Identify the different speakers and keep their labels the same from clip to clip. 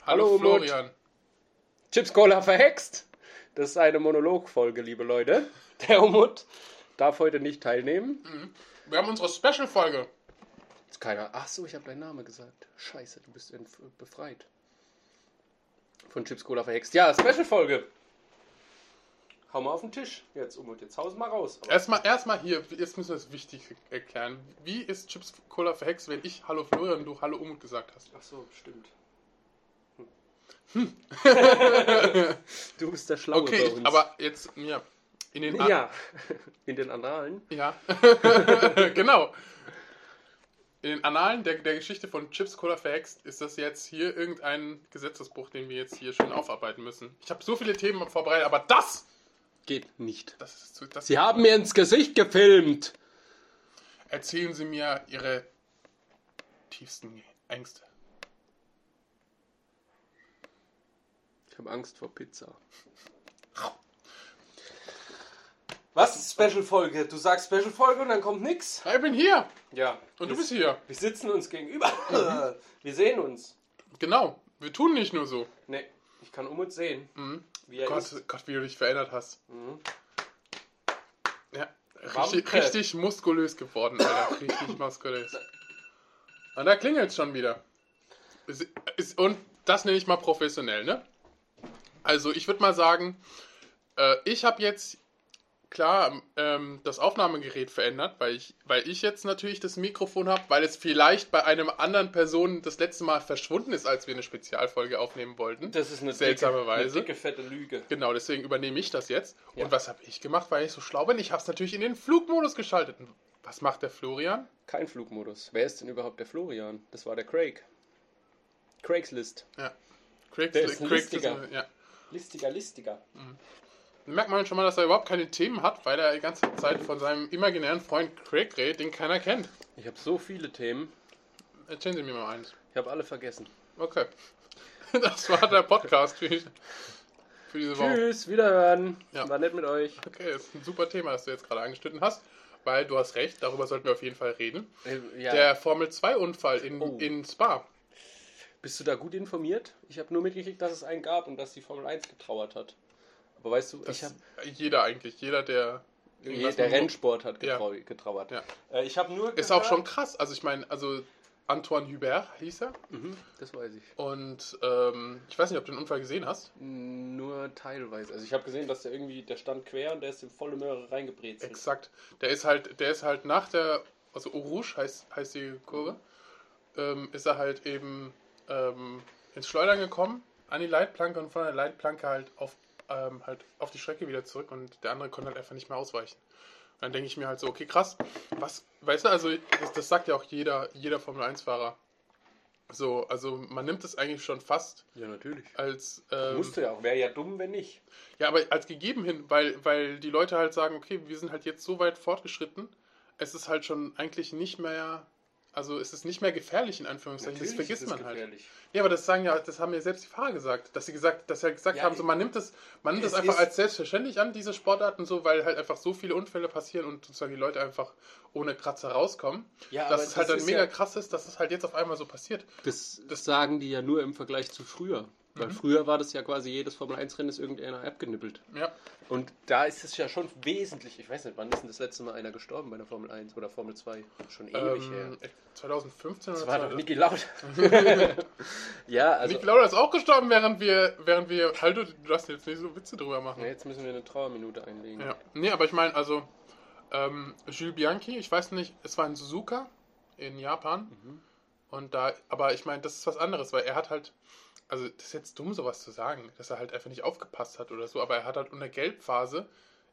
Speaker 1: Hallo
Speaker 2: Florian.
Speaker 1: Chips Cola verhext. Das ist eine Monologfolge, liebe Leute. Der Umut darf heute nicht teilnehmen.
Speaker 2: Wir haben unsere Special-Folge.
Speaker 1: Ist keiner. Ach so, ich habe deinen Namen gesagt. Scheiße, du bist befreit. Von Chips Cola verhext. Ja, Special-Folge. Hau mal auf den Tisch. Jetzt, Umut, jetzt haus mal raus.
Speaker 2: Erstmal hier, jetzt müssen wir es wichtig erklären. Wie ist Chips Cola verhext, wenn ich Hallo Florian und du Hallo Umut gesagt hast?
Speaker 1: Ach so, stimmt. Du bist der Schlaue bei uns.
Speaker 2: Aber jetzt, ja. In
Speaker 1: den Annalen.
Speaker 2: Ja, genau. In den Annalen der Geschichte von Chips Cola verhext ist das jetzt hier irgendein Gesetzesbruch, den wir jetzt hier schon aufarbeiten müssen. Ich habe so viele Themen vorbereitet, aber das
Speaker 1: geht nicht.
Speaker 2: Das
Speaker 1: Sie haben mir ins Gesicht gefilmt.
Speaker 2: Erzählen Sie mir Ihre tiefsten Ängste.
Speaker 1: Ich habe Angst vor Pizza. Was? Special-Folge? Du sagst Special-Folge und dann kommt nix?
Speaker 2: Ich bin hier.
Speaker 1: Ja.
Speaker 2: Und du bist hier.
Speaker 1: Wir sitzen uns gegenüber. Wir sehen uns.
Speaker 2: Genau. Wir tun nicht nur so.
Speaker 1: Nee, ich kann Umut sehen. Wie er
Speaker 2: Gott,
Speaker 1: ist.
Speaker 2: Gott, wie du dich verändert hast. Ja,
Speaker 1: Wampe.
Speaker 2: richtig muskulös geworden, Alter. Richtig muskulös. Und da klingelt es schon wieder. Und das nenne ich mal professionell, ne? Also ich würde mal sagen, ich habe jetzt klar das Aufnahmegerät verändert, weil ich jetzt natürlich das Mikrofon habe, weil es vielleicht bei einem anderen Person das letzte Mal verschwunden ist, als wir eine Spezialfolge aufnehmen wollten.
Speaker 1: Das ist eine
Speaker 2: seltsamerweise.
Speaker 1: dicke, fette Lüge.
Speaker 2: Genau, deswegen übernehme ich das jetzt.
Speaker 1: Ja.
Speaker 2: Und was habe ich gemacht, weil ich so schlau bin? Ich habe es natürlich in den Flugmodus geschaltet. Und was macht der Florian?
Speaker 1: Kein Flugmodus. Wer ist denn überhaupt der Florian? Das war der Craig. Craigslist.
Speaker 2: Ja.
Speaker 1: Der ist ein Listiger.
Speaker 2: Ja.
Speaker 1: Listiger.
Speaker 2: Da merkt man schon mal, dass er überhaupt keine Themen hat, weil er die ganze Zeit von seinem imaginären Freund Craig redet, den keiner kennt.
Speaker 1: Ich habe so viele Themen.
Speaker 2: Erzählen Sie mir mal eins.
Speaker 1: Ich habe alle vergessen.
Speaker 2: Okay. Das war der Podcast für diese Woche.
Speaker 1: Tschüss, wiederhören.
Speaker 2: Ja.
Speaker 1: War nett mit euch.
Speaker 2: Okay, das ist ein super Thema, das du jetzt gerade angeschnitten hast, weil du hast recht, darüber sollten wir auf jeden Fall reden.
Speaker 1: Ja.
Speaker 2: Der Formel-2-Unfall in Spa.
Speaker 1: Bist du da gut informiert? Ich habe nur mitgekriegt, dass es einen gab und dass die Formel 1 getrauert hat. Aber weißt du,
Speaker 2: Jeder, der
Speaker 1: Rennsport hat getrauert.
Speaker 2: Ja.
Speaker 1: Ich habe nur
Speaker 2: ist auch schon krass. Also ich meine, Antoine Hubert hieß er.
Speaker 1: Das weiß ich.
Speaker 2: Und ich weiß nicht, ob du den Unfall gesehen hast.
Speaker 1: Nur teilweise. Also ich habe gesehen, dass der stand quer und der ist in volle Möhre reingebrezelt.
Speaker 2: Exakt. Der ist halt nach der, also Eau Rouge heißt die Kurve, ist er halt eben ins Schleudern gekommen, an die Leitplanke und von der Leitplanke halt auf die Strecke wieder zurück und der andere konnte halt einfach nicht mehr ausweichen. Und dann denke ich mir halt so, okay, krass, was, weißt du, also das sagt ja auch jeder Formel-1-Fahrer. So, also man nimmt es eigentlich schon fast.
Speaker 1: Ja, natürlich.
Speaker 2: Als
Speaker 1: musste ja auch, wäre ja dumm, wenn nicht.
Speaker 2: Ja, aber als gegeben hin, weil die Leute halt sagen, okay, wir sind halt jetzt so weit fortgeschritten, es ist halt schon eigentlich nicht mehr, also es ist nicht mehr gefährlich in Anführungszeichen,
Speaker 1: Natürlich
Speaker 2: das vergisst
Speaker 1: ist es
Speaker 2: man halt.
Speaker 1: gefährlich.
Speaker 2: Ja, aber das haben ja selbst die Fahrer gesagt, dass sie gesagt
Speaker 1: Ja,
Speaker 2: haben, so man nimmt das einfach als selbstverständlich an, diese Sportarten so, weil halt einfach so viele Unfälle passieren und sozusagen die Leute einfach ohne Kratzer rauskommen.
Speaker 1: Ja,
Speaker 2: dass
Speaker 1: aber
Speaker 2: es halt
Speaker 1: das
Speaker 2: dann
Speaker 1: ist
Speaker 2: mega
Speaker 1: ja
Speaker 2: krass ist, dass es halt jetzt auf einmal so passiert.
Speaker 1: Das sagen die ja nur im Vergleich zu früher. Weil früher war das ja quasi jedes Formel-1-Rennen ist irgendeiner abgenippelt.
Speaker 2: Ja.
Speaker 1: Und da ist es ja schon wesentlich, ich weiß nicht, wann ist denn das letzte Mal einer gestorben bei der Formel 1 oder Formel 2? Schon ewig her.
Speaker 2: 2015
Speaker 1: Das
Speaker 2: oder
Speaker 1: war doch Niki Lauda. Ja, also...
Speaker 2: Niki Lauda ist auch gestorben, während wir halt, du darfst jetzt nicht so Witze drüber machen.
Speaker 1: Ja, jetzt müssen wir eine Trauerminute einlegen.
Speaker 2: Ja. Nee, aber ich meine, also Jules Bianchi, ich weiß nicht, es war in Suzuka in Japan. Und aber ich meine, das ist was anderes, weil er hat halt, also das ist jetzt dumm, sowas zu sagen, dass er halt einfach nicht aufgepasst hat oder so, aber er hat halt in der Gelbphase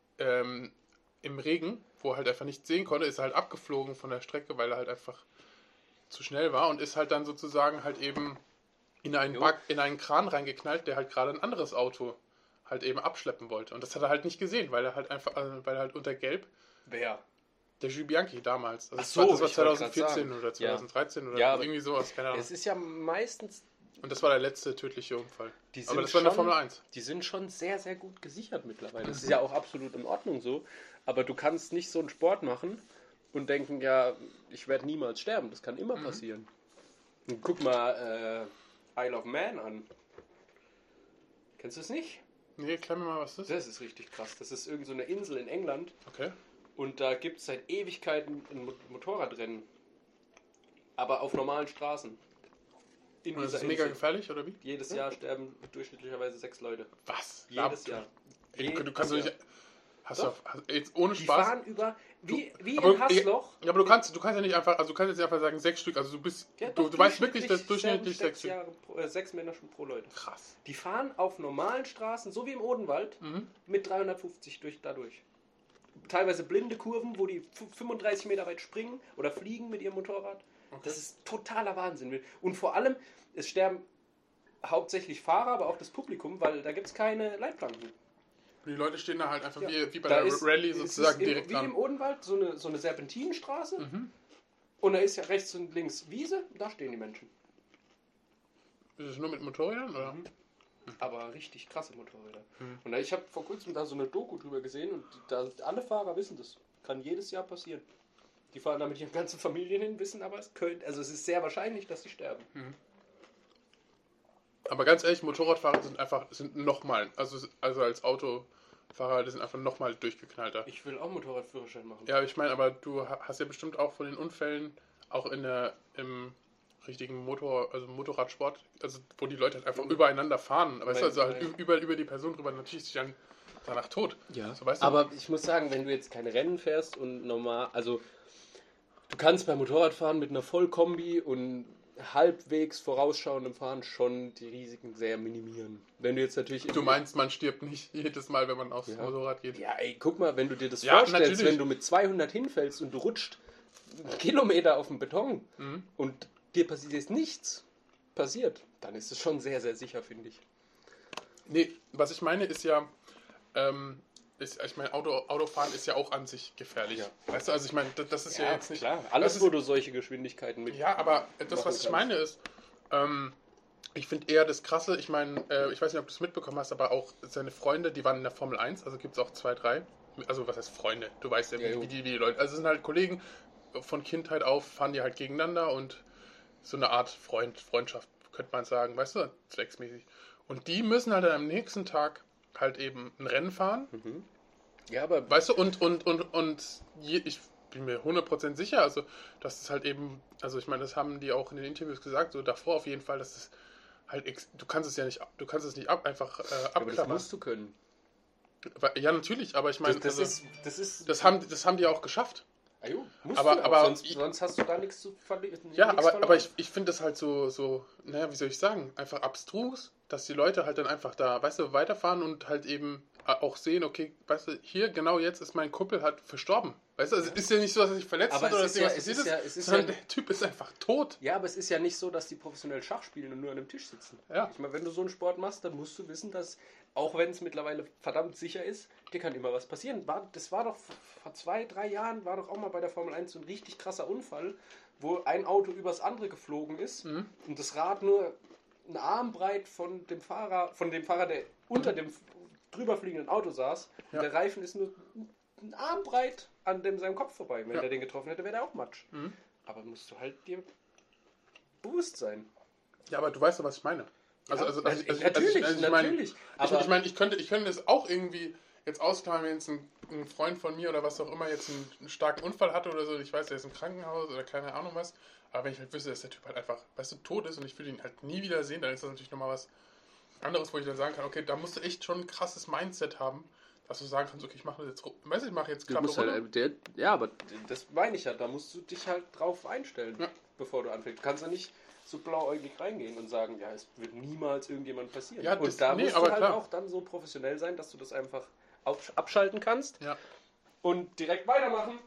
Speaker 2: im Regen, wo er halt einfach nicht sehen konnte, ist er halt abgeflogen von der Strecke, weil er halt einfach zu schnell war und ist halt dann sozusagen halt eben in einen Kran reingeknallt, der halt gerade ein anderes Auto halt eben abschleppen wollte. Und das hat er halt nicht gesehen, weil er halt unter Gelb.
Speaker 1: Wer?
Speaker 2: Der Jules Bianchi damals. Also
Speaker 1: Ach so,
Speaker 2: das war
Speaker 1: ich wollte
Speaker 2: 2014
Speaker 1: grad
Speaker 2: oder 2013 oder irgendwie sowas, keine Ahnung.
Speaker 1: Es ist ja meistens...
Speaker 2: Und das war der letzte tödliche Unfall. Aber das
Speaker 1: schon,
Speaker 2: war in der Formel 1.
Speaker 1: Die sind schon sehr, sehr gut gesichert mittlerweile. Das ist ja auch absolut in Ordnung so. Aber du kannst nicht so einen Sport machen und denken, ja, ich werde niemals sterben. Das kann immer passieren. Und guck mal Isle of Man an. Kennst du es nicht?
Speaker 2: Nee, erklär mir mal, was das ist.
Speaker 1: Das ist richtig krass. Das ist irgend so eine Insel in England.
Speaker 2: Okay.
Speaker 1: Und da gibt es seit Ewigkeiten ein Motorradrennen. Aber auf normalen Straßen.
Speaker 2: Und das ist mega gefährlich, oder wie?
Speaker 1: Jedes Jahr sterben durchschnittlicherweise 6 Leute.
Speaker 2: Was?
Speaker 1: Jedes Jahr.
Speaker 2: Ey, du kannst doch nicht... Hast
Speaker 1: Doch.
Speaker 2: du jetzt ohne
Speaker 1: Die
Speaker 2: Spaß...
Speaker 1: fahren über... Wie
Speaker 2: aber
Speaker 1: ein Hassloch.
Speaker 2: Ja, aber du kannst ja nicht einfach... Also du kannst jetzt nicht einfach sagen 6 Stück. Also du bist...
Speaker 1: Ja,
Speaker 2: du weißt wirklich, dass durchschnittlich 6 Stück...
Speaker 1: 6 Menschen pro Leute.
Speaker 2: Krass.
Speaker 1: Die fahren auf normalen Straßen, so wie im Odenwald, mit 350 dadurch. Teilweise blinde Kurven, wo die 35 Meter weit springen oder fliegen mit ihrem Motorrad. Okay. Das ist totaler Wahnsinn. Und vor allem, es sterben hauptsächlich Fahrer, aber auch das Publikum, weil da gibt es keine Leitplanken.
Speaker 2: Die Leute stehen da halt einfach wie bei
Speaker 1: da
Speaker 2: der Rallye sozusagen direkt dran.
Speaker 1: Wie im Odenwald, so eine Serpentinenstraße. Und da ist ja rechts und links Wiese, da stehen die Menschen.
Speaker 2: Ist es nur mit Motorrädern, oder?
Speaker 1: Aber richtig krasse Motorräder. Und ich habe vor kurzem da so eine Doku drüber gesehen und alle Fahrer wissen das. Kann jedes Jahr passieren. Die fahren da mit ihren ganzen Familien hin, wissen aber, es ist sehr wahrscheinlich, dass sie sterben.
Speaker 2: Aber ganz ehrlich, Motorradfahrer sind nochmal, also als Autofahrer, die sind einfach nochmal durchgeknallter.
Speaker 1: Ich will auch Motorradführerschein machen.
Speaker 2: Ja, ich meine, aber du hast ja bestimmt auch von den Unfällen, auch im richtigen Motorradsport, also wo die Leute halt einfach übereinander fahren, weißt du, also halt über die Person drüber, natürlich sich dann danach tot.
Speaker 1: Ja,
Speaker 2: so, weißt du?
Speaker 1: Aber ich muss sagen, wenn du jetzt keine Rennen fährst und normal, also du kannst beim Motorradfahren mit einer Vollkombi und halbwegs vorausschauendem Fahren schon die Risiken sehr minimieren. Wenn du jetzt natürlich...
Speaker 2: Du meinst, man stirbt nicht jedes Mal, wenn man aufs Motorrad geht?
Speaker 1: Ja, ey, guck mal, wenn du dir das vorstellst,
Speaker 2: natürlich.
Speaker 1: Wenn du mit 200 hinfällst und du rutscht einen Kilometer auf dem Beton und dir passiert jetzt nichts, dann ist es schon sehr, sehr sicher, finde ich.
Speaker 2: Nee, was ich meine ist ja, ich meine, Autofahren ist ja auch an sich gefährlich. Ja. Weißt du, also ich meine, das ist ja jetzt nicht...
Speaker 1: Klar, alles, wo du solche Geschwindigkeiten mit...
Speaker 2: Ja, aber das, was ich meine ist, ich finde eher das Krasse, ich meine, ich weiß nicht, ob du es mitbekommen hast, aber auch seine Freunde, die waren in der Formel 1, also gibt es auch 2, 3, also was heißt Freunde, du weißt ja, wie die Leute, also es sind halt Kollegen von Kindheit auf, fahren die halt gegeneinander und so eine Art Freundschaft, könnte man sagen, weißt du, zwecksmäßig. Und die müssen halt dann am nächsten Tag halt eben ein Rennen fahren.
Speaker 1: Ja, aber...
Speaker 2: Weißt du, ich bin mir 100% sicher, also, dass es halt eben, also ich meine, das haben die auch in den Interviews gesagt, so davor auf jeden Fall, dass es halt, du kannst es nicht einfach abklappern.
Speaker 1: Aber das musst du können.
Speaker 2: Ja, natürlich, aber ich meine, das haben die auch geschafft.
Speaker 1: Ah, jo,
Speaker 2: aber
Speaker 1: sonst hast du da nichts zu verlieren.
Speaker 2: Ja, aber ich finde das halt so, naja, wie soll ich sagen, einfach abstrus, dass die Leute halt dann einfach da, weißt du, weiterfahren und halt eben auch sehen, okay, weißt du, hier genau jetzt ist mein Kumpel halt verstorben. Weißt du, also es ist ja nicht so, dass er sich verletzt hat oder dass irgendwas passiert ist, sondern der Typ ist einfach tot.
Speaker 1: Ja, aber es ist ja nicht so, dass die professionell Schach spielen und nur an einem Tisch sitzen.
Speaker 2: Ja.
Speaker 1: Ich meine, wenn du so einen Sport machst, dann musst du wissen, dass, auch wenn es mittlerweile verdammt sicher ist, dir kann immer was passieren. Das war doch vor 2, 3 Jahren, war doch auch mal bei der Formel 1 so ein richtig krasser Unfall, wo ein Auto übers andere geflogen ist und das Rad nur einen Arm breit von dem Fahrer, der unter dem drüber fliegenden Auto saß. Und der Reifen ist nur einen Arm breit an seinem Kopf vorbei. Wenn der den getroffen hätte, wäre der auch Matsch. Aber musst du halt dir bewusst sein.
Speaker 2: Ja, aber du weißt doch, was ich meine.
Speaker 1: Natürlich.
Speaker 2: Ich meine, ich könnte das auch irgendwie jetzt ausklammern, wenn jetzt ein Freund von mir oder was auch immer jetzt einen starken Unfall hatte oder so. Ich weiß, der ist im Krankenhaus oder keine Ahnung was. Aber wenn ich halt wüsste, dass der Typ halt einfach, weißt du, tot ist und ich will ihn halt nie wieder sehen, dann ist das natürlich nochmal was anderes, wo ich dann sagen kann, okay, da musst du echt schon ein krasses Mindset haben, dass du sagen kannst, okay, ich mache das jetzt, weißt du, ich mache jetzt Klappe
Speaker 1: halt, ja, aber das meine ich ja, da musst du dich halt drauf einstellen, bevor du anfängst. Du kannst ja nicht so blauäugig reingehen und sagen, ja, es wird niemals irgendjemand passieren.
Speaker 2: Ja,
Speaker 1: und da musst du halt auch dann so professionell sein, dass du das einfach abschalten kannst und direkt weitermachen.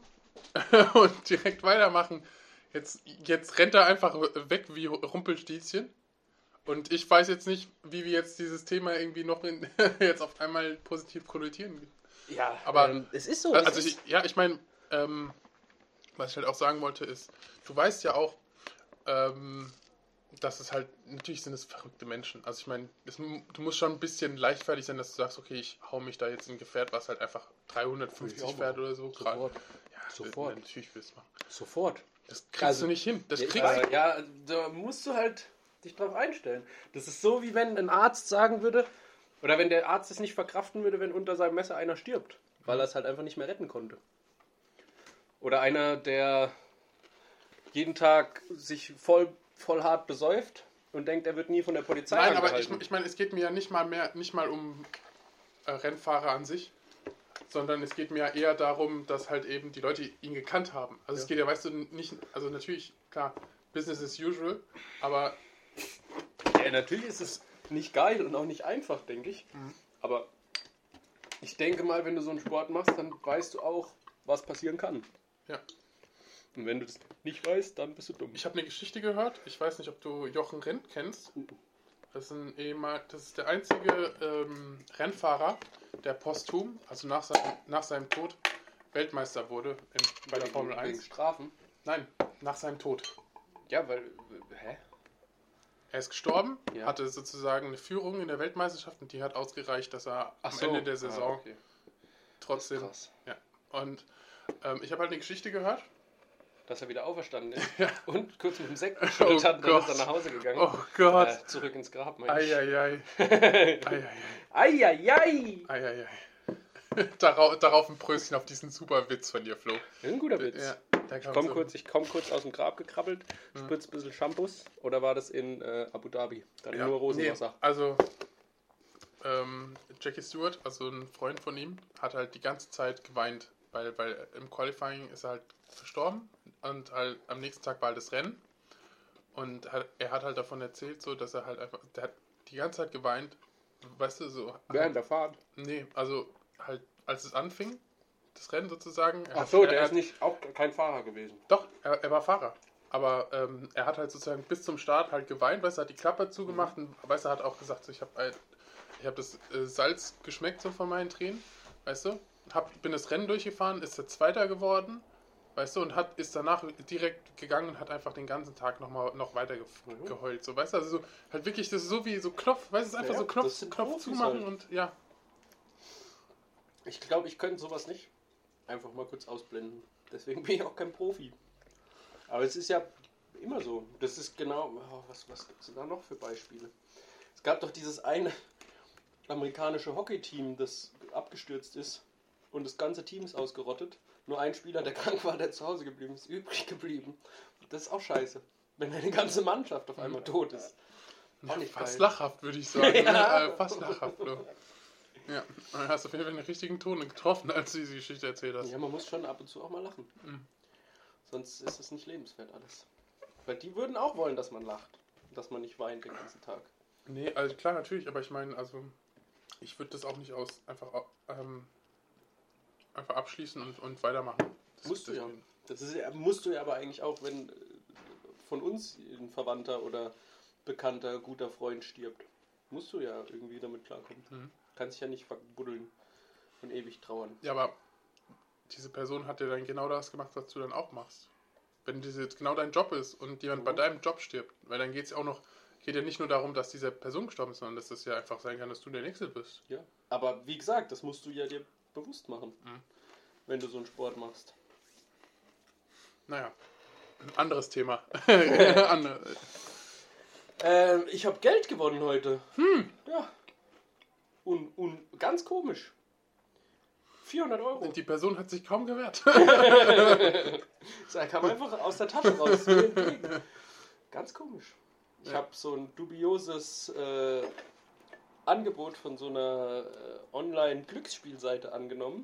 Speaker 1: Jetzt rennt er einfach weg wie Rumpelstilzchen. Und ich weiß jetzt nicht, wie wir jetzt dieses Thema irgendwie noch jetzt auf einmal positiv konnotieren. Ja,
Speaker 2: aber
Speaker 1: es ist so.
Speaker 2: Also ich meine, was ich halt auch sagen wollte ist, du weißt ja auch, dass es halt, natürlich sind es verrückte Menschen. Also ich meine, du musst schon ein bisschen leichtfertig sein, dass du sagst, okay, ich hau mich da jetzt in ein Gefährt, was halt einfach 350 fährt oder so.
Speaker 1: Sofort.
Speaker 2: Ja,
Speaker 1: Sofort.
Speaker 2: Natürlich willst du machen.
Speaker 1: Sofort.
Speaker 2: Das kriegst du nicht hin.
Speaker 1: Ja, da musst du halt dich drauf einstellen. Das ist so, wie wenn ein Arzt sagen würde, Oder wenn der Arzt es nicht verkraften würde, wenn unter seinem Messer einer stirbt, weil er es halt einfach nicht mehr retten konnte. Oder einer, der jeden Tag sich voll hart besäuft und denkt, er wird nie von der Polizei
Speaker 2: angehalten.
Speaker 1: angehalten.
Speaker 2: Aber ich meine, es geht mir ja nicht mal um Rennfahrer an sich, sondern es geht mir ja eher darum, dass halt eben die Leute ihn gekannt haben. Also es geht ja, weißt du, nicht, also natürlich, klar, Business as usual, aber...
Speaker 1: Ja, natürlich ist es nicht geil und auch nicht einfach, denke ich. Aber ich denke mal, wenn du so einen Sport machst, dann weißt du auch, was passieren kann.
Speaker 2: Ja.
Speaker 1: Und wenn du das nicht weißt, dann bist du dumm.
Speaker 2: Ich habe eine Geschichte gehört, ich weiß nicht, ob du Jochen Rindt kennst. Das ist der einzige Rennfahrer, der posthum, also nach seinem Tod, Weltmeister wurde bei der Formel 1.
Speaker 1: Wegen Strafen?
Speaker 2: Nein, nach seinem Tod.
Speaker 1: Ja, weil... Hä?
Speaker 2: Er ist gestorben,
Speaker 1: Ja.
Speaker 2: hatte sozusagen eine Führung in der Weltmeisterschaft und die hat ausgereicht, dass er am Ende der Saison
Speaker 1: okay.
Speaker 2: trotzdem...
Speaker 1: Krass.
Speaker 2: Ja. Und ich habe halt eine Geschichte gehört.
Speaker 1: Dass er wieder auferstanden ist.
Speaker 2: Ja.
Speaker 1: Und kurz mit dem Sekt geschüttelt hat, dann ist er nach Hause gegangen.
Speaker 2: Oh Gott.
Speaker 1: Zurück ins Grab, meine ich.
Speaker 2: Eieiei.
Speaker 1: Eieiei.
Speaker 2: Eieiei. Darauf ein Pröstchen auf diesen super Witz von dir, Flo.
Speaker 1: Ein guter Witz.
Speaker 2: Ja,
Speaker 1: Ich komm kurz aus dem Grab gekrabbelt, spritz ein bisschen Shampoos. Oder war das in Abu Dhabi? Dann nur Rosenwasser.
Speaker 2: Nee, also Jackie Stewart, also ein Freund von ihm, hat halt die ganze Zeit geweint, weil im Qualifying ist er halt verstorben und halt am nächsten Tag war halt das Rennen und er hat halt davon erzählt, so dass er halt einfach, der hat die ganze Zeit geweint, weißt du, so.
Speaker 1: Während der Fahrt?
Speaker 2: Nee, also halt als es anfing, das Rennen sozusagen.
Speaker 1: Der ist nicht auch kein Fahrer gewesen.
Speaker 2: Doch, er war Fahrer. Aber er hat halt sozusagen bis zum Start halt geweint, weißt du, hat die Klappe zugemacht und weißt du, hat auch gesagt, so, ich habe das Salz geschmeckt so von meinen Tränen, weißt du, bin das Rennen durchgefahren, ist der Zweiter geworden, weißt du, und ist danach direkt gegangen und hat einfach den ganzen Tag noch weiter geheult, so, weißt du, also so, halt wirklich, das ist so wie so Knopf, weißt du, einfach so Knopf zumachen halt. Und ja.
Speaker 1: Ich glaube, ich könnte sowas nicht einfach mal kurz ausblenden. Deswegen bin ich auch kein Profi. Aber es ist ja immer so. Das ist genau... was gibt es da noch für Beispiele? Es gab doch dieses eine amerikanische Hockey-Team, das abgestürzt ist und das ganze Team ist ausgerottet. Nur ein Spieler, der krank war, der zu Hause geblieben ist, übrig geblieben. Das ist auch scheiße. Wenn eine ganze Mannschaft auf einmal tot ist.
Speaker 2: Ja, fast lachhaft, würde ich sagen.
Speaker 1: Ja.
Speaker 2: Ne? Fast lachhaft. So. Ja, du hast auf jeden Fall den richtigen Ton getroffen, als du diese Geschichte erzählt hast.
Speaker 1: Ja, man muss schon ab und zu auch mal lachen. Sonst ist es nicht lebenswert alles. Weil die würden auch wollen, dass man lacht. Dass man nicht weint den ganzen Tag.
Speaker 2: Nee, also klar, natürlich, aber ich meine, also ich würde das auch nicht einfach abschließen und weitermachen.
Speaker 1: Musst du ja. Musst du ja aber eigentlich auch, wenn von uns ein Verwandter oder Bekannter, guter Freund stirbt. Musst du ja irgendwie damit klarkommen. Kannst dich ja nicht verbuddeln und ewig trauern.
Speaker 2: Ja, aber diese Person hat ja dann genau das gemacht, was du dann auch machst. Wenn das jetzt genau dein Job ist und jemand bei deinem Job stirbt, weil dann geht ja nicht nur darum, dass diese Person gestorben ist, sondern dass das ja einfach sein kann, dass du der Nächste bist.
Speaker 1: Ja, aber wie gesagt, das musst du ja dir bewusst machen, wenn du so einen Sport machst.
Speaker 2: Naja, ein anderes Thema.
Speaker 1: Ich habe Geld gewonnen heute. Ja. Und ganz komisch. 400 Euro.
Speaker 2: Die Person hat sich kaum gewehrt.
Speaker 1: Er kam einfach aus der Tasche raus. Ganz komisch. Ich habe so ein dubioses Angebot von so einer Online-Glücksspielseite angenommen.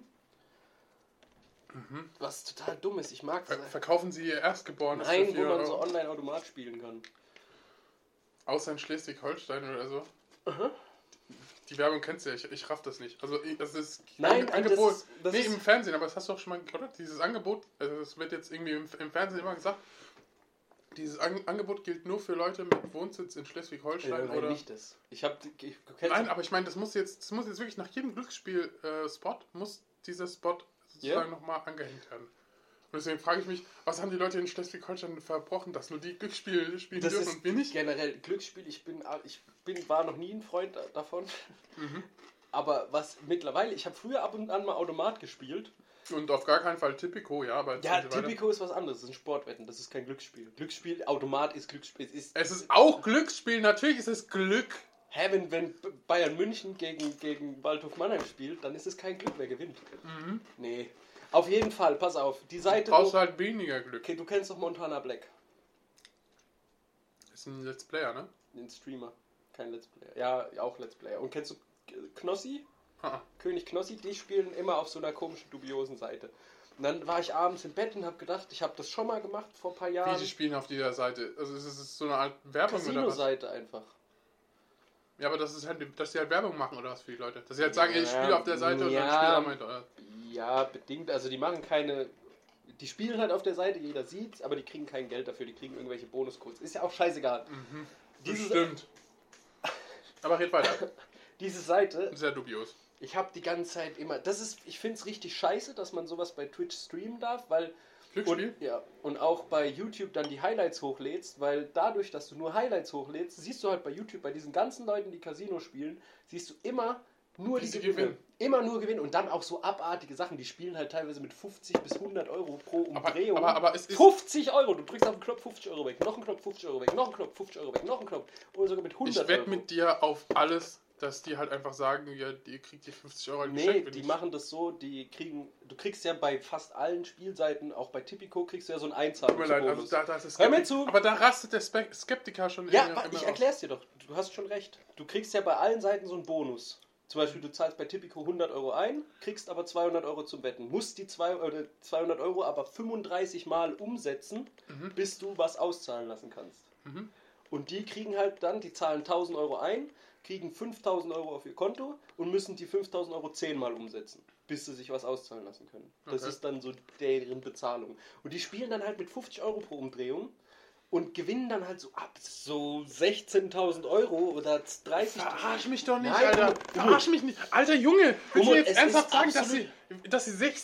Speaker 1: Was total dumm ist. Ich mag das.
Speaker 2: Verkaufen Sie Ihr Erstgeborenes
Speaker 1: Nein,
Speaker 2: für 4
Speaker 1: wo man
Speaker 2: Euro?
Speaker 1: so Online-Automat spielen kann.
Speaker 2: Außer in Schleswig-Holstein oder so. Die Werbung kennst du ja, ich raff das nicht. Also das ist
Speaker 1: Nein,
Speaker 2: Angebot.
Speaker 1: das ist
Speaker 2: im Fernsehen, aber das hast du auch schon mal gehört. Dieses Angebot, also das wird jetzt irgendwie im Fernsehen immer gesagt, dieses Angebot gilt nur für Leute mit Wohnsitz in Schleswig-Holstein oder.
Speaker 1: Nicht das.
Speaker 2: Nein, aber ich meine, das muss jetzt wirklich nach jedem Glücksspiel-Spot muss dieser Spot sozusagen nochmal angehängt werden. Und deswegen frage ich mich, was haben die Leute in Schleswig-Holstein verbrochen, dass nur die Glücksspiele spielen
Speaker 1: das
Speaker 2: dürfen
Speaker 1: ist
Speaker 2: und wir nicht?
Speaker 1: Generell Glücksspiel, war noch nie ein Freund davon. Aber was mittlerweile, ich habe früher ab und an mal Automat gespielt.
Speaker 2: Und auf gar keinen Fall Tipico, ja. Aber
Speaker 1: ja, Tipico ist was anderes, das sind Sportwetten, das ist kein Glücksspiel. Glücksspiel, Automat ist Glücksspiel.
Speaker 2: Es ist auch Glücksspiel, natürlich ist es Glück.
Speaker 1: Hä, wenn Bayern München gegen Waldhof Mannheim spielt, dann ist es kein Glück, wer gewinnt.
Speaker 2: Mhm.
Speaker 1: Nee. Auf jeden Fall, pass auf. Die Seite.
Speaker 2: Brauchst du halt weniger Glück.
Speaker 1: Okay, du kennst doch Montana Black.
Speaker 2: Ist ein Let's Player, ne?
Speaker 1: Den Streamer. Kein Let's Player. Ja, auch Let's Player. Und kennst du Knossi? König Knossi, die spielen immer auf so einer komischen, dubiosen Seite. Und dann war ich abends im Bett und habe gedacht, ich habe das schon mal gemacht vor ein paar Jahren.
Speaker 2: Wie die spielen auf dieser Seite? Also ist es so eine Art Werbung oder was?
Speaker 1: Casino-Seite einfach.
Speaker 2: Ja, aber das ist halt, dass sie halt Werbung machen oder was für die Leute? Dass sie halt sagen, ich spiele auf der Seite und dann spiele damit, oder?
Speaker 1: Ja, bedingt. Also die machen keine... Die spielen halt auf der Seite, jeder sieht's, aber die kriegen kein Geld dafür, die kriegen irgendwelche Bonuscodes. Ist ja auch scheißegal.
Speaker 2: Mhm. Das stimmt. Aber red weiter.
Speaker 1: Diese Seite...
Speaker 2: Sehr dubios.
Speaker 1: Ich habe die ganze Zeit immer... Ich finde es richtig scheiße, dass man sowas bei Twitch streamen darf, weil...
Speaker 2: Glücksspiel?
Speaker 1: Und auch bei YouTube dann die Highlights hochlädst, weil dadurch, dass du nur Highlights hochlädst, siehst du halt bei YouTube, bei diesen ganzen Leuten, die Casino spielen, siehst du immer nur die Gewinne. Immer nur Gewinn und dann auch so abartige Sachen. Die spielen halt teilweise mit 50 bis 100 Euro pro Umdrehung.
Speaker 2: Aber es ist
Speaker 1: 50 Euro! Du drückst auf den Knopf 50 Euro weg, noch einen Knopf 50 Euro weg, noch einen Knopf 50 Euro weg, noch einen Knopf. Oder sogar mit 100 Euro.
Speaker 2: Ich wette mit dir auf alles, dass die halt einfach sagen, ja, ihr kriegt die 50 Euro
Speaker 1: geschenkt. Nee, die machen das so, du kriegst ja bei fast allen Spielseiten, auch bei Tipico, kriegst du ja so einen Einzahlungsbonus.
Speaker 2: Hör mir zu! Aber da rastet der Skeptiker schon
Speaker 1: immer ich erklär's dir doch, du hast schon recht. Du kriegst ja bei allen Seiten so einen Bonus. Zum Beispiel, du zahlst bei Tipico 100 Euro ein, kriegst aber 200 Euro zum Wetten. Musst die 200 Euro aber 35 Mal umsetzen, bis du was auszahlen lassen kannst. Mhm. Und die kriegen halt dann, die zahlen 1000 Euro ein, kriegen 5000 Euro auf ihr Konto und müssen die 5000 Euro 10 Mal umsetzen, bis sie sich was auszahlen lassen können. Das ist dann so deren Bezahlung. Und die spielen dann halt mit 50 Euro pro Umdrehung und gewinnen dann halt so ab so 16.000 Euro oder 30.000.
Speaker 2: Verarsch mich doch nicht, nein, Alter. Verarsch mich nicht. Alter Junge, willst du jetzt ernsthaft sagen, dass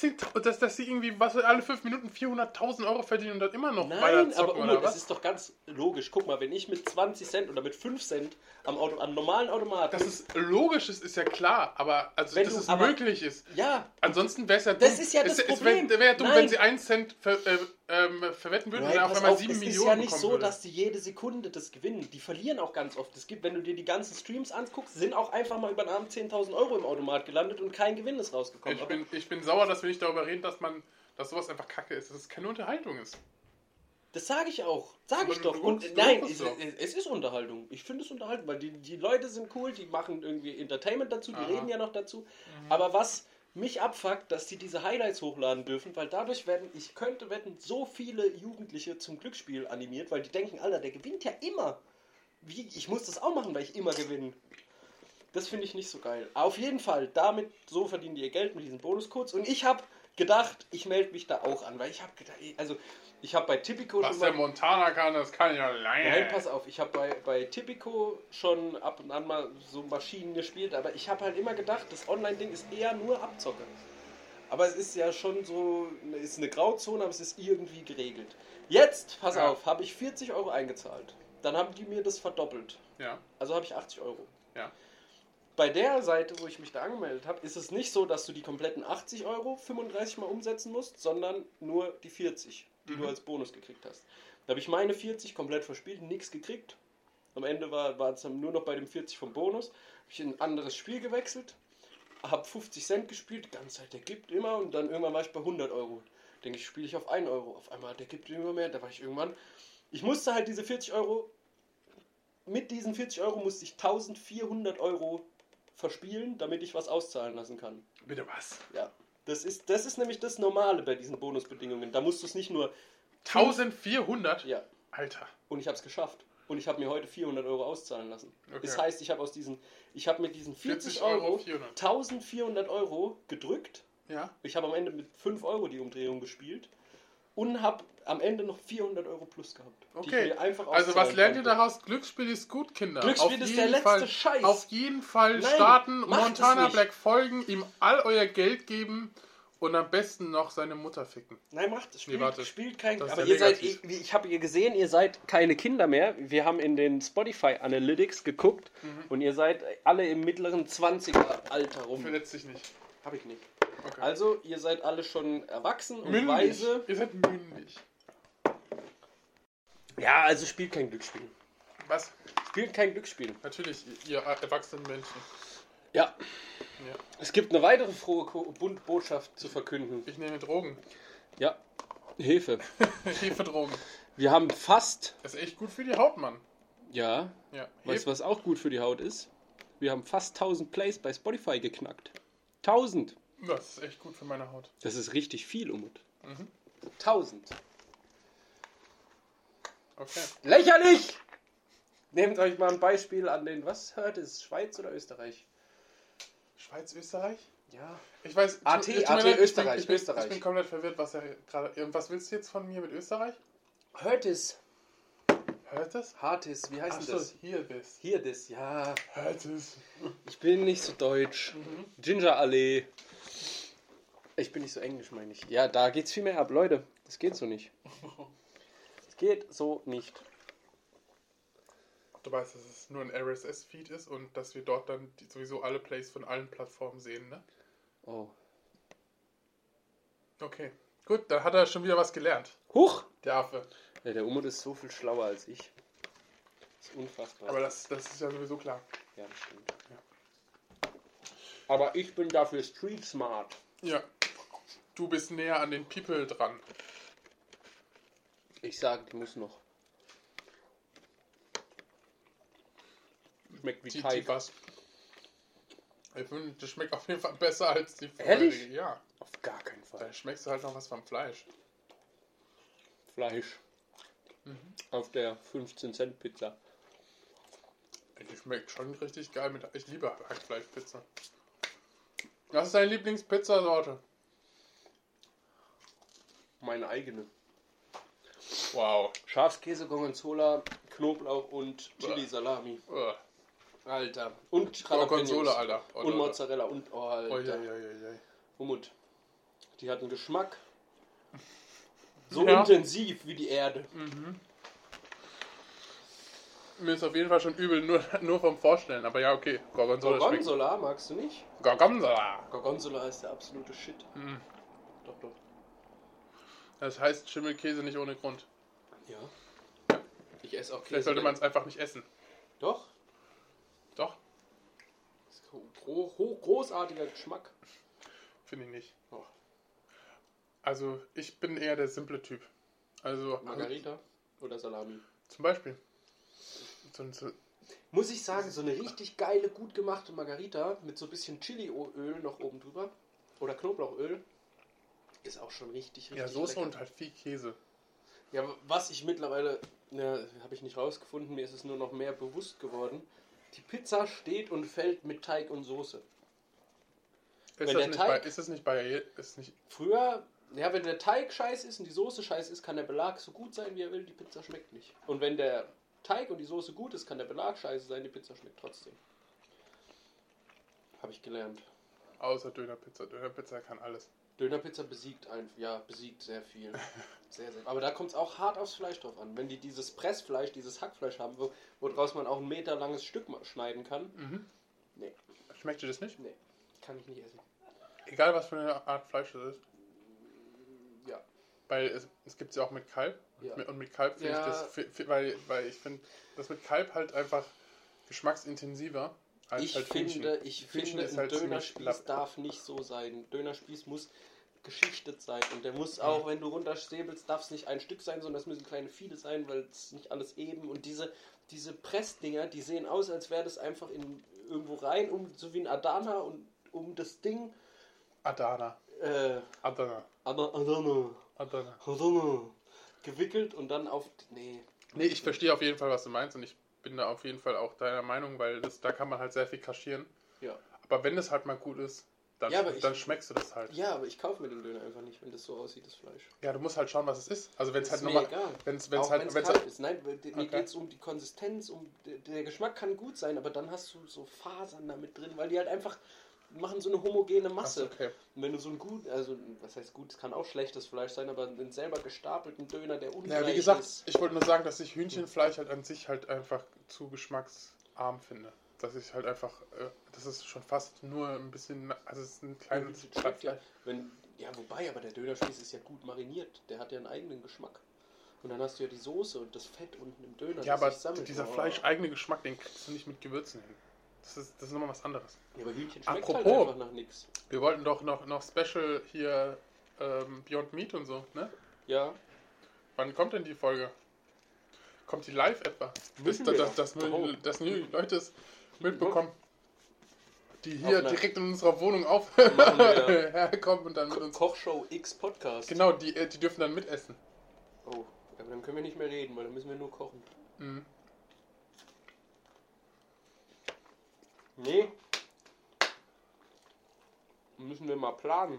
Speaker 2: sie irgendwie, was alle 5 Minuten 400.000 Euro verdienen und dann immer noch weiter zocken,
Speaker 1: aber es ist doch ganz logisch. Guck mal, wenn ich mit 20 Cent oder mit 5 Cent am normalen Automaten...
Speaker 2: Dass es logisch ist ja klar, aber dass es möglich ist.
Speaker 1: Ja.
Speaker 2: Ansonsten wäre es ja dumm.
Speaker 1: Das ist ja das Problem.
Speaker 2: Es wäre ja dumm, wenn sie 1 Cent verwetten würden und auf einmal 7 Millionen bekommen.
Speaker 1: Es ist ja nicht so, dass die jede Sekunde das gewinnen. Die verlieren auch ganz oft. Es gibt, wenn du dir die ganzen Streams anguckst, sind auch einfach mal über den Abend 10.000 Euro im Automat gelandet und kein Gewinn ist rausgekommen.
Speaker 2: Ich bin sauer, dass wir nicht darüber reden, dass sowas einfach Kacke ist, dass es keine Unterhaltung ist.
Speaker 1: Das sage ich auch. Sag ich doch. Und nein, es ist Unterhaltung. Ich finde es Unterhaltung, weil die Leute sind cool, die machen irgendwie Entertainment dazu, die reden ja noch dazu. Mhm. Aber was mich abfuckt, dass die diese Highlights hochladen dürfen, weil dadurch ich könnte wetten, so viele Jugendliche zum Glücksspiel animiert, weil die denken, Alter, der gewinnt ja immer. Ich muss das auch machen, weil ich immer gewinne. Das finde ich nicht so geil. Auf jeden Fall, so verdienen die ihr Geld mit diesen Bonuscodes. Und ich habe gedacht, ich melde mich da auch an, weil ich habe gedacht, ich habe bei Tipico
Speaker 2: was der Montana kann, das kann ich alleine.
Speaker 1: Nein, pass auf, ich habe bei Tipico schon ab und an mal so Maschinen gespielt, aber ich habe halt immer gedacht, das Online-Ding ist eher nur Abzocke. Aber es ist ja schon so, ist eine Grauzone, aber es ist irgendwie geregelt. Jetzt, pass auf, habe ich 40 Euro eingezahlt. Dann haben die mir das verdoppelt.
Speaker 2: Ja.
Speaker 1: Also habe ich 80 Euro.
Speaker 2: Ja.
Speaker 1: Bei der Seite, wo ich mich da angemeldet habe, ist es nicht so, dass du die kompletten 80 Euro 35 Mal umsetzen musst, sondern nur die 40, die du als Bonus gekriegt hast. Da habe ich meine 40 komplett verspielt, nichts gekriegt. Am Ende war es dann nur noch bei dem 40 vom Bonus. Habe ich in ein anderes Spiel gewechselt, habe 50 Cent gespielt, die ganze Zeit, der gibt immer und dann irgendwann war ich bei 100 Euro. Denke ich, spiele ich auf 1 Euro. Auf einmal, der gibt immer mehr, da war ich irgendwann... Ich musste halt diese 40 Euro... Mit diesen 40 Euro musste ich 1400 Euro verspielen, damit ich was auszahlen lassen kann.
Speaker 2: Bitte was?
Speaker 1: Ja. Das ist nämlich das Normale bei diesen Bonusbedingungen. Da musst du es nicht nur...
Speaker 2: 1400?
Speaker 1: Ja.
Speaker 2: Alter.
Speaker 1: Und ich habe es geschafft. Und ich habe mir heute 400 Euro auszahlen lassen. Okay. Das heißt, ich habe mit diesen 40 Euro 1400 Euro gedrückt.
Speaker 2: Ja.
Speaker 1: Ich habe am Ende mit 5 Euro die Umdrehung gespielt. Und habe am Ende noch 400 Euro plus gehabt.
Speaker 2: Okay, also was lernt ihr daraus? Glücksspiel ist gut, Kinder.
Speaker 1: Glücksspiel ist der letzte Scheiß.
Speaker 2: Auf jeden Fall starten, Montana Black folgen, ihm all euer Geld geben und am besten noch seine Mutter ficken.
Speaker 1: Nein, macht es. Spielt kein...
Speaker 2: Aber ihr seid,
Speaker 1: ich habe gesehen, ihr seid keine Kinder mehr. Wir haben in den Spotify Analytics geguckt und ihr seid alle im mittleren 20er Alter rum.
Speaker 2: Verletzt dich nicht.
Speaker 1: Habe ich nicht.
Speaker 2: Okay.
Speaker 1: Also, ihr seid alle schon erwachsen und
Speaker 2: mündig.
Speaker 1: weise.
Speaker 2: Ihr seid mündig.
Speaker 1: Ja, also spielt kein Glücksspiel.
Speaker 2: Was?
Speaker 1: Spielt kein Glücksspiel.
Speaker 2: Natürlich, ihr erwachsenen Menschen.
Speaker 1: Ja.
Speaker 2: Ja.
Speaker 1: Es gibt eine weitere frohe Botschaft zu verkünden.
Speaker 2: Ich nehme Drogen.
Speaker 1: Ja. Hefe.
Speaker 2: Hefedrogen.
Speaker 1: Wir haben fast...
Speaker 2: Das ist echt gut für die Haut, Mann.
Speaker 1: Ja.
Speaker 2: Ja.
Speaker 1: Weißt du, was auch gut für die Haut ist? Wir haben fast 1000 Plays bei Spotify geknackt. 1000.
Speaker 2: Das ist echt gut für meine Haut.
Speaker 1: Das ist richtig viel, Umut.
Speaker 2: Mhm.
Speaker 1: 1000.
Speaker 2: Okay.
Speaker 1: Lächerlich! Nehmt euch mal ein Beispiel an den... Was hört es? Schweiz oder Österreich?
Speaker 2: Schweiz, Österreich?
Speaker 1: Ja.
Speaker 2: Ich weiß...
Speaker 1: AT,
Speaker 2: tut mir
Speaker 1: AT,
Speaker 2: leid,
Speaker 1: Österreich,
Speaker 2: ich bin
Speaker 1: Österreich.
Speaker 2: Ich bin komplett verwirrt, was er gerade... Was willst du jetzt von mir mit Österreich?
Speaker 1: Hört es.
Speaker 2: Hört es?
Speaker 1: Hartis, wie heißt
Speaker 2: Achso,
Speaker 1: das?
Speaker 2: hier bist.
Speaker 1: Hier das, ja.
Speaker 2: Hört es.
Speaker 1: Ich bin nicht so deutsch. Ginger Allee. Ich bin nicht so englisch, meine ich. Ja, da geht's viel mehr ab. Leute, das geht so nicht. Das geht so nicht.
Speaker 2: Du weißt, dass es nur ein RSS-Feed ist und dass wir dort dann sowieso alle Plays von allen Plattformen sehen, ne?
Speaker 1: Oh.
Speaker 2: Okay. Gut, dann hat er schon wieder was gelernt.
Speaker 1: Huch!
Speaker 2: Der Affe.
Speaker 1: Ja, der Umut ist so viel schlauer als ich. Das ist unfassbar.
Speaker 2: Aber das ist ja sowieso klar.
Speaker 1: Ja, das stimmt. Ja. Aber ich bin dafür street smart.
Speaker 2: Ja. Du bist näher an den People dran.
Speaker 1: Ich sage, die muss noch. Schmeckt wie Teig.
Speaker 2: Was? Ich finde, das schmeckt auf jeden Fall besser als die
Speaker 1: Ehrlich?
Speaker 2: vorherige. Ja.
Speaker 1: Auf gar keinen Fall.
Speaker 2: Da schmeckst du halt noch was vom Fleisch.
Speaker 1: Fleisch. Auf der 15-Cent-Pizza.
Speaker 2: Die schmeckt schon richtig geil mit. Ich liebe Hackfleischpizza. Was ist deine Lieblingspizzasorte?
Speaker 1: Meine eigene.
Speaker 2: Wow.
Speaker 1: Schafskäse, Gorgonzola, Knoblauch und Chili Salami. Alter. Und
Speaker 2: Gorgonzola, Alter.
Speaker 1: Und Mozzarella und Alter.
Speaker 2: Oi.
Speaker 1: Umut. Die hat einen Geschmack. So
Speaker 2: Ja.
Speaker 1: intensiv wie die Erde.
Speaker 2: Mir ist auf jeden Fall schon übel, nur vom Vorstellen. Aber ja, okay. Gorgonzola schmeckt.
Speaker 1: Gorgonzola magst du nicht?
Speaker 2: Gorgonzola.
Speaker 1: Gorgonzola ist der absolute Shit.
Speaker 2: Mhm.
Speaker 1: Doch, doch.
Speaker 2: Das heißt Schimmelkäse nicht ohne Grund.
Speaker 1: Ja. Ich esse auch Käse.
Speaker 2: Vielleicht sollte man es einfach nicht essen.
Speaker 1: Doch.
Speaker 2: Doch?
Speaker 1: Das ist großartiger Geschmack.
Speaker 2: Finde ich nicht.
Speaker 1: Oh.
Speaker 2: Also, ich bin eher der simple Typ. Also,
Speaker 1: Margarita oder Salami?
Speaker 2: zum Beispiel. So,
Speaker 1: Muss ich sagen, so eine richtig geile, gut gemachte Margarita mit so ein bisschen Chili-Öl noch oben drüber oder Knoblauchöl ist auch schon richtig
Speaker 2: ja, Soße
Speaker 1: lecker.
Speaker 2: und halt viel Käse.
Speaker 1: Ja, was ich mittlerweile, habe ich nicht rausgefunden, mir ist es nur noch mehr bewusst geworden. Die Pizza steht und fällt mit Teig und Soße.
Speaker 2: Ist es nicht
Speaker 1: Früher, ja, wenn der Teig scheiße ist und die Soße scheiße ist, kann der Belag so gut sein, wie er will, die Pizza schmeckt nicht. Und wenn der Teig und die Soße gut ist, kann der Belag scheiße sein, die Pizza schmeckt trotzdem. Habe ich gelernt.
Speaker 2: außer Dönerpizza. Dönerpizza kann alles.
Speaker 1: Dönerpizza besiegt sehr viel. Sehr. Aber da kommt es auch hart aufs Fleisch drauf an. Wenn die dieses Pressfleisch, dieses Hackfleisch haben, woraus man auch ein Meter langes Stück schneiden kann. Nee.
Speaker 2: Schmeckt dir das nicht?
Speaker 1: Nee, kann ich nicht essen.
Speaker 2: Egal, was für eine Art Fleisch das ist.
Speaker 1: Ja.
Speaker 2: Weil es gibt es ja auch mit Kalb.
Speaker 1: Ja.
Speaker 2: Und mit Kalb finde ich das, weil ich finde, das mit Kalb halt einfach geschmacksintensiver als
Speaker 1: Ich
Speaker 2: halt
Speaker 1: finde,
Speaker 2: Hühnchen ist
Speaker 1: ein
Speaker 2: halt ziemlich
Speaker 1: Dönerspieß
Speaker 2: schlapp.
Speaker 1: darf nicht so sein. Ein Dönerspieß muss geschichtet sein. Und der muss auch, wenn du runtersäbelst, darf es nicht ein Stück sein, sondern es müssen kleine Fiele sein, weil es nicht alles eben. Und diese Pressdinger, die sehen aus, als wäre das einfach irgendwo rein, so wie ein Adana und um das Ding.
Speaker 2: Adana.
Speaker 1: Adana. Gewickelt und dann auf. Nee,
Speaker 2: ich verstehe auf jeden Fall, was du meinst und ich bin da auf jeden Fall auch deiner Meinung, weil da kann man halt sehr viel kaschieren.
Speaker 1: Ja.
Speaker 2: Aber wenn es halt mal gut ist, dann,
Speaker 1: Ja,
Speaker 2: dann schmeckst du das halt.
Speaker 1: Ja, aber ich kaufe mir den Döner einfach nicht, wenn das so aussieht, das Fleisch.
Speaker 2: Ja, du musst halt schauen, was es ist. Also wenn es
Speaker 1: Das
Speaker 2: halt
Speaker 1: ist mir
Speaker 2: nochmal.
Speaker 1: egal.
Speaker 2: Wenn's
Speaker 1: Auch
Speaker 2: halt.
Speaker 1: wenn's kalt ist. Nein, mir
Speaker 2: Okay.
Speaker 1: geht es um die Konsistenz, der Geschmack kann gut sein, aber dann hast du so Fasern da mit drin, weil die halt einfach machen so eine homogene Masse.
Speaker 2: Okay.
Speaker 1: Und wenn du so was heißt gut, es kann auch schlechtes Fleisch sein, aber einen selber gestapelten Döner, der ungleich
Speaker 2: Ja, wie gesagt,
Speaker 1: ist.
Speaker 2: ich wollte nur sagen, dass ich Hühnchenfleisch halt an sich halt einfach zu geschmacksarm finde. Dass ich halt einfach, das ist schon fast nur ein bisschen, also es ist ein kleines
Speaker 1: Schmeckt ja, wobei, aber der Dönerspieß ist ja gut mariniert, der hat ja einen eigenen Geschmack. Und dann hast du ja die Soße und das Fett unten im Döner.
Speaker 2: Ja,
Speaker 1: das
Speaker 2: aber
Speaker 1: sich sammelt.
Speaker 2: dieser fleischeigene Geschmack, den kriegst du nicht mit Gewürzen hin. Das ist nochmal was anderes.
Speaker 1: Ja, aber Hühnchen schmeckt halt
Speaker 2: Apropos,
Speaker 1: einfach nach nichts.
Speaker 2: wir wollten doch noch Special hier Beyond Meat und so, ne?
Speaker 1: Ja.
Speaker 2: Wann kommt denn die Folge? Kommt die live etwa?
Speaker 1: Müssen wir
Speaker 2: Dass
Speaker 1: doch.
Speaker 2: nur die Leute es mitbekommen, die hier
Speaker 1: Auf einer-
Speaker 2: direkt in unserer Wohnung
Speaker 1: Machen wir
Speaker 2: herkommen und dann mit uns...
Speaker 1: Kochshow X Podcast.
Speaker 2: Genau, die dürfen dann mitessen.
Speaker 1: Oh, aber dann können wir nicht mehr reden, weil dann müssen wir nur kochen.
Speaker 2: Mhm.
Speaker 1: Nee. Müssen wir mal planen,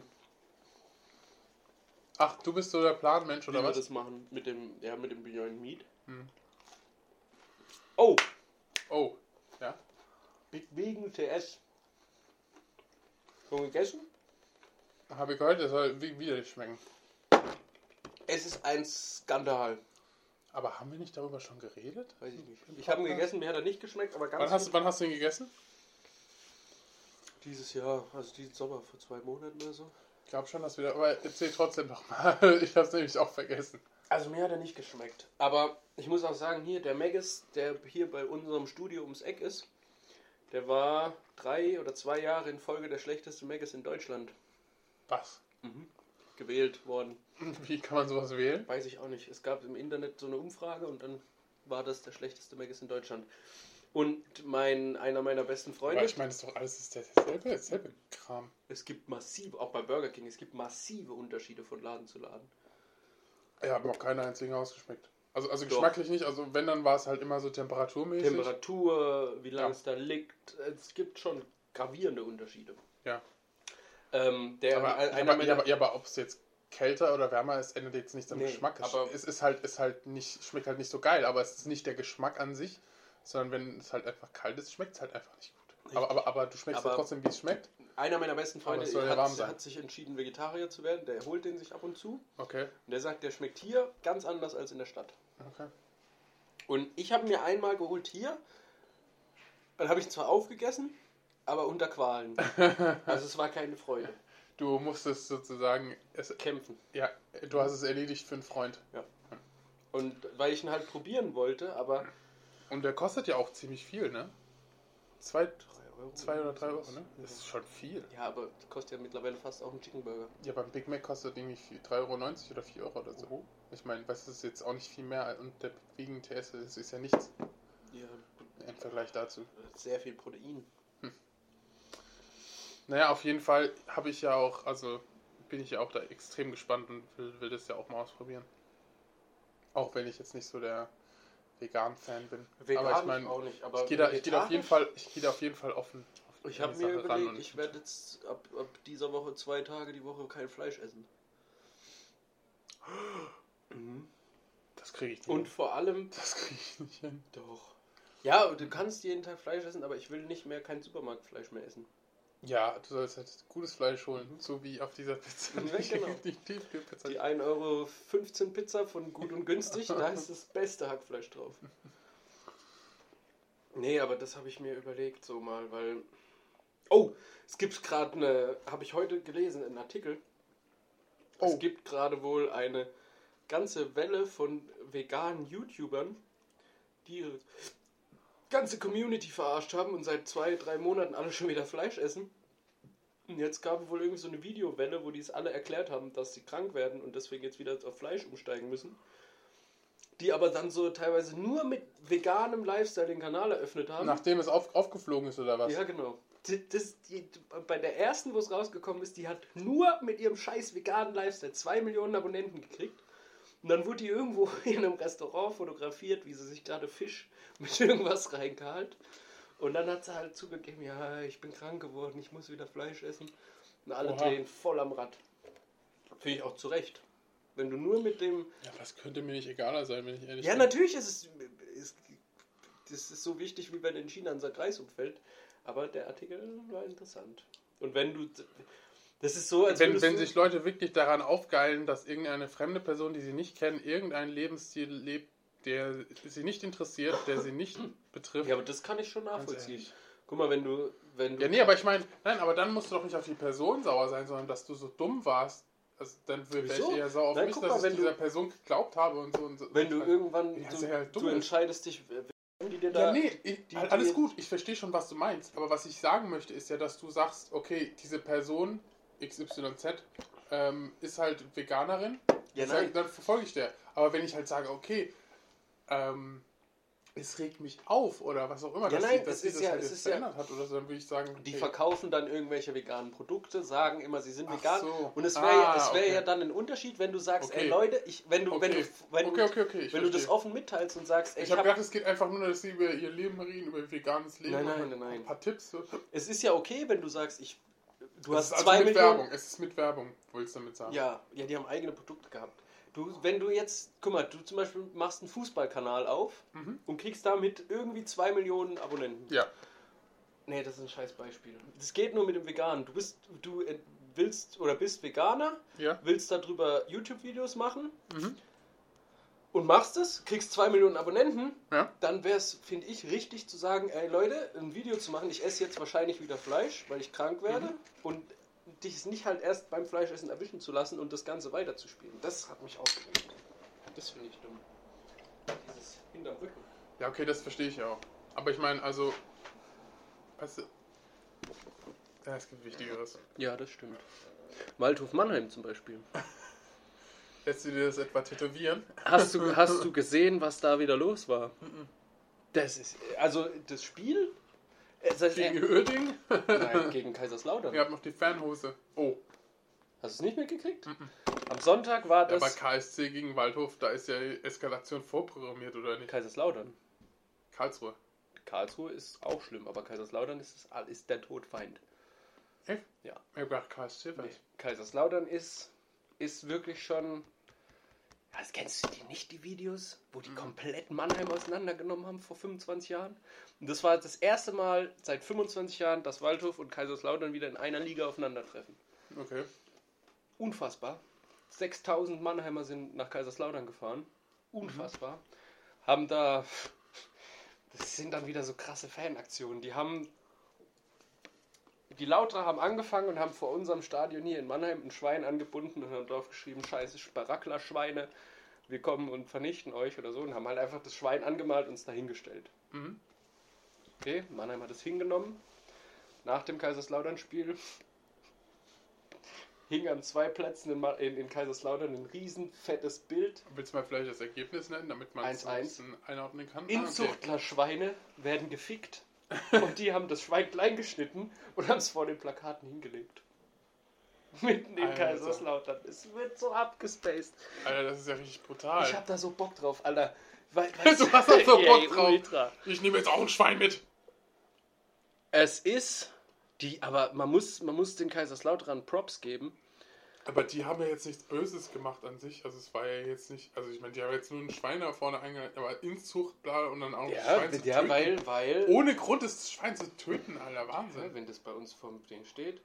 Speaker 2: Ach, du bist so der Planmensch
Speaker 1: wie
Speaker 2: oder
Speaker 1: wir
Speaker 2: was?
Speaker 1: das machen mit dem Beyond Meat.
Speaker 2: Hm.
Speaker 1: Oh,
Speaker 2: Oh, ja.
Speaker 1: wegen TS. Schon gegessen?
Speaker 2: Habe ich gehört, das soll widerlich schmecken.
Speaker 1: Es ist ein Skandal.
Speaker 2: Aber haben wir nicht darüber schon geredet?
Speaker 1: Weiß ich nicht. Ich habe ihn gegessen, mir hat er nicht geschmeckt, aber ganz
Speaker 2: Wann hast du ihn gegessen?
Speaker 1: dieses Jahr, also diesen Sommer, vor 2 Monaten oder so.
Speaker 2: Ich glaube schon, dass wir da... Aber erzähl trotzdem noch mal. Ich habe es nämlich auch vergessen.
Speaker 1: Also mir hat er nicht geschmeckt. Aber ich muss auch sagen, hier der Maggis, der hier bei unserem Studio ums Eck ist, der war 3 oder 2 Jahre in Folge der schlechteste Maggis in Deutschland
Speaker 2: Was?
Speaker 1: gewählt worden.
Speaker 2: Wie kann man sowas wählen?
Speaker 1: Weiß ich auch nicht. Es gab im Internet so eine Umfrage und dann war das der schlechteste Maggis in Deutschland. Und einer meiner besten Freunde...
Speaker 2: Aber ich meine, das ist doch alles dasselbe Kram.
Speaker 1: Es gibt massive, auch bei Burger King, es gibt massive Unterschiede von Laden zu Laden.
Speaker 2: Ja, hat mir auch keinen einzigen ausgeschmeckt. Also
Speaker 1: Doch.
Speaker 2: geschmacklich nicht. Also wenn, dann war es halt immer so temperaturmäßig.
Speaker 1: Temperatur, wie lange
Speaker 2: Ja.
Speaker 1: es da liegt. Es gibt schon gravierende Unterschiede.
Speaker 2: Ja.
Speaker 1: Aber
Speaker 2: ob es jetzt kälter oder wärmer ist, ändert jetzt nichts am
Speaker 1: Nee,
Speaker 2: Geschmack.
Speaker 1: aber-
Speaker 2: Es ist halt nicht, schmeckt halt nicht so geil, aber es ist nicht der Geschmack an sich, sondern wenn es halt einfach kalt ist, schmeckt es halt einfach nicht gut. Aber du schmeckst ja
Speaker 1: Aber-
Speaker 2: trotzdem, wie es schmeckt.
Speaker 1: einer meiner besten Freunde
Speaker 2: Aber es soll ja warm sein.
Speaker 1: hat sich entschieden, Vegetarier zu werden. Der holt den sich ab und zu.
Speaker 2: Okay.
Speaker 1: Und der sagt, der schmeckt hier ganz anders als in der Stadt.
Speaker 2: Okay.
Speaker 1: Und ich habe mir einmal geholt hier. Dann habe ich ihn zwar aufgegessen, aber unter Qualen. Also es war keine Freude.
Speaker 2: Du musstest sozusagen,
Speaker 1: Kämpfen.
Speaker 2: ja, du hast es erledigt für einen Freund.
Speaker 1: Und weil ich ihn halt probieren wollte, aber...
Speaker 2: Und der kostet ja auch ziemlich viel, ne? 2
Speaker 1: 3
Speaker 2: oder 3 Euro, ne? Das ist schon viel.
Speaker 1: Ja, aber das kostet ja mittlerweile fast auch ein Chicken Burger.
Speaker 2: Ja, beim Big Mac kostet irgendwie 3,90 € oder 4 Euro oder so. Ich meine, was ist jetzt auch nicht viel mehr und der wegen TS ist ja nichts
Speaker 1: Ja,
Speaker 2: im Vergleich dazu.
Speaker 1: sehr viel Protein.
Speaker 2: Naja, auf jeden Fall bin ich ja auch da extrem gespannt und will das ja auch mal ausprobieren. Auch wenn ich jetzt nicht so der Vegan-Fan bin.
Speaker 1: Vegan
Speaker 2: aber ich meine,
Speaker 1: auch nicht, aber
Speaker 2: ich gehe da auf jeden Fall offen. auf
Speaker 1: Ich
Speaker 2: die
Speaker 1: habe mir
Speaker 2: Sache ran
Speaker 1: überlegt,
Speaker 2: und-
Speaker 1: ich werde jetzt ab dieser Woche 2 Tage die Woche kein Fleisch essen.
Speaker 2: Das kriege ich nicht
Speaker 1: Und
Speaker 2: hin.
Speaker 1: vor allem...
Speaker 2: Das kriege ich nicht hin.
Speaker 1: Doch. Ja, du kannst jeden Tag Fleisch essen, aber ich will nicht mehr kein Supermarktfleisch mehr essen.
Speaker 2: Ja, du sollst halt gutes Fleisch holen. So wie auf dieser Pizza.
Speaker 1: Ja, genau.
Speaker 2: Die Tiefkühlpizza.
Speaker 1: Die 1,15 € Pizza von Gut und Günstig, da ist das beste Hackfleisch drauf. Nee, aber das habe ich mir überlegt so mal, weil... Oh, es gibt gerade habe ich heute gelesen, einen Artikel.
Speaker 2: Oh.
Speaker 1: Es gibt gerade wohl eine ganze Welle von veganen YouTubern, die ihre ganze Community verarscht haben und seit 2-3 Monaten alle schon wieder Fleisch essen. Und jetzt gab es wohl irgendwie so eine Videowelle, wo die es alle erklärt haben, dass sie krank werden und deswegen jetzt wieder auf Fleisch umsteigen müssen. Die aber dann so teilweise nur mit veganem Lifestyle den Kanal eröffnet haben.
Speaker 2: Nachdem es aufgeflogen ist oder was?
Speaker 1: Ja, genau. Bei der ersten, wo es rausgekommen ist, die hat nur mit ihrem scheiß veganen Lifestyle 2 Millionen Abonnenten gekriegt. Und dann wurde die irgendwo in einem Restaurant fotografiert, wie sie sich gerade Fisch mit irgendwas reinkahlt. Und dann hat sie halt zugegeben, ja, ich bin krank geworden, ich muss wieder Fleisch essen. Und alle
Speaker 2: Oha.
Speaker 1: drehen voll am Rad. Finde ich auch zu Recht. Wenn du nur mit dem...
Speaker 2: Ja, das könnte mir nicht egaler sein, wenn ich ehrlich
Speaker 1: Ja,
Speaker 2: bin.
Speaker 1: natürlich ist das ist so wichtig, wie wenn in China unser Kreis umfällt. Aber der Artikel war interessant. Und wenn du... Das ist so, als
Speaker 2: Wenn
Speaker 1: würdest du...
Speaker 2: sich Leute wirklich daran aufgeilen, dass irgendeine fremde Person, die sie nicht kennen, irgendeinen Lebensstil lebt, der sie nicht interessiert, der sie nicht betrifft.
Speaker 1: Ja, aber das kann ich schon
Speaker 2: Ganz
Speaker 1: nachvollziehen.
Speaker 2: ehrlich.
Speaker 1: Guck mal, wenn du...
Speaker 2: Ja, nee, aber ich meine, nein, aber dann musst du doch nicht auf die Person sauer sein, sondern dass du so dumm warst, Also dann wäre ich
Speaker 1: Wieso?
Speaker 2: eher sauer auf
Speaker 1: Nein,
Speaker 2: mich,
Speaker 1: guck
Speaker 2: dass
Speaker 1: mal,
Speaker 2: ich
Speaker 1: wenn
Speaker 2: dieser
Speaker 1: du-
Speaker 2: Person geglaubt habe und so. Und so.
Speaker 1: Wenn du irgendwann,
Speaker 2: Ja, ist ja halt
Speaker 1: du
Speaker 2: dumm.
Speaker 1: entscheidest dich, die dir
Speaker 2: Ja,
Speaker 1: da...
Speaker 2: nee, alles
Speaker 1: die-
Speaker 2: gut, ich verstehe schon, was du meinst. Aber was ich sagen möchte, ist ja, dass du sagst, okay, diese Person XYZ ist halt Veganerin.
Speaker 1: Ja,
Speaker 2: Dann
Speaker 1: nein.
Speaker 2: dann verfolge ich der. Aber wenn ich halt sage, okay, es regt mich auf oder was auch immer,
Speaker 1: Ja,
Speaker 2: dass
Speaker 1: nein,
Speaker 2: sie, dass
Speaker 1: es
Speaker 2: sie
Speaker 1: ist
Speaker 2: das
Speaker 1: ja-
Speaker 2: halt
Speaker 1: es
Speaker 2: jetzt
Speaker 1: ist ja-
Speaker 2: verändert hat oder so, dann würde ich sagen,
Speaker 1: Die
Speaker 2: okay.
Speaker 1: verkaufen dann irgendwelche veganen Produkte, sagen immer, sie sind
Speaker 2: Ach
Speaker 1: vegan.
Speaker 2: so.
Speaker 1: Und es
Speaker 2: Ah,
Speaker 1: wäre
Speaker 2: okay.
Speaker 1: ja dann ein Unterschied, wenn du sagst,
Speaker 2: Okay.
Speaker 1: ey Leute, wenn du
Speaker 2: Okay,
Speaker 1: wenn
Speaker 2: ich
Speaker 1: du das
Speaker 2: verstehe.
Speaker 1: offen mitteilst und sagst, ey,
Speaker 2: Ich habe gedacht, es geht einfach nur, dass sie über ihr Leben reden, über veganes Leben.
Speaker 1: Nein,
Speaker 2: und
Speaker 1: nein.
Speaker 2: ein paar Tipps. So.
Speaker 1: es ist ja okay, wenn du sagst, du
Speaker 2: Es
Speaker 1: hast
Speaker 2: ist also
Speaker 1: 2
Speaker 2: mit
Speaker 1: Millionen.
Speaker 2: Werbung. Es ist mit Werbung, wolltest du damit sagen.
Speaker 1: Ja, die haben eigene Produkte gehabt. Wenn du jetzt, guck mal, du zum Beispiel machst einen Fußballkanal auf und kriegst damit irgendwie 2 Millionen Abonnenten.
Speaker 2: Ja.
Speaker 1: Nee, das ist ein scheiß Beispiel. Das geht nur mit dem Veganen. Du willst oder bist Veganer,
Speaker 2: Ja.
Speaker 1: willst darüber YouTube-Videos machen
Speaker 2: Mhm.
Speaker 1: und machst es, kriegst 2 Millionen Abonnenten,
Speaker 2: Ja.
Speaker 1: dann wäre es, finde ich, richtig zu sagen, ey Leute, ein Video zu machen, ich esse jetzt wahrscheinlich wieder Fleisch, weil ich krank werde und dich nicht halt erst beim Fleischessen erwischen zu lassen und das Ganze weiterzuspielen. Das hat mich aufgeregt. Das finde ich dumm. Dieses hinterm Rücken.
Speaker 2: Ja, okay, das verstehe ich auch. Aber ich meine, also, weißt du, ja, es gibt Wichtigeres.
Speaker 1: Ja, das stimmt. Waldhof Mannheim zum Beispiel.
Speaker 2: Lässt du dir das etwa tätowieren?
Speaker 1: Hast du gesehen, was da wieder los war? Das ist, also das Spiel...
Speaker 2: Gegen Uerdingen?
Speaker 1: Nein, gegen Kaiserslautern.
Speaker 2: Ihr habt noch die Fanhose. Oh.
Speaker 1: Hast du es nicht mitgekriegt? Am Sonntag war
Speaker 2: Ja,
Speaker 1: das
Speaker 2: bei KSC gegen Waldhof, da ist ja Eskalation vorprogrammiert, oder nicht?
Speaker 1: Kaiserslautern.
Speaker 2: Karlsruhe.
Speaker 1: Karlsruhe ist auch schlimm, aber Kaiserslautern ist der Todfeind.
Speaker 2: Echt?
Speaker 1: Ja.
Speaker 2: Ich hab gedacht, KSC war
Speaker 1: Nee. Kaiserslautern ist wirklich schon... Ja, kennst du die nicht, die Videos? Wo die komplett Mannheim auseinandergenommen haben vor 25 Jahren? Und das war das erste Mal seit 25 Jahren, dass Waldhof und Kaiserslautern wieder in einer Liga aufeinandertreffen.
Speaker 2: Okay.
Speaker 1: Unfassbar. 6000 Mannheimer sind nach Kaiserslautern gefahren. Unfassbar. Haben da... Das sind dann wieder so krasse Fanaktionen. Die Lauterer haben angefangen und haben vor unserem Stadion hier in Mannheim ein Schwein angebunden und haben drauf geschrieben, scheiße Sparackler-Schweine, wir kommen und vernichten euch oder so, und haben halt einfach das Schwein angemalt und es dahingestellt.
Speaker 2: Mhm.
Speaker 1: Okay, Mannheim hat es hingenommen. Nach dem Kaiserslautern-Spiel hing an 2 Plätzen in Kaiserslautern ein riesen fettes Bild.
Speaker 2: Willst du mal vielleicht das Ergebnis nennen, damit man es
Speaker 1: 1:1.
Speaker 2: ein bisschen einordnen kann?
Speaker 1: Inzuchtler-Schweine werden gefickt. Und die haben das Schwein klein geschnitten und haben es vor den Plakaten hingelegt. Mitten in
Speaker 2: Alter.
Speaker 1: Kaiserslautern. Es wird so abgespaced.
Speaker 2: Alter, das ist ja richtig brutal.
Speaker 1: Ich hab da so Bock drauf, Alter.
Speaker 2: Du hast da so Bock
Speaker 1: Ey,
Speaker 2: drauf.
Speaker 1: ultra.
Speaker 2: Ich nehme jetzt auch ein Schwein mit.
Speaker 1: Es ist aber man muss den Kaiserslauterern Props geben.
Speaker 2: Aber die haben ja jetzt nichts Böses gemacht an sich. Also es war ja jetzt nicht... Also ich meine, die haben jetzt nur ein Schwein da vorne eingehalten, aber Inzucht, bla, und dann auch das Schwein zu töten.
Speaker 1: Weil
Speaker 2: Ohne Grund das Schwein zu töten, Alter, Wahnsinn.
Speaker 1: ja, wenn das bei uns vor dem steht.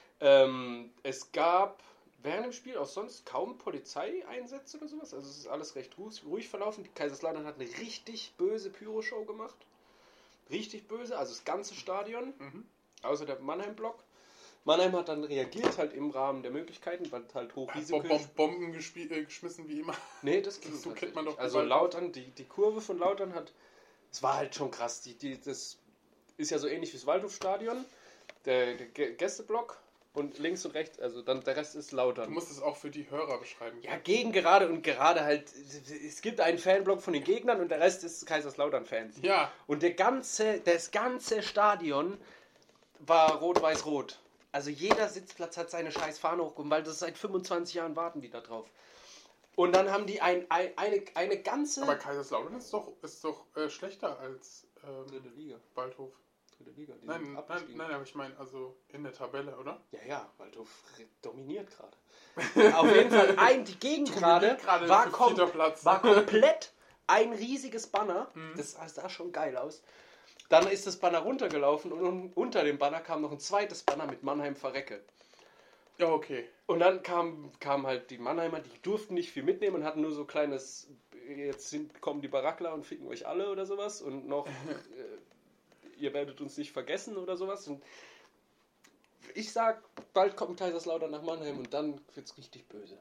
Speaker 1: Es gab während dem Spiel auch sonst kaum Polizeieinsätze oder sowas. Also es ist alles recht ruhig verlaufen. Die Kaiserslautern hat eine richtig böse Pyroshow gemacht. Richtig böse, also das ganze Stadion. Außer der Mannheim-Block. Mannheim hat dann reagiert, halt im Rahmen der Möglichkeiten, weil halt Hochrisiko...
Speaker 2: Bomben geschmissen wie immer.
Speaker 1: Nee, das ging
Speaker 2: So kennt
Speaker 1: tatsächlich.
Speaker 2: man doch
Speaker 1: Also
Speaker 2: überall.
Speaker 1: Lautern, die Kurve von Lautern hat... Es war halt schon krass. Das ist ja so ähnlich wie das Waldhofstadion. Der Gästeblock und links und rechts, also dann der Rest ist
Speaker 2: Du
Speaker 1: Lautern.
Speaker 2: musst es auch für die Hörer beschreiben.
Speaker 1: Ja, gegen gerade und gerade halt... Es gibt einen Fanblock von den Gegnern und der Rest ist Kaiserslautern-Fans.
Speaker 2: Ja.
Speaker 1: Und das ganze Stadion war rot-weiß-rot. Also jeder Sitzplatz hat seine scheiß Fahne hochgehoben, weil das seit 25 Jahren warten die da drauf. Und dann haben die eine ganze...
Speaker 2: Aber Kaiserslautern ist doch schlechter als
Speaker 1: Dritte Liga.
Speaker 2: Waldhof.
Speaker 1: Dritte Liga. Die
Speaker 2: Nein,
Speaker 1: sind
Speaker 2: nein,
Speaker 1: abgestiegen.
Speaker 2: nein, aber ich meine, also in der Tabelle, oder?
Speaker 1: Ja, Waldhof dominiert gerade. Auf jeden Fall, die Gegend gerade
Speaker 2: gerade
Speaker 1: war,
Speaker 2: für vierter Platz.
Speaker 1: war komplett ein riesiges Banner. Das sah schon geil aus. Dann ist das Banner runtergelaufen und unter dem Banner kam noch ein zweites Banner mit Mannheim verrecke.
Speaker 2: Ja, okay.
Speaker 1: Und dann kamen halt die Mannheimer, die durften nicht viel mitnehmen und hatten nur so kleines, kommen die Barackler und ficken euch alle oder sowas und noch, ihr werdet uns nicht vergessen oder sowas. Und Ich sag, bald kommt Kaiserslautern nach Mannheim und dann wird's richtig böse.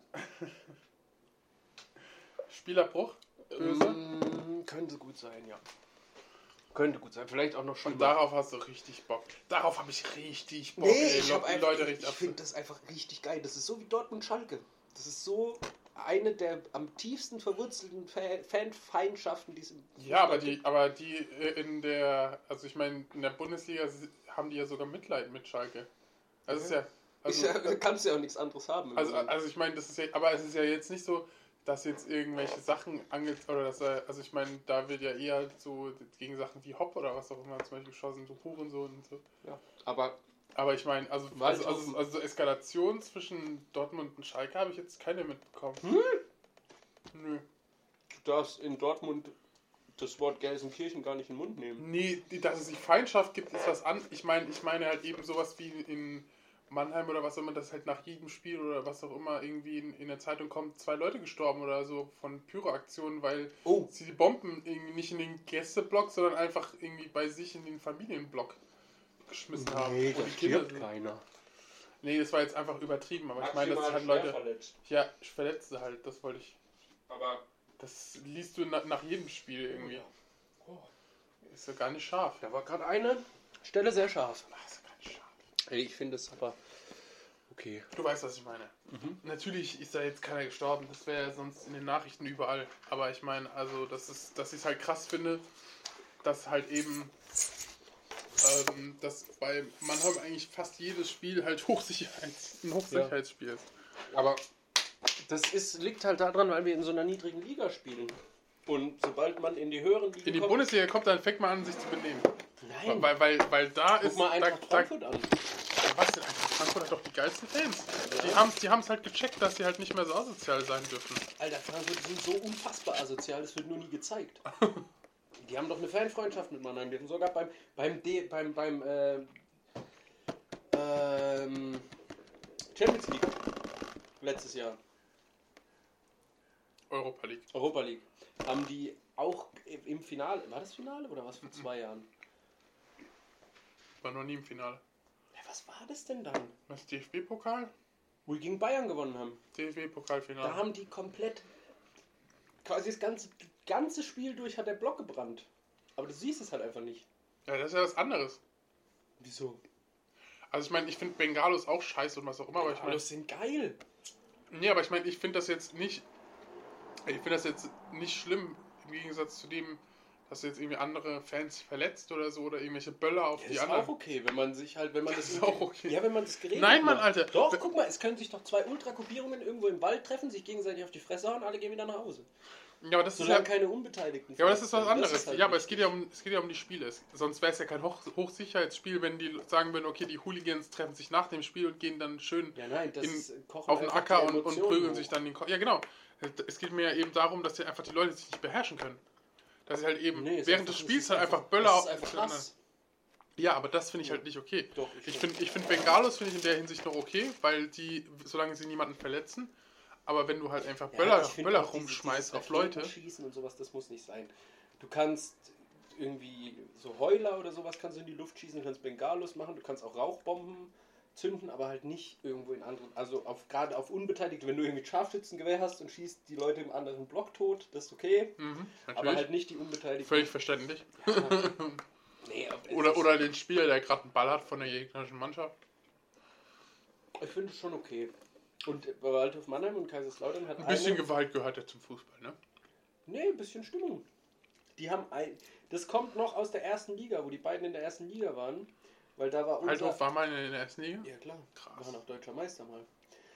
Speaker 2: Spielerbruch? Böse?
Speaker 1: Könnte gut sein, ja. Könnte gut sein. Vielleicht auch noch schlimmer.
Speaker 2: Und darauf hast du richtig Bock. Darauf habe ich richtig Bock.
Speaker 1: Nee,
Speaker 2: ey,
Speaker 1: ich finde das einfach richtig geil. Das ist so wie Dortmund-Schalke. Das ist so eine der am tiefsten verwurzelten Fanfeindschaften, die es im
Speaker 2: Ja,
Speaker 1: Fußball
Speaker 2: aber die in der, also ich meine, in der Bundesliga haben die ja sogar Mitleid mit Schalke. Also es ist ja. Also,
Speaker 1: kannst ja auch nichts anderes haben.
Speaker 2: Also ich meine, das ist ja, aber es ist ja jetzt nicht so, dass jetzt irgendwelche Sachen oder dass also ich meine, da wird ja eher so gegen Sachen wie Hopp oder was auch immer zum Beispiel geschossen, so Hurensohn und so.
Speaker 1: Ja, aber
Speaker 2: ich meine, also Eskalation zwischen Dortmund und Schalke habe ich jetzt keine mitbekommen. Nö.
Speaker 1: Du darfst in Dortmund das Wort Gelsenkirchen gar nicht in den Mund nehmen.
Speaker 2: Nee, dass es sich Feindschaft gibt, ist was an. Ich meine halt eben sowas wie in Mannheim oder was auch immer, dass halt nach jedem Spiel oder was auch immer irgendwie in der Zeitung kommt, 2 Leute gestorben oder so von Pyroaktionen, weil sie die Bomben irgendwie nicht in den Gästeblock, sondern einfach irgendwie bei sich in den Familienblock geschmissen haben.
Speaker 1: Nee, da stirbt keiner.
Speaker 2: Nee, das war jetzt einfach übertrieben, aber ich meine, das sind halt Leute... Verletzt. Ja, Verletzte halt, das wollte ich... Aber... Das liest du nach jedem Spiel irgendwie. Oh. Ist ja gar nicht scharf.
Speaker 1: Da war gerade eine Stelle sehr scharf.
Speaker 2: Ach, ist ja gar nicht scharf.
Speaker 1: Hey, ich finde es aber okay.
Speaker 2: Du weißt, was ich meine. Natürlich ist da jetzt keiner gestorben. Das wäre ja sonst in den Nachrichten überall. Aber ich meine, also, dass ich es halt krass finde, dass halt eben dass bei Mannheim eigentlich fast jedes Spiel halt ein Hochsicherheitsspiel ist.
Speaker 1: Aber das liegt halt daran, weil wir in so einer niedrigen Liga spielen. Und sobald man in die höheren Ligen
Speaker 2: in die Bundesliga kommt, dann fängt man an, sich zu benehmen.
Speaker 1: Nein.
Speaker 2: Weil da
Speaker 1: Guck
Speaker 2: ist...
Speaker 1: mal Eintracht Frankfurt an.
Speaker 2: Was denn? Frankfurt hat doch die geilsten Fans. Ja. Die haben es halt gecheckt, dass sie halt nicht mehr so asozial sein dürfen.
Speaker 1: Alter, Frankfurt sind so unfassbar asozial, das wird nur nie gezeigt. Die haben doch eine Fanfreundschaft mit Mannheim. Die haben sogar beim Champions League letztes Jahr.
Speaker 2: Europa
Speaker 1: League. Haben die auch im Finale, war das Finale oder was vor 2 Jahren?
Speaker 2: War noch nie im Finale.
Speaker 1: Ja, was war das denn dann?
Speaker 2: Was, DFB-Pokal?
Speaker 1: Wo die gegen Bayern gewonnen haben.
Speaker 2: DFB-Pokalfinale.
Speaker 1: Da haben die komplett, quasi das ganze Spiel durch hat der Block gebrannt. Aber du siehst es halt einfach nicht.
Speaker 2: Ja, das ist ja was anderes.
Speaker 1: Wieso?
Speaker 2: Also ich meine, ich finde Bengalos auch scheiße und was auch immer.
Speaker 1: Bengalos sind geil.
Speaker 2: Nee, aber ich meine, ich finde das jetzt nicht schlimm, im Gegensatz zu dem, dass jetzt irgendwie andere Fans verletzt oder so oder irgendwelche Böller auf die anderen.
Speaker 1: Das ist auch okay, wenn man das
Speaker 2: ist auch okay.
Speaker 1: Ja, wenn man das geregelt
Speaker 2: Nein, Mann, Alter.
Speaker 1: Doch, guck mal, es können sich doch 2 Ultragruppierungen irgendwo im Wald treffen, sich gegenseitig auf die Fresse hauen, alle gehen wieder nach Hause.
Speaker 2: Ja, aber das
Speaker 1: Solange
Speaker 2: ist ja
Speaker 1: keine Unbeteiligten.
Speaker 2: Ja, aber das ist was anderes.
Speaker 1: Ist halt
Speaker 2: ja, aber es geht ja um die Spiele. Sonst wäre es ja kein Hochsicherheitsspiel, wenn die sagen würden, okay, die Hooligans treffen sich nach dem Spiel und gehen dann schön auf den Acker und prügeln sich dann den Kopf. Ja, genau. Es geht mir ja eben darum, dass die Leute sich nicht beherrschen können. Dass sie halt eben während des Spiels halt einfach Böller auf den anderen. Ja, aber das finde ich halt nicht okay.
Speaker 1: Doch,
Speaker 2: ich finde Bengalos finde ich in der Hinsicht noch okay, weil solange sie niemanden verletzen. Aber wenn du halt einfach Böller rumschmeißt auf Leute.
Speaker 1: Schießen und sowas, das muss nicht sein. Du kannst irgendwie so Heuler oder sowas kannst du in die Luft schießen, du kannst Bengalos machen, du kannst auch Rauchbomben zünden, aber halt nicht irgendwo in anderen, also gerade auf Unbeteiligte, wenn du irgendwie ein Scharfschützengewehr hast und schießt die Leute im anderen Block tot, das ist okay, aber halt nicht die Unbeteiligten.
Speaker 2: Völlig verständlich.
Speaker 1: Ja. Nee,
Speaker 2: oder den Spieler, der gerade einen Ball hat von der gegnerischen Mannschaft.
Speaker 1: Ich finde es schon okay. Und Waldhof Mannheim und Kaiserslautern hat
Speaker 2: ein bisschen Gewalt gehört ja zum Fußball, ne?
Speaker 1: Nee, ein bisschen Stimmung. Die haben das kommt noch aus der ersten Liga, wo die beiden in der ersten Liga waren. Weil da war
Speaker 2: Waldhof war mal in der ersten Liga?
Speaker 1: Ja, klar.
Speaker 2: Krass.
Speaker 1: Waren auch deutscher Meister mal.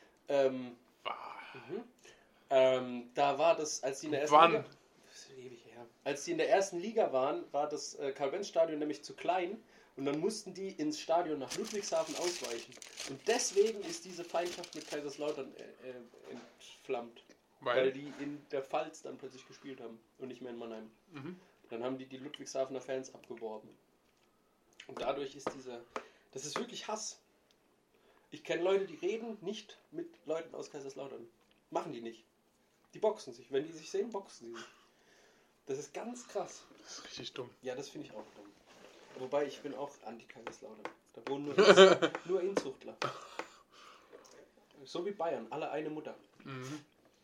Speaker 1: Da war das, als die in der ersten Liga... Das ist ewig her. Als die in der ersten Liga waren, war das Karl-Benz-Stadion nämlich zu klein. Und dann mussten die ins Stadion nach Ludwigshafen ausweichen. Und deswegen ist diese Feindschaft mit Kaiserslautern entflammt. Weil die in der Pfalz dann plötzlich gespielt haben und nicht mehr in Mannheim. Dann haben die Ludwigshafener Fans abgeworben. Und dadurch ist das ist wirklich Hass. Ich kenne Leute, die reden nicht mit Leuten aus Kaiserslautern. Machen die nicht. Die boxen sich. Wenn die sich sehen, boxen sie sich. Das ist ganz krass.
Speaker 2: Das ist richtig dumm.
Speaker 1: Ja, das finde ich auch dumm. Wobei, ich bin auch Anti-Kaiserslautern. Da wohnen nur Inzuchtler. So wie Bayern, alle eine Mutter.
Speaker 2: Mhm.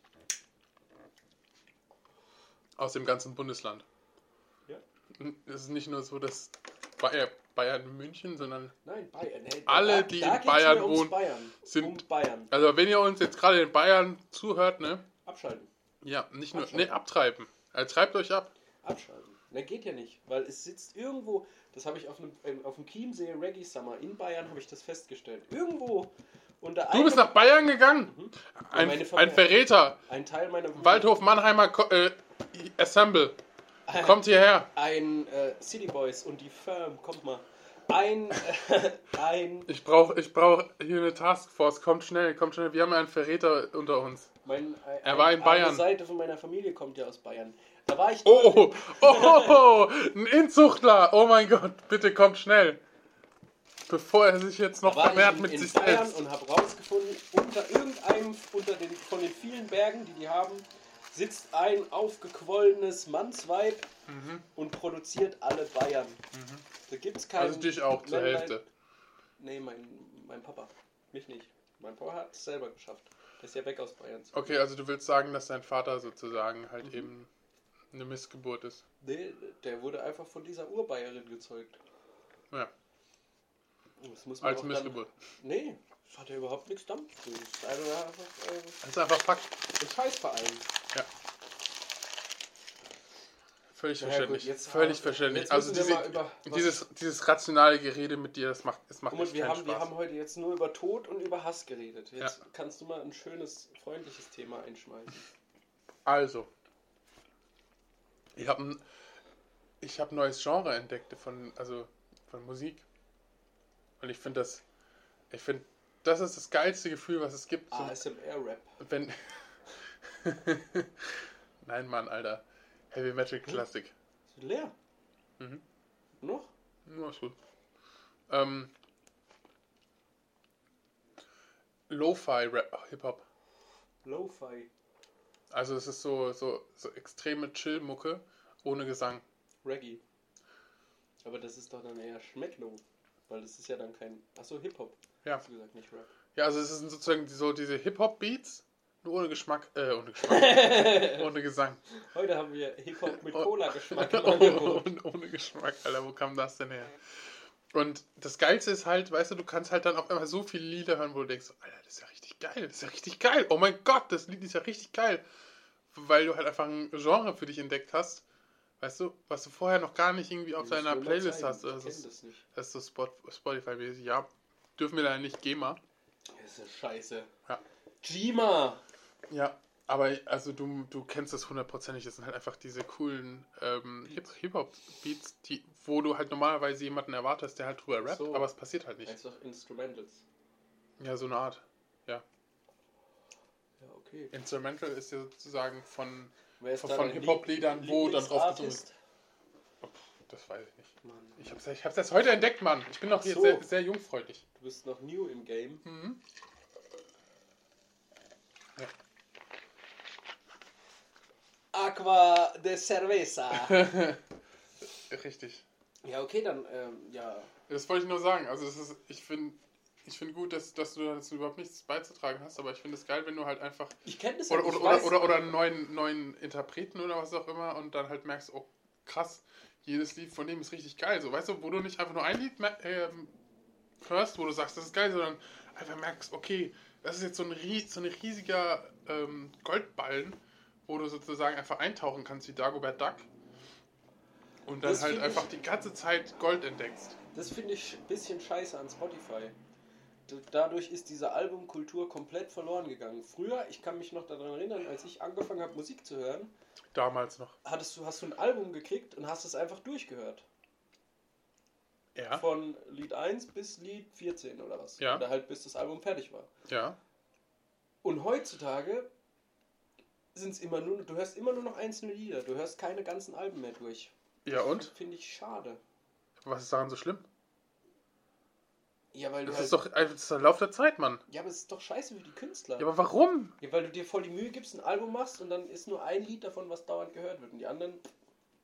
Speaker 2: Aus dem ganzen Bundesland.
Speaker 1: Ja.
Speaker 2: Es ist nicht nur so, dass Bayern München, sondern
Speaker 1: Nein, Bayern. Nee,
Speaker 2: alle, die in Bayern wohnen, sind.
Speaker 1: Um Bayern.
Speaker 2: Also wenn ihr uns jetzt gerade in Bayern zuhört, ne?
Speaker 1: Abschalten.
Speaker 2: Ja, nicht nur.
Speaker 1: Abschalten.
Speaker 2: Ne, abtreiben. Also treibt euch ab.
Speaker 1: Abschalten. Ne, geht ja nicht, weil es sitzt irgendwo, das habe ich auf dem Chiemsee Reggae Summer in Bayern, habe ich das festgestellt. Irgendwo unter
Speaker 2: Du bist nach Bayern gegangen?
Speaker 1: Mhm.
Speaker 2: Ein Verräter.
Speaker 1: Ein Teil meiner Familie.
Speaker 2: Waldhof Mannheimer Assemble. Kommt hierher.
Speaker 1: Ein City Boys und die Firm, kommt mal.
Speaker 2: Ich brauch hier eine Taskforce. Kommt schnell. Wir haben einen Verräter unter uns. Er war in Bayern.
Speaker 1: Eine Seite von meiner Familie kommt ja aus Bayern. Da war ich
Speaker 2: ein Inzuchtler. Oh mein Gott, bitte kommt schnell. Bevor er sich jetzt noch vermehrt mit sich
Speaker 1: Bayern
Speaker 2: selbst.
Speaker 1: Und habe rausgefunden, von den vielen Bergen, die haben, sitzt ein aufgequollenes Mannsweib und produziert alle Bayern. Da gibt's keinen.
Speaker 2: Also dich auch zur Hälfte.
Speaker 1: Nee, mein Papa. Mich nicht. Mein Papa hat es selber geschafft. Der ist ja weg aus Bayern.
Speaker 2: Okay, also du willst sagen, dass dein Vater sozusagen halt eben eine Missgeburt ist.
Speaker 1: Nee, der wurde einfach von dieser Urbayerin gezeugt.
Speaker 2: Ja.
Speaker 1: Das muss man
Speaker 2: Als Missgeburt.
Speaker 1: Nee, das hat ja überhaupt nichts damit zu tun.
Speaker 2: Das ist einfach Fakt.
Speaker 1: Ein Scheißverein.
Speaker 2: Ja. Völlig
Speaker 1: Ja,
Speaker 2: verständlich.
Speaker 1: gut,
Speaker 2: Völlig verständlich. Also dieses rationale Gerede mit dir, das macht
Speaker 1: wir
Speaker 2: keinen Spaß.
Speaker 1: haben heute jetzt nur über Tod und über Hass geredet. Jetzt kannst du mal ein schönes, freundliches Thema einschmeißen.
Speaker 2: Also. Ich habe ein neues Genre entdeckt von Musik. Und ich finde, das ist das geilste Gefühl, was es gibt.
Speaker 1: ASMR-Rap.
Speaker 2: Wenn. Nein, Mann, Alter. Heavy Metal Classic.
Speaker 1: Ist leer.
Speaker 2: Mhm.
Speaker 1: Noch?
Speaker 2: Ja, ist gut. Lo-Fi Hip-Hop.
Speaker 1: Lo-Fi.
Speaker 2: Also es ist so extreme Chill-Mucke ohne Gesang.
Speaker 1: Reggae. Aber das ist doch dann eher Schmecklo. Weil das ist ja dann kein... Achso, Hip-Hop.
Speaker 2: Ja.
Speaker 1: Hast du gesagt, nicht Rap.
Speaker 2: Ja, also es sind sozusagen so diese Hip-Hop-Beats, nur ohne Geschmack. Ohne Gesang.
Speaker 1: Heute haben wir Hip-Hop mit Cola-Geschmack.
Speaker 2: Ohne Geschmack, Alter, wo kam das denn her? Und das Geilste ist halt, weißt du, du kannst halt dann auch immer so viele Lieder hören, wo du denkst, Alter, das ist ja richtig geil. Oh mein Gott, das Lied ist ja richtig geil. Weil du halt einfach ein Genre für dich entdeckt hast, weißt du, was du vorher noch gar nicht irgendwie auf deiner Playlist hast.
Speaker 1: Das ist
Speaker 2: so Spotify-mäßig, ja. Dürfen wir da nicht GEMA.
Speaker 1: Das ist ja scheiße.
Speaker 2: Ja.
Speaker 1: GEMA!
Speaker 2: Ja, aber also du kennst das hundertprozentig. Das sind halt einfach diese coolen Hip-Hop-Beats, wo du halt normalerweise jemanden erwartest, der halt drüber rappt,
Speaker 1: so.
Speaker 2: aber es passiert halt nicht.
Speaker 1: Einfach Instrumentals.
Speaker 2: Ja, so eine Art. Ja.
Speaker 1: Ja, okay.
Speaker 2: Instrumental ist ja sozusagen von
Speaker 1: von
Speaker 2: Hip-Hop-Liedern, wo dann drauf gesungen wird. Das weiß ich nicht.
Speaker 1: Mann.
Speaker 2: Ich hab's erst heute entdeckt, Mann. Ich bin noch hier sehr, sehr jungfräulich.
Speaker 1: Du bist noch new im Game.
Speaker 2: Mhm. Ja.
Speaker 1: Aqua de Cerveza.
Speaker 2: Richtig.
Speaker 1: Ja, okay, dann, ja.
Speaker 2: Das wollte ich nur sagen. Also ich finde gut, dass du dazu überhaupt nichts beizutragen hast, aber ich finde es geil, wenn du halt einfach...
Speaker 1: Ich kenne das
Speaker 2: oder einen neuen Interpreten oder was auch immer und dann halt merkst, oh krass, jedes Lied von dem ist richtig geil. So, weißt du, wo du nicht einfach nur ein Lied hörst, wo du sagst, das ist geil, sondern einfach merkst, okay, das ist jetzt so ein riesiger Goldballen, wo du sozusagen einfach eintauchen kannst wie Dagobert Duck und dann halt einfach die ganze Zeit Gold entdeckst.
Speaker 1: Das finde ich ein bisschen scheiße an Spotify. Dadurch ist diese Albumkultur komplett verloren gegangen. Früher, ich kann mich noch daran erinnern, als ich angefangen habe, Musik zu hören,
Speaker 2: damals noch.
Speaker 1: hast du ein Album gekriegt und hast es einfach durchgehört.
Speaker 2: Ja.
Speaker 1: Von Lied 1 bis Lied 14 oder was.
Speaker 2: Ja.
Speaker 1: Oder halt bis das Album fertig war.
Speaker 2: Ja.
Speaker 1: Und heutzutage du hörst immer nur noch einzelne Lieder. Du hörst keine ganzen Alben mehr durch.
Speaker 2: Ja und?
Speaker 1: Finde ich schade.
Speaker 2: Was ist daran so schlimm?
Speaker 1: Ja, weil
Speaker 2: das ist doch der Lauf der Zeit, Mann.
Speaker 1: Ja, aber es ist doch scheiße für die Künstler.
Speaker 2: Ja, aber warum?
Speaker 1: Ja, weil du dir voll die Mühe gibst, ein Album machst und dann ist nur ein Lied davon, was dauernd gehört wird. Und die anderen...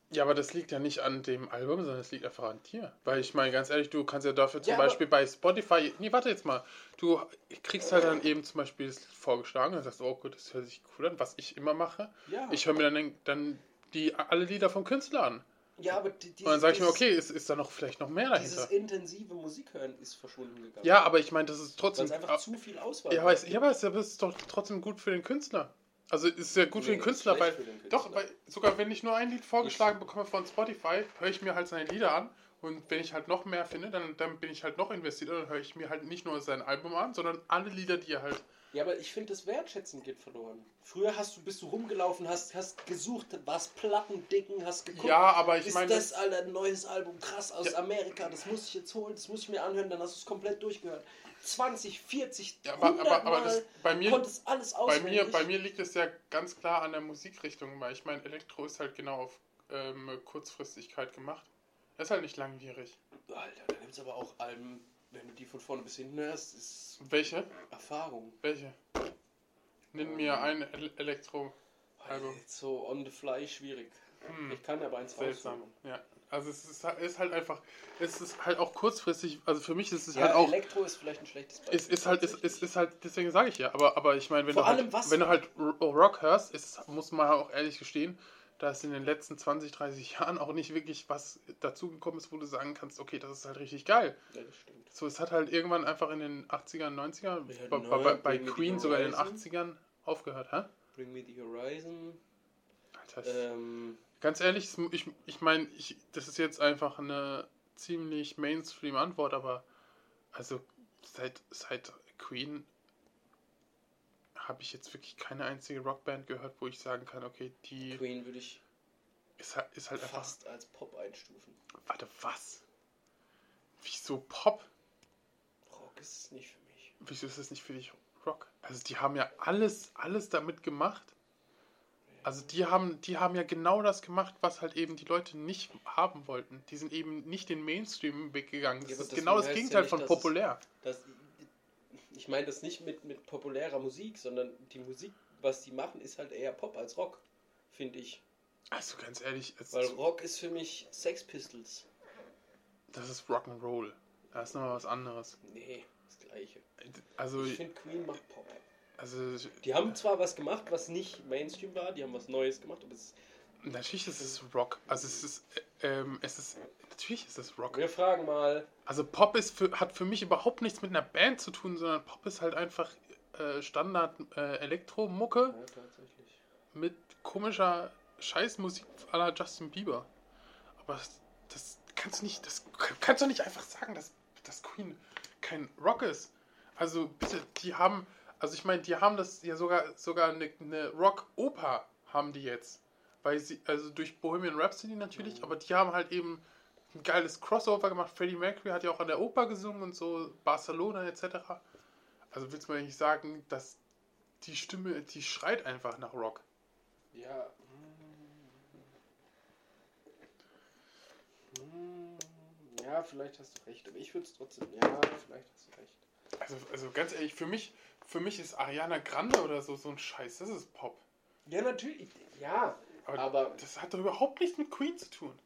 Speaker 2: Ja, aber das liegt ja nicht an dem Album, sondern das liegt einfach an dir. Weil ich meine, ganz ehrlich, du kannst ja dafür zum
Speaker 1: Ja,
Speaker 2: Beispiel bei Spotify. Nee, warte jetzt mal. Du kriegst halt dann eben zum Beispiel das Lied vorgeschlagen und sagst, oh gut, das hört sich cool an, was ich immer mache.
Speaker 1: Ja.
Speaker 2: Ich höre mir dann alle Lieder vom Künstler an.
Speaker 1: Ja, aber
Speaker 2: Und dann sage ich mir, okay, ist da noch vielleicht noch mehr dahinter?
Speaker 1: dieses intensive Musikhören ist verschwunden gegangen.
Speaker 2: Ja, aber ich meine, das ist
Speaker 1: Weil
Speaker 2: trotzdem.
Speaker 1: es einfach zu viel Auswahl
Speaker 2: Ja, aber es ist doch trotzdem gut für den Künstler. Also es ist ja gut für den Künstler, weil. Doch, weil sogar wenn ich nur ein Lied vorgeschlagen bekomme von Spotify, höre ich mir halt seine Lieder an. Und wenn ich halt noch mehr finde, dann bin ich halt noch investiert. Und dann höre ich mir halt nicht nur sein Album an, sondern alle Lieder, die er halt.
Speaker 1: Ja, aber ich finde, das Wertschätzen geht verloren. Früher bist du rumgelaufen, hast gesucht, warst Plattendicken, hast geguckt.
Speaker 2: Ja, aber ich meine.
Speaker 1: Ist das ein neues Album, krass, aus Amerika, das muss ich jetzt holen, das muss ich mir anhören, dann hast du es komplett durchgehört. 20, 40,
Speaker 2: Ja,
Speaker 1: 100
Speaker 2: aber das, bei mir,
Speaker 1: konntest alles auswendig.
Speaker 2: bei mir liegt es ja ganz klar an der Musikrichtung, weil ich meine, Elektro ist halt genau auf Kurzfristigkeit gemacht. Das ist halt nicht langwierig.
Speaker 1: Alter, da gibt es aber auch Alben, wenn du die von vorne bis hinten hörst, ist
Speaker 2: Welche?
Speaker 1: Erfahrung.
Speaker 2: Welche? Nenn mir ein Elektro-Album.
Speaker 1: So on the fly schwierig. Ich kann aber eins
Speaker 2: Seltsam,
Speaker 1: raussuchen.
Speaker 2: ja. Also es ist halt einfach, es ist halt auch kurzfristig, also für mich ist es
Speaker 1: Ja,
Speaker 2: halt auch...
Speaker 1: Elektro ist vielleicht ein schlechtes Beispiel.
Speaker 2: Es ist halt, deswegen sage ich ja, aber ich meine, wenn
Speaker 1: Vor
Speaker 2: du
Speaker 1: allem
Speaker 2: halt, wenn du halt Rock hörst, muss man auch ehrlich gestehen, dass in den letzten 20, 30 Jahren auch nicht wirklich was dazugekommen ist, wo du sagen kannst, okay, das ist halt richtig geil.
Speaker 1: Ja, das stimmt.
Speaker 2: So, es hat halt irgendwann einfach in den 80ern, 90ern,
Speaker 1: Ja,
Speaker 2: bei Queen sogar in den 80ern aufgehört, hä?
Speaker 1: Bring Me the Horizon.
Speaker 2: Alter, ganz ehrlich, ich meine, das ist jetzt einfach eine ziemlich Mainstream-Antwort, aber also seit Queen habe ich jetzt wirklich keine einzige Rockband gehört, wo ich sagen kann, okay, die
Speaker 1: Queen würde ich
Speaker 2: ist halt einfach...
Speaker 1: fast als Pop einstufen.
Speaker 2: Warte, was? Wieso Pop?
Speaker 1: Rock ist nicht für mich.
Speaker 2: Wieso ist das nicht für dich Rock? Also die haben ja alles damit gemacht. Also die haben ja genau das gemacht, was halt eben die Leute nicht haben wollten. Die sind eben nicht den Mainstream weggegangen. Das ist genau das Gegenteil von populär.
Speaker 1: Ich meine das nicht mit populärer Musik, sondern die Musik, was die machen, ist halt eher Pop als Rock, finde ich.
Speaker 2: Also ganz ehrlich...
Speaker 1: Weil Rock ist für mich Sex Pistols.
Speaker 2: Das ist Rock'n'Roll. Das ist nochmal was anderes.
Speaker 1: Nee, das Gleiche.
Speaker 2: Also,
Speaker 1: ich finde, Queen macht Pop.
Speaker 2: Also,
Speaker 1: die haben zwar was gemacht, was nicht Mainstream war, die haben was Neues gemacht, aber es...
Speaker 2: Natürlich ist es Rock. Also natürlich ist es Rock.
Speaker 1: Wir fragen mal.
Speaker 2: Also Pop hat für mich überhaupt nichts mit einer Band zu tun, sondern Pop ist halt einfach Standard Elektromucke
Speaker 1: Ja, tatsächlich.
Speaker 2: mit komischer Scheißmusik à la Justin Bieber. Aber das kannst du nicht einfach sagen, dass Queen kein Rock ist. Also bitte, die haben das ja sogar eine Rock-Oper haben die jetzt. Weil sie, also durch Bohemian Rhapsody natürlich, aber die haben halt eben ein geiles Crossover gemacht. Freddie Mercury hat ja auch an der Oper gesungen und so, Barcelona etc. Also willst du mir nicht sagen, dass die Stimme, die schreit einfach nach Rock.
Speaker 1: Ja. Ja, vielleicht hast du recht, aber ich würde es trotzdem, ja, vielleicht hast du recht.
Speaker 2: Also ganz ehrlich, für mich ist Ariana Grande oder so ein Scheiß, das ist Pop.
Speaker 1: Ja, natürlich, ja, aber
Speaker 2: das hat doch überhaupt nichts mit Queen zu tun.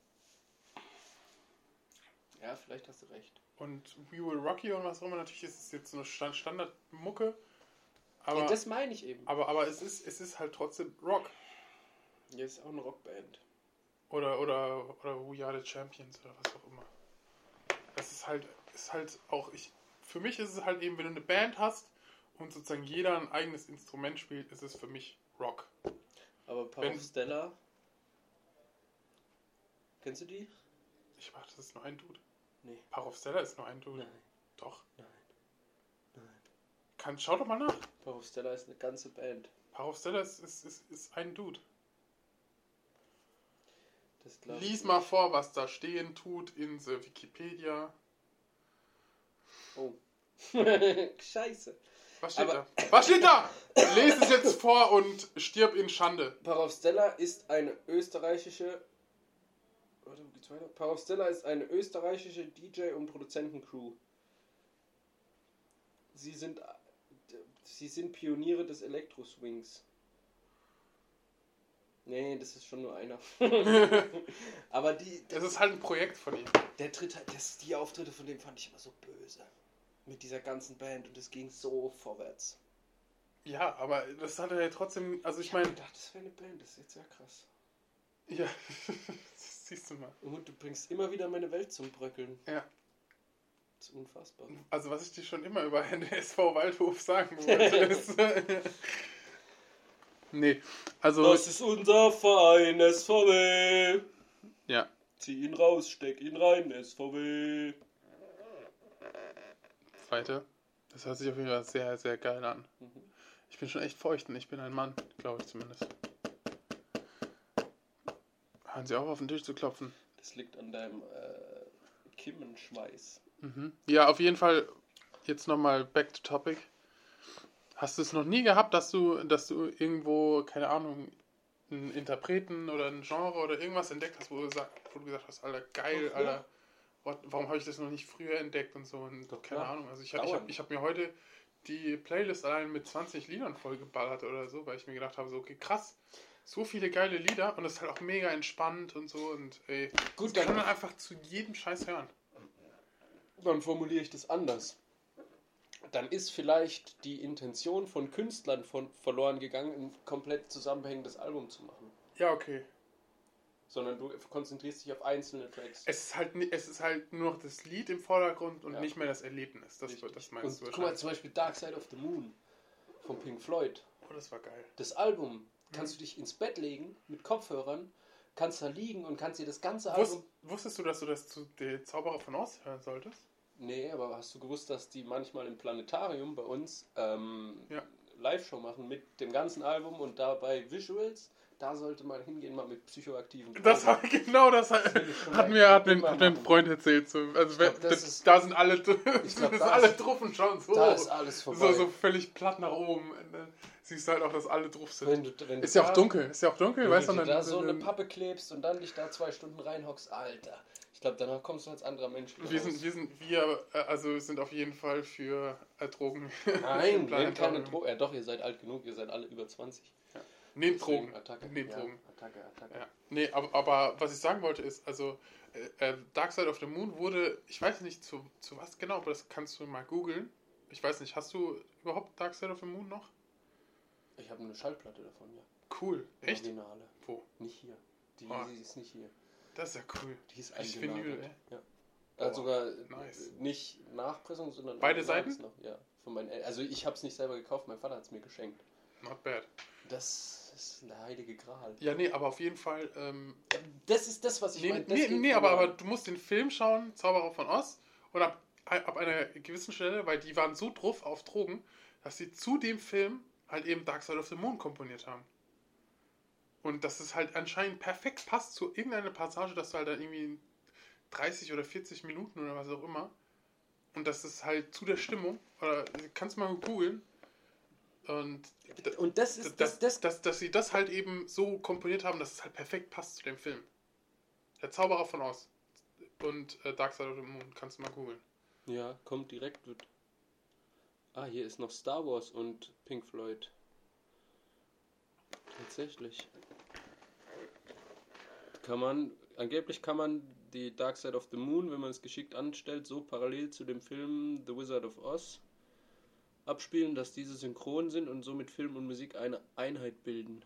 Speaker 1: Ja, vielleicht hast du recht.
Speaker 2: Und We Will Rock You und was auch immer, natürlich ist es jetzt so eine Standardmucke. Aber,
Speaker 1: ja, das meine ich eben.
Speaker 2: Aber es ist halt trotzdem Rock.
Speaker 1: Ja, ist auch eine Rockband.
Speaker 2: Oder We Are the Champions oder was auch immer. Das ist halt auch, für mich ist es halt eben, wenn du eine Band hast und sozusagen jeder ein eigenes Instrument spielt, ist es für mich Rock.
Speaker 1: Aber Power of Stella, kennst du die?
Speaker 2: Ich mach, das ist nur ein Dude.
Speaker 1: Nee.
Speaker 2: Power of Stella ist nur ein Dude.
Speaker 1: Nein.
Speaker 2: Doch.
Speaker 1: Nein.
Speaker 2: Schau doch mal nach.
Speaker 1: Power of Stella ist eine ganze Band.
Speaker 2: Power of Stella ist ein Dude.
Speaker 1: Lies
Speaker 2: mal vor, was da stehen tut in der Wikipedia.
Speaker 1: Oh. Scheiße.
Speaker 2: Was steht da? Was steht da? Lese es jetzt vor und stirb in Schande.
Speaker 1: Power of Stella ist eine österreichische... Warte, wo geht's weiter? Power of Stella ist eine österreichische DJ- und Produzentencrew. Sie sind Pioniere des Elektro-Swings. Nee, das ist schon nur einer. Aber
Speaker 2: Das ist halt ein Projekt von ihm.
Speaker 1: der tritt halt, die Auftritte von dem fand ich immer so böse. Mit dieser ganzen Band und es ging so vorwärts.
Speaker 2: Ja, aber das hat er ja trotzdem, also ich
Speaker 1: Ich hab
Speaker 2: meine...
Speaker 1: gedacht, das wäre eine Band, das ist jetzt ja krass.
Speaker 2: Ja, das siehst du mal.
Speaker 1: Und du bringst immer wieder meine Welt zum Bröckeln.
Speaker 2: Ja.
Speaker 1: Das ist unfassbar.
Speaker 2: Also was ich dir schon immer über den SV Waldhof sagen wollte, ist... Nee, also...
Speaker 1: Das ist unser Verein, SVW.
Speaker 2: Ja.
Speaker 1: Zieh ihn raus, steck ihn rein, SVW.
Speaker 2: Zweite. Das hört sich auf jeden Fall sehr, sehr geil an. Ich bin schon echt feucht und ich bin ein Mann, glaube ich zumindest. Hören Sie auf den Tisch zu klopfen.
Speaker 1: Das liegt an deinem Kimmenschweiß.
Speaker 2: Ja, auf jeden Fall, jetzt nochmal back to topic. Hast du es noch nie gehabt, dass du irgendwo, keine Ahnung, einen Interpreten oder ein Genre oder irgendwas entdeckt hast, wo du gesagt hast, Alter, geil,
Speaker 1: Doch,
Speaker 2: Alter, warum habe ich das noch nicht früher entdeckt und so. Und
Speaker 1: Doch,
Speaker 2: keine
Speaker 1: klar.
Speaker 2: Ahnung, also ich hab mir heute die Playlist allein mit 20 Liedern vollgeballert oder so, weil ich mir gedacht habe, so, okay, krass, so viele geile Lieder und das ist halt auch mega entspannt und so und ey,
Speaker 1: Gut,
Speaker 2: das kann man einfach zu jedem Scheiß hören.
Speaker 1: Dann formuliere ich das anders. Dann ist vielleicht die Intention von Künstlern verloren gegangen, ein komplett zusammenhängendes Album zu machen.
Speaker 2: Ja, okay.
Speaker 1: Sondern du konzentrierst dich auf einzelne Tracks.
Speaker 2: Es ist halt nur noch das Lied im Vordergrund und
Speaker 1: Ja.
Speaker 2: nicht mehr das Erlebnis. Das meinst du
Speaker 1: Und guck mal, zum Beispiel Dark Side of the Moon von Pink Floyd.
Speaker 2: Oh, das war geil.
Speaker 1: Das Album kannst du dich ins Bett legen mit Kopfhörern, kannst da liegen und kannst dir das ganze Album...
Speaker 2: Wusstest du, dass du das zu der Zauberer von Oz hören solltest?
Speaker 1: Nee, aber hast du gewusst, dass die manchmal im Planetarium bei uns Live-Show machen mit dem ganzen Album und dabei Visuals? Da sollte man hingehen, mal mit psychoaktiven Drogen.
Speaker 2: Das war genau das. Hat mir ein Freund erzählt. So. Also da sind alle, alle drauf und schauen so.
Speaker 1: Da ist alles vorbei.
Speaker 2: So völlig platt nach oben. Und dann siehst du halt auch, dass alle drauf sind.
Speaker 1: Wenn
Speaker 2: Ist ja auch dunkel,
Speaker 1: wenn
Speaker 2: weißt
Speaker 1: du
Speaker 2: du?
Speaker 1: dir da so eine Pappe klebst und dann dich da 2 Stunden reinhockst, Alter. Ich glaube, danach kommst du als anderer Mensch wieder raus.
Speaker 2: Wir sind auf jeden Fall für Drogen.
Speaker 1: Nein, nehmt keine Drogen. Ja doch, ihr seid alt genug, ihr seid alle über 20.
Speaker 2: Ja. Nehmt Drogen.
Speaker 1: Attacke.
Speaker 2: Nehmt Drogen.
Speaker 1: Attacke.
Speaker 2: Ja. Nee, aber was ich sagen wollte ist, also Dark Side of the Moon wurde, ich weiß nicht zu was genau, aber das kannst du mal googeln. Ich weiß nicht, hast du überhaupt Dark Side of the Moon noch?
Speaker 1: Ich habe eine Schallplatte davon, ja.
Speaker 2: Cool. Echt?
Speaker 1: Originale.
Speaker 2: Wo?
Speaker 1: Nicht hier. Die ist nicht hier.
Speaker 2: Das ist ja cool.
Speaker 1: Die ist
Speaker 2: Ich
Speaker 1: eingenagelt.
Speaker 2: Vinyl,
Speaker 1: Ja.
Speaker 2: Boah,
Speaker 1: Sogar
Speaker 2: nice.
Speaker 1: nicht Nachpressung, sondern...
Speaker 2: Beide
Speaker 1: original
Speaker 2: Seiten?
Speaker 1: ist noch, ja. Von meinen also ich habe es nicht selber gekauft, mein Vater hat es mir geschenkt.
Speaker 2: Not bad.
Speaker 1: Das ist der heilige Gral.
Speaker 2: Ja, nee, aber auf jeden Fall...
Speaker 1: Das ist das, was ich meine.
Speaker 2: Nee, aber du musst den Film schauen, Zauberer von Oz, und ab einer gewissen Stelle, weil die waren so drauf auf Drogen, dass sie zu dem Film halt eben Dark Side of the Moon komponiert haben. Und dass es halt anscheinend perfekt passt zu irgendeiner Passage, dass du halt dann irgendwie 30 oder 40 Minuten oder was auch immer, und das ist halt zu der Stimmung, oder kannst du mal googeln, und
Speaker 1: das ist
Speaker 2: dass sie das halt eben so komponiert haben, dass es halt perfekt passt zu dem Film. Der Zauberer von Oz und Dark Side of the Moon, kannst du mal googeln.
Speaker 1: Ja, kommt direkt. Hier ist noch Star Wars und Pink Floyd. Tatsächlich. Angeblich kann man die Dark Side of the Moon, wenn man es geschickt anstellt, so parallel zu dem Film The Wizard of Oz abspielen, dass diese synchron sind und somit Film und Musik eine Einheit bilden.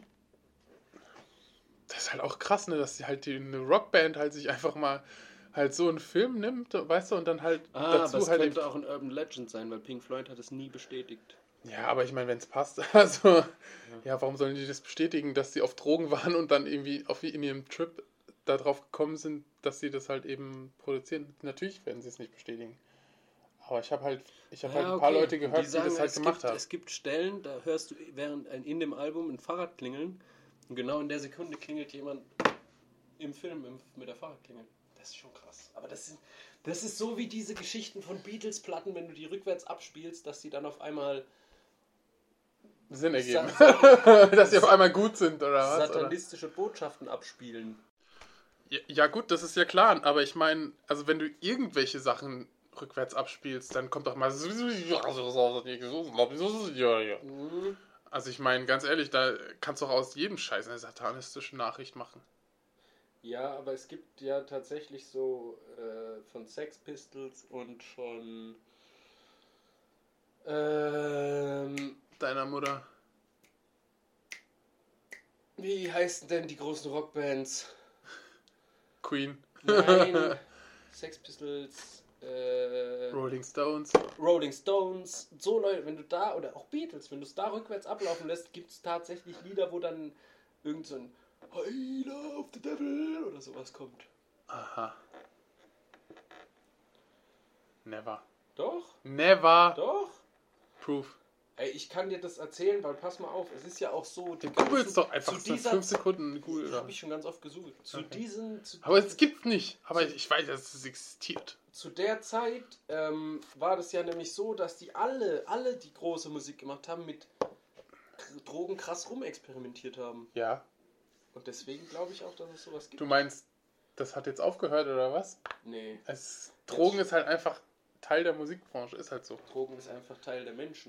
Speaker 2: Das ist halt auch krass, ne, dass eine Rockband halt sich einfach mal halt so einen Film nimmt, weißt du, und dann halt
Speaker 1: dazu aber es halt könnte auch ein Urban Legend sein, weil Pink Floyd hat es nie bestätigt.
Speaker 2: Ja, aber ich meine, wenn es passt, also, ja, warum sollen die das bestätigen, dass sie auf Drogen waren und dann irgendwie in ihrem Trip darauf gekommen sind, dass sie das halt eben produzieren? Natürlich werden sie es nicht bestätigen. Aber ich habe halt ein paar Leute gehört, die das halt gemacht haben.
Speaker 1: Es gibt Stellen, da hörst du in dem Album ein Fahrrad klingeln und genau in der Sekunde klingelt jemand im Film mit der Fahrradklingel. Das ist schon krass. Aber das ist so wie diese Geschichten von Beatles-Platten, wenn du die rückwärts abspielst, dass die dann auf einmal
Speaker 2: Sinn ergeben. Dass sie auf einmal gut sind, oder was?
Speaker 1: Satanistische Botschaften abspielen.
Speaker 2: Ja gut, das ist ja klar. Aber ich meine, also wenn du irgendwelche Sachen rückwärts abspielst, dann kommt doch mal... Also ich meine, ganz ehrlich, da kannst du auch aus jedem Scheiß eine satanistische Nachricht machen.
Speaker 1: Ja, aber es gibt ja tatsächlich so von Sex Pistols und von
Speaker 2: Deiner Mutter.
Speaker 1: wie heißen denn die großen Rockbands?
Speaker 2: Queen.
Speaker 1: Nein, Sex Pistols,
Speaker 2: Rolling Stones.
Speaker 1: Rolling Stones, so Leute, wenn du da, oder auch Beatles, wenn du es da rückwärts ablaufen lässt, gibt es tatsächlich Lieder, wo dann irgend so ein I love the devil oder sowas kommt.
Speaker 2: Aha. Never.
Speaker 1: Doch?
Speaker 2: Never.
Speaker 1: Doch?
Speaker 2: Proof.
Speaker 1: Ey, ich kann dir das erzählen, weil pass mal auf, es ist ja auch so...
Speaker 2: Du googelst doch einfach
Speaker 1: zu
Speaker 2: so
Speaker 1: dieser
Speaker 2: 5 Sekunden Google.
Speaker 1: habe ich schon ganz oft gesucht.
Speaker 2: Okay. Aber es gibt's nicht. Aber ich weiß, dass es existiert.
Speaker 1: Zu der Zeit war das ja nämlich so, dass die alle, die große Musik gemacht haben, mit Drogen krass rumexperimentiert haben.
Speaker 2: Ja.
Speaker 1: Und deswegen glaube ich auch, dass es sowas gibt.
Speaker 2: Du meinst, das hat jetzt aufgehört oder was?
Speaker 1: Nee.
Speaker 2: Drogen ist halt einfach Teil der Musikbranche, ist halt so.
Speaker 1: Drogen ist einfach Teil der Menschen.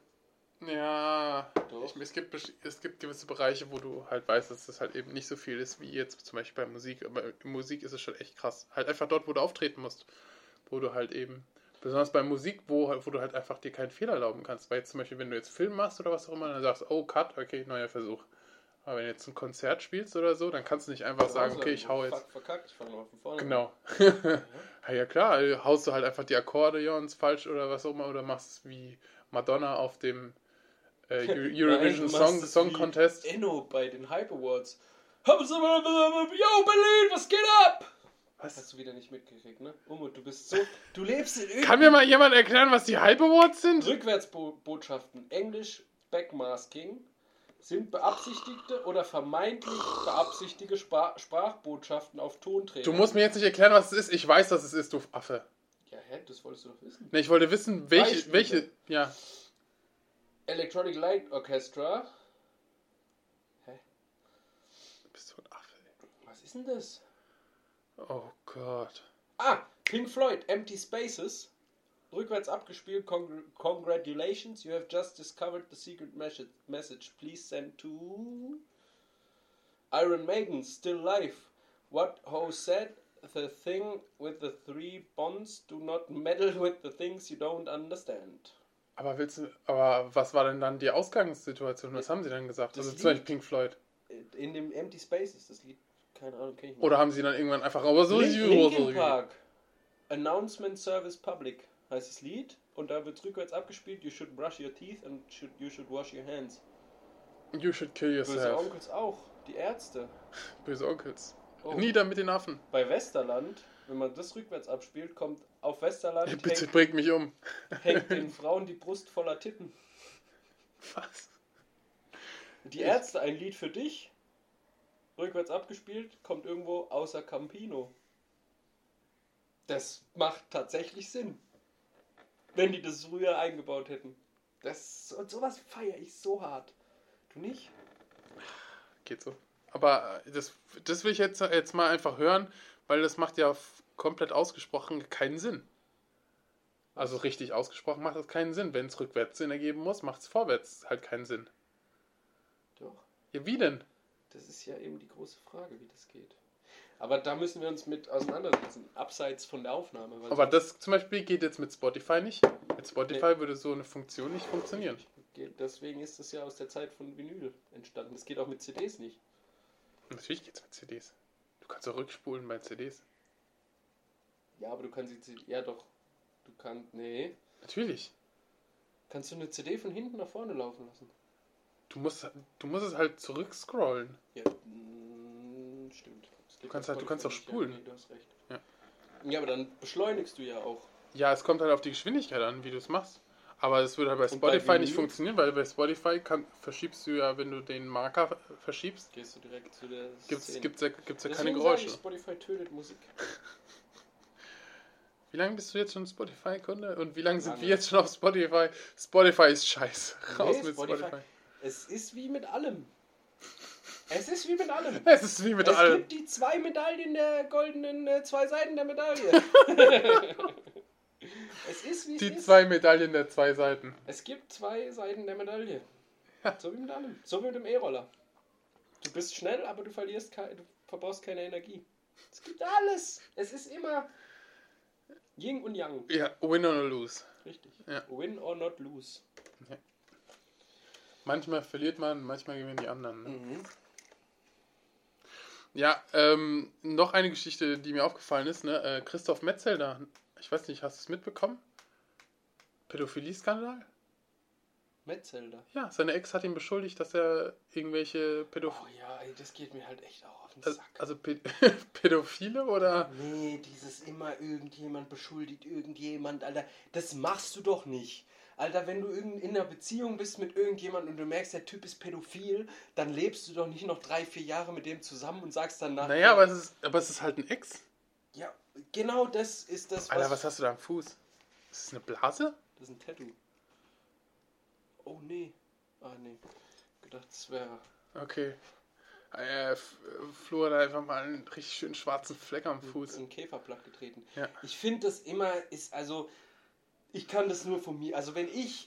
Speaker 2: Ja.
Speaker 1: Doch.
Speaker 2: Es gibt gewisse Bereiche, wo du halt weißt, dass das halt eben nicht so viel ist wie jetzt zum Beispiel bei Musik. Aber in Musik ist es schon echt krass. Halt einfach dort, wo du auftreten musst. Wo du halt eben, besonders bei Musik, wo du halt einfach dir keinen Fehler erlauben kannst. Weil jetzt zum Beispiel, wenn du jetzt Film machst oder was auch immer, dann sagst du, oh, Cut, okay, neuer Versuch. Aber wenn du jetzt ein Konzert spielst oder so, dann kannst du nicht einfach sagen, okay, ich hau jetzt...
Speaker 1: Verkackt, ich fange mal von vorne.
Speaker 2: Genau. Ja klar, haust du halt einfach die Akkordeons falsch oder was auch immer, oder machst es wie Madonna auf dem Eurovision Song Contest.
Speaker 1: Enno bei den Hype Awards. Yo, Berlin, was geht ab?
Speaker 2: Was?
Speaker 1: Hast du wieder nicht mitgekriegt, ne? Umut, du bist so... Du lebst in
Speaker 2: Kann mir mal jemand erklären, was die Hype Awards sind?
Speaker 1: Rückwärtsbotschaften, Englisch Backmasking, sind beabsichtigte oder vermeintlich beabsichtigte Sprachbotschaften auf Tonträgern.
Speaker 2: Du musst mir jetzt nicht erklären, was es ist. Ich weiß, was es ist, du Affe.
Speaker 1: Ja, das wolltest du doch wissen.
Speaker 2: Ne, ich wollte wissen, welche... Ja.
Speaker 1: Electronic Light Orchestra. Hä?
Speaker 2: Du bist so ein Affe.
Speaker 1: Was ist denn das?
Speaker 2: Oh Gott.
Speaker 1: Pink Floyd, Empty Spaces. Rückwärts abgespielt. Congratulations, you have just discovered the secret message. Please send to... Iron Maiden, Still Life. What Ho said, the thing with the 3 bonds, do not meddle with the things you don't understand.
Speaker 2: Aber was war denn dann die Ausgangssituation? Was haben sie dann gesagt?
Speaker 1: Das
Speaker 2: Also zum Beispiel Pink Floyd.
Speaker 1: In dem Empty Spaces, das Lied, keine Ahnung, kenne ich nicht.
Speaker 2: Oder haben sie dann irgendwann einfach... Aber so
Speaker 1: Linkin Park, Announcement Service Public heißt das Lied. Und da wird rückwärts abgespielt. You should brush your teeth and you should wash your hands.
Speaker 2: You should kill yourself.
Speaker 1: Böse Onkels auch. Die Ärzte.
Speaker 2: Böse Onkels.
Speaker 1: Oh.
Speaker 2: Nieder mit den Affen.
Speaker 1: Bei Westerland, wenn man das rückwärts abspielt, kommt auf Westerland
Speaker 2: Bitte bring mich um.
Speaker 1: hängt den Frauen die Brust voller Titten.
Speaker 2: Was?
Speaker 1: Die Ärzte, ein Lied für dich. Rückwärts abgespielt, kommt irgendwo außer Campino. Das macht tatsächlich Sinn. Wenn die das früher eingebaut hätten. Und sowas feiere ich so hart. Du nicht?
Speaker 2: Geht so. Aber das will ich jetzt mal einfach hören, weil das macht ja komplett ausgesprochen keinen Sinn. Also richtig ausgesprochen macht das keinen Sinn. Wenn es rückwärts Sinn ergeben muss, macht es vorwärts halt keinen Sinn.
Speaker 1: Doch.
Speaker 2: Ja, wie denn?
Speaker 1: Das ist ja eben die große Frage, wie das geht. Aber da müssen wir uns mit auseinandersetzen, abseits von der Aufnahme.
Speaker 2: Aber das zum Beispiel geht jetzt mit Spotify nicht. Mit Spotify würde so eine Funktion nicht funktionieren.
Speaker 1: Deswegen ist das ja aus der Zeit von Vinyl entstanden. Das geht auch mit CDs nicht.
Speaker 2: Natürlich geht's mit CDs. Du kannst auch rückspulen bei CDs.
Speaker 1: Ja, aber du kannst die CD... Ja doch. Du kannst... Nee.
Speaker 2: Natürlich.
Speaker 1: Kannst du eine CD von hinten nach vorne laufen lassen?
Speaker 2: Du musst es halt zurückscrollen.
Speaker 1: Ja, stimmt.
Speaker 2: Du kannst auch spulen.
Speaker 1: Ja, nee, du hast recht.
Speaker 2: Ja.
Speaker 1: Ja, aber dann beschleunigst du ja auch.
Speaker 2: Ja, es kommt halt auf die Geschwindigkeit an, wie du es machst. Aber es würde halt bei
Speaker 1: Und bei
Speaker 2: Spotify nicht
Speaker 1: Vinyl?
Speaker 2: funktionieren, weil bei Spotify verschiebst du ja, wenn du den Marker verschiebst,
Speaker 1: Gehst du direkt zu der
Speaker 2: gibt's
Speaker 1: Szene.
Speaker 2: ja keine
Speaker 1: Deswegen
Speaker 2: Geräusche.
Speaker 1: sag ich, Spotify tötet Musik.
Speaker 2: Wie lange bist du jetzt schon Spotify-Kunde? Und wie lange sind
Speaker 1: Lange.
Speaker 2: wir jetzt schon auf Spotify? Spotify ist scheiße. Raus
Speaker 1: Nee,
Speaker 2: mit Spotify.
Speaker 1: Es ist wie mit allem. Es ist wie mit allem.
Speaker 2: Es ist wie mit
Speaker 1: Es
Speaker 2: allem.
Speaker 1: gibt die 2 Medaillen der goldenen 2 Seiten der Medaille. Es ist wie es
Speaker 2: Die
Speaker 1: ist.
Speaker 2: 2 Medaillen der 2 Seiten.
Speaker 1: Es gibt 2 Seiten der Medaille. So wie mit allem. So wie mit dem E-Roller. Du bist schnell, aber du verbrauchst keine Energie. Es gibt alles. Es ist immer Yin und Yang.
Speaker 2: Ja, win or lose.
Speaker 1: Richtig.
Speaker 2: Ja.
Speaker 1: Win or not lose.
Speaker 2: Ja. Manchmal verliert man, manchmal gewinnen die anderen. Ne?
Speaker 1: Mhm.
Speaker 2: Ja, noch eine Geschichte, die mir aufgefallen ist. Ne? Christoph Metzelder, ich weiß nicht, hast du es mitbekommen? Pädophilie-Skandal?
Speaker 1: Metzelder.
Speaker 2: Ja, seine Ex hat ihn beschuldigt, dass er irgendwelche
Speaker 1: Oh ja, ey, das geht mir halt echt auch auf den Sack.
Speaker 2: Also Pädophile oder?
Speaker 1: Nee, dieses immer irgendjemand beschuldigt irgendjemand, Alter. Das machst du doch nicht. Alter, wenn du in einer Beziehung bist mit irgendjemandem und du merkst, der Typ ist pädophil, dann lebst du doch nicht noch 3-4 Jahre mit dem zusammen und sagst dann nachher...
Speaker 2: Naja, aber es ist halt ein Ex.
Speaker 1: Ja, genau das ist das,
Speaker 2: Alter, was hast du da am Fuß? Ist das eine Blase?
Speaker 1: Das ist ein Tattoo. Oh, nee. Ah, nee. Gedacht, das wäre...
Speaker 2: Okay. Flo hat einfach mal einen richtig schönen schwarzen Fleck am Fuß.
Speaker 1: Ein Käferblatt getreten.
Speaker 2: Ja.
Speaker 1: Ich finde das immer, ich kann das nur von mir, also wenn ich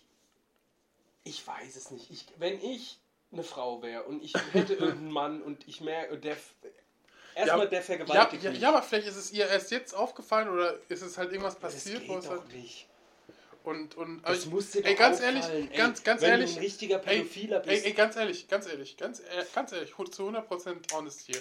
Speaker 1: weiß es nicht, wenn ich eine Frau wäre und ich hätte irgendeinen Mann und ich merke, der vergewaltigt mich.
Speaker 2: Ja, aber vielleicht ist es ihr erst jetzt aufgefallen oder ist es halt irgendwas passiert?
Speaker 1: Das geht doch nicht.
Speaker 2: Und
Speaker 1: das muss dir doch
Speaker 2: ganz
Speaker 1: auffallen,
Speaker 2: ehrlich,
Speaker 1: ey,
Speaker 2: ganz
Speaker 1: wenn
Speaker 2: ehrlich,
Speaker 1: du ein richtiger Pädophiler bist.
Speaker 2: Ey, ganz ehrlich, zu 100% honest hier.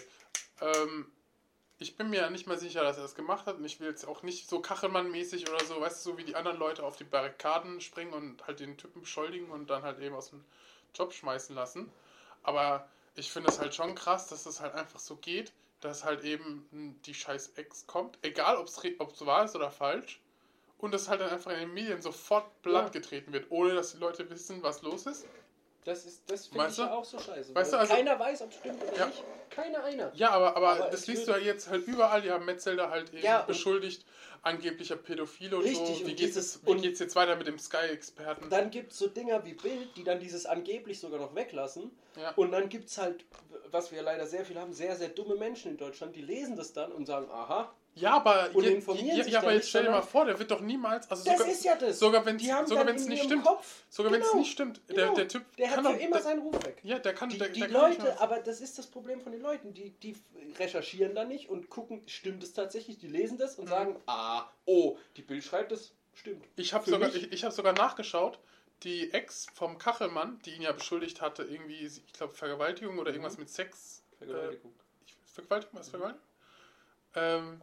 Speaker 2: Ich bin mir ja nicht mal sicher, dass er das gemacht hat und ich will jetzt auch nicht so Kachelmann-mäßig oder so, weißt du, so wie die anderen Leute auf die Barrikaden springen und halt den Typen beschuldigen und dann halt eben aus dem Job schmeißen lassen. Aber ich finde es halt schon krass, dass das halt einfach so geht, dass halt eben die scheiß Ex kommt, egal ob es wahr ist oder falsch, und das halt dann einfach in den Medien sofort plattgetreten wird, ohne dass die Leute wissen, was los ist.
Speaker 1: Das finde ich ja auch so scheiße.
Speaker 2: Weißt du, also,
Speaker 1: keiner weiß, ob es stimmt oder nicht. Keiner einer.
Speaker 2: Ja, aber das liest du ja jetzt halt überall. Die haben Metzelder halt eben beschuldigt, angeblicher Pädophile und
Speaker 1: richtig,
Speaker 2: so.
Speaker 1: wie
Speaker 2: geht's jetzt weiter mit dem Sky-Experten?
Speaker 1: Dann gibt es so Dinger wie Bild, die dann dieses angeblich sogar noch weglassen.
Speaker 2: Ja.
Speaker 1: Und dann gibt es halt, was wir leider sehr viel haben, sehr, sehr dumme Menschen in Deutschland, die lesen das dann und sagen, aha.
Speaker 2: Ja, aber
Speaker 1: und informieren sich
Speaker 2: aber jetzt stell dir mal vor, der wird doch niemals... Also
Speaker 1: das ist ja das.
Speaker 2: Sogar wenn es nicht stimmt. Sogar wenn es nicht stimmt.
Speaker 1: Genau.
Speaker 2: Der Typ
Speaker 1: der hat für immer seinen Ruf weg.
Speaker 2: Ja, der kann...
Speaker 1: Die
Speaker 2: kann
Speaker 1: Leute, aber das ist das Problem von den Leuten. Die recherchieren da nicht und gucken, stimmt es tatsächlich? Die lesen das und sagen, die Bild schreibt es, stimmt.
Speaker 2: Ich habe sogar nachgeschaut. Die Ex vom Kachelmann, die ihn ja beschuldigt hatte, irgendwie, ich glaube, Vergewaltigung oder irgendwas mit Sex.
Speaker 1: Vergewaltigung.
Speaker 2: Vergewaltigung? Was Vergewaltigung?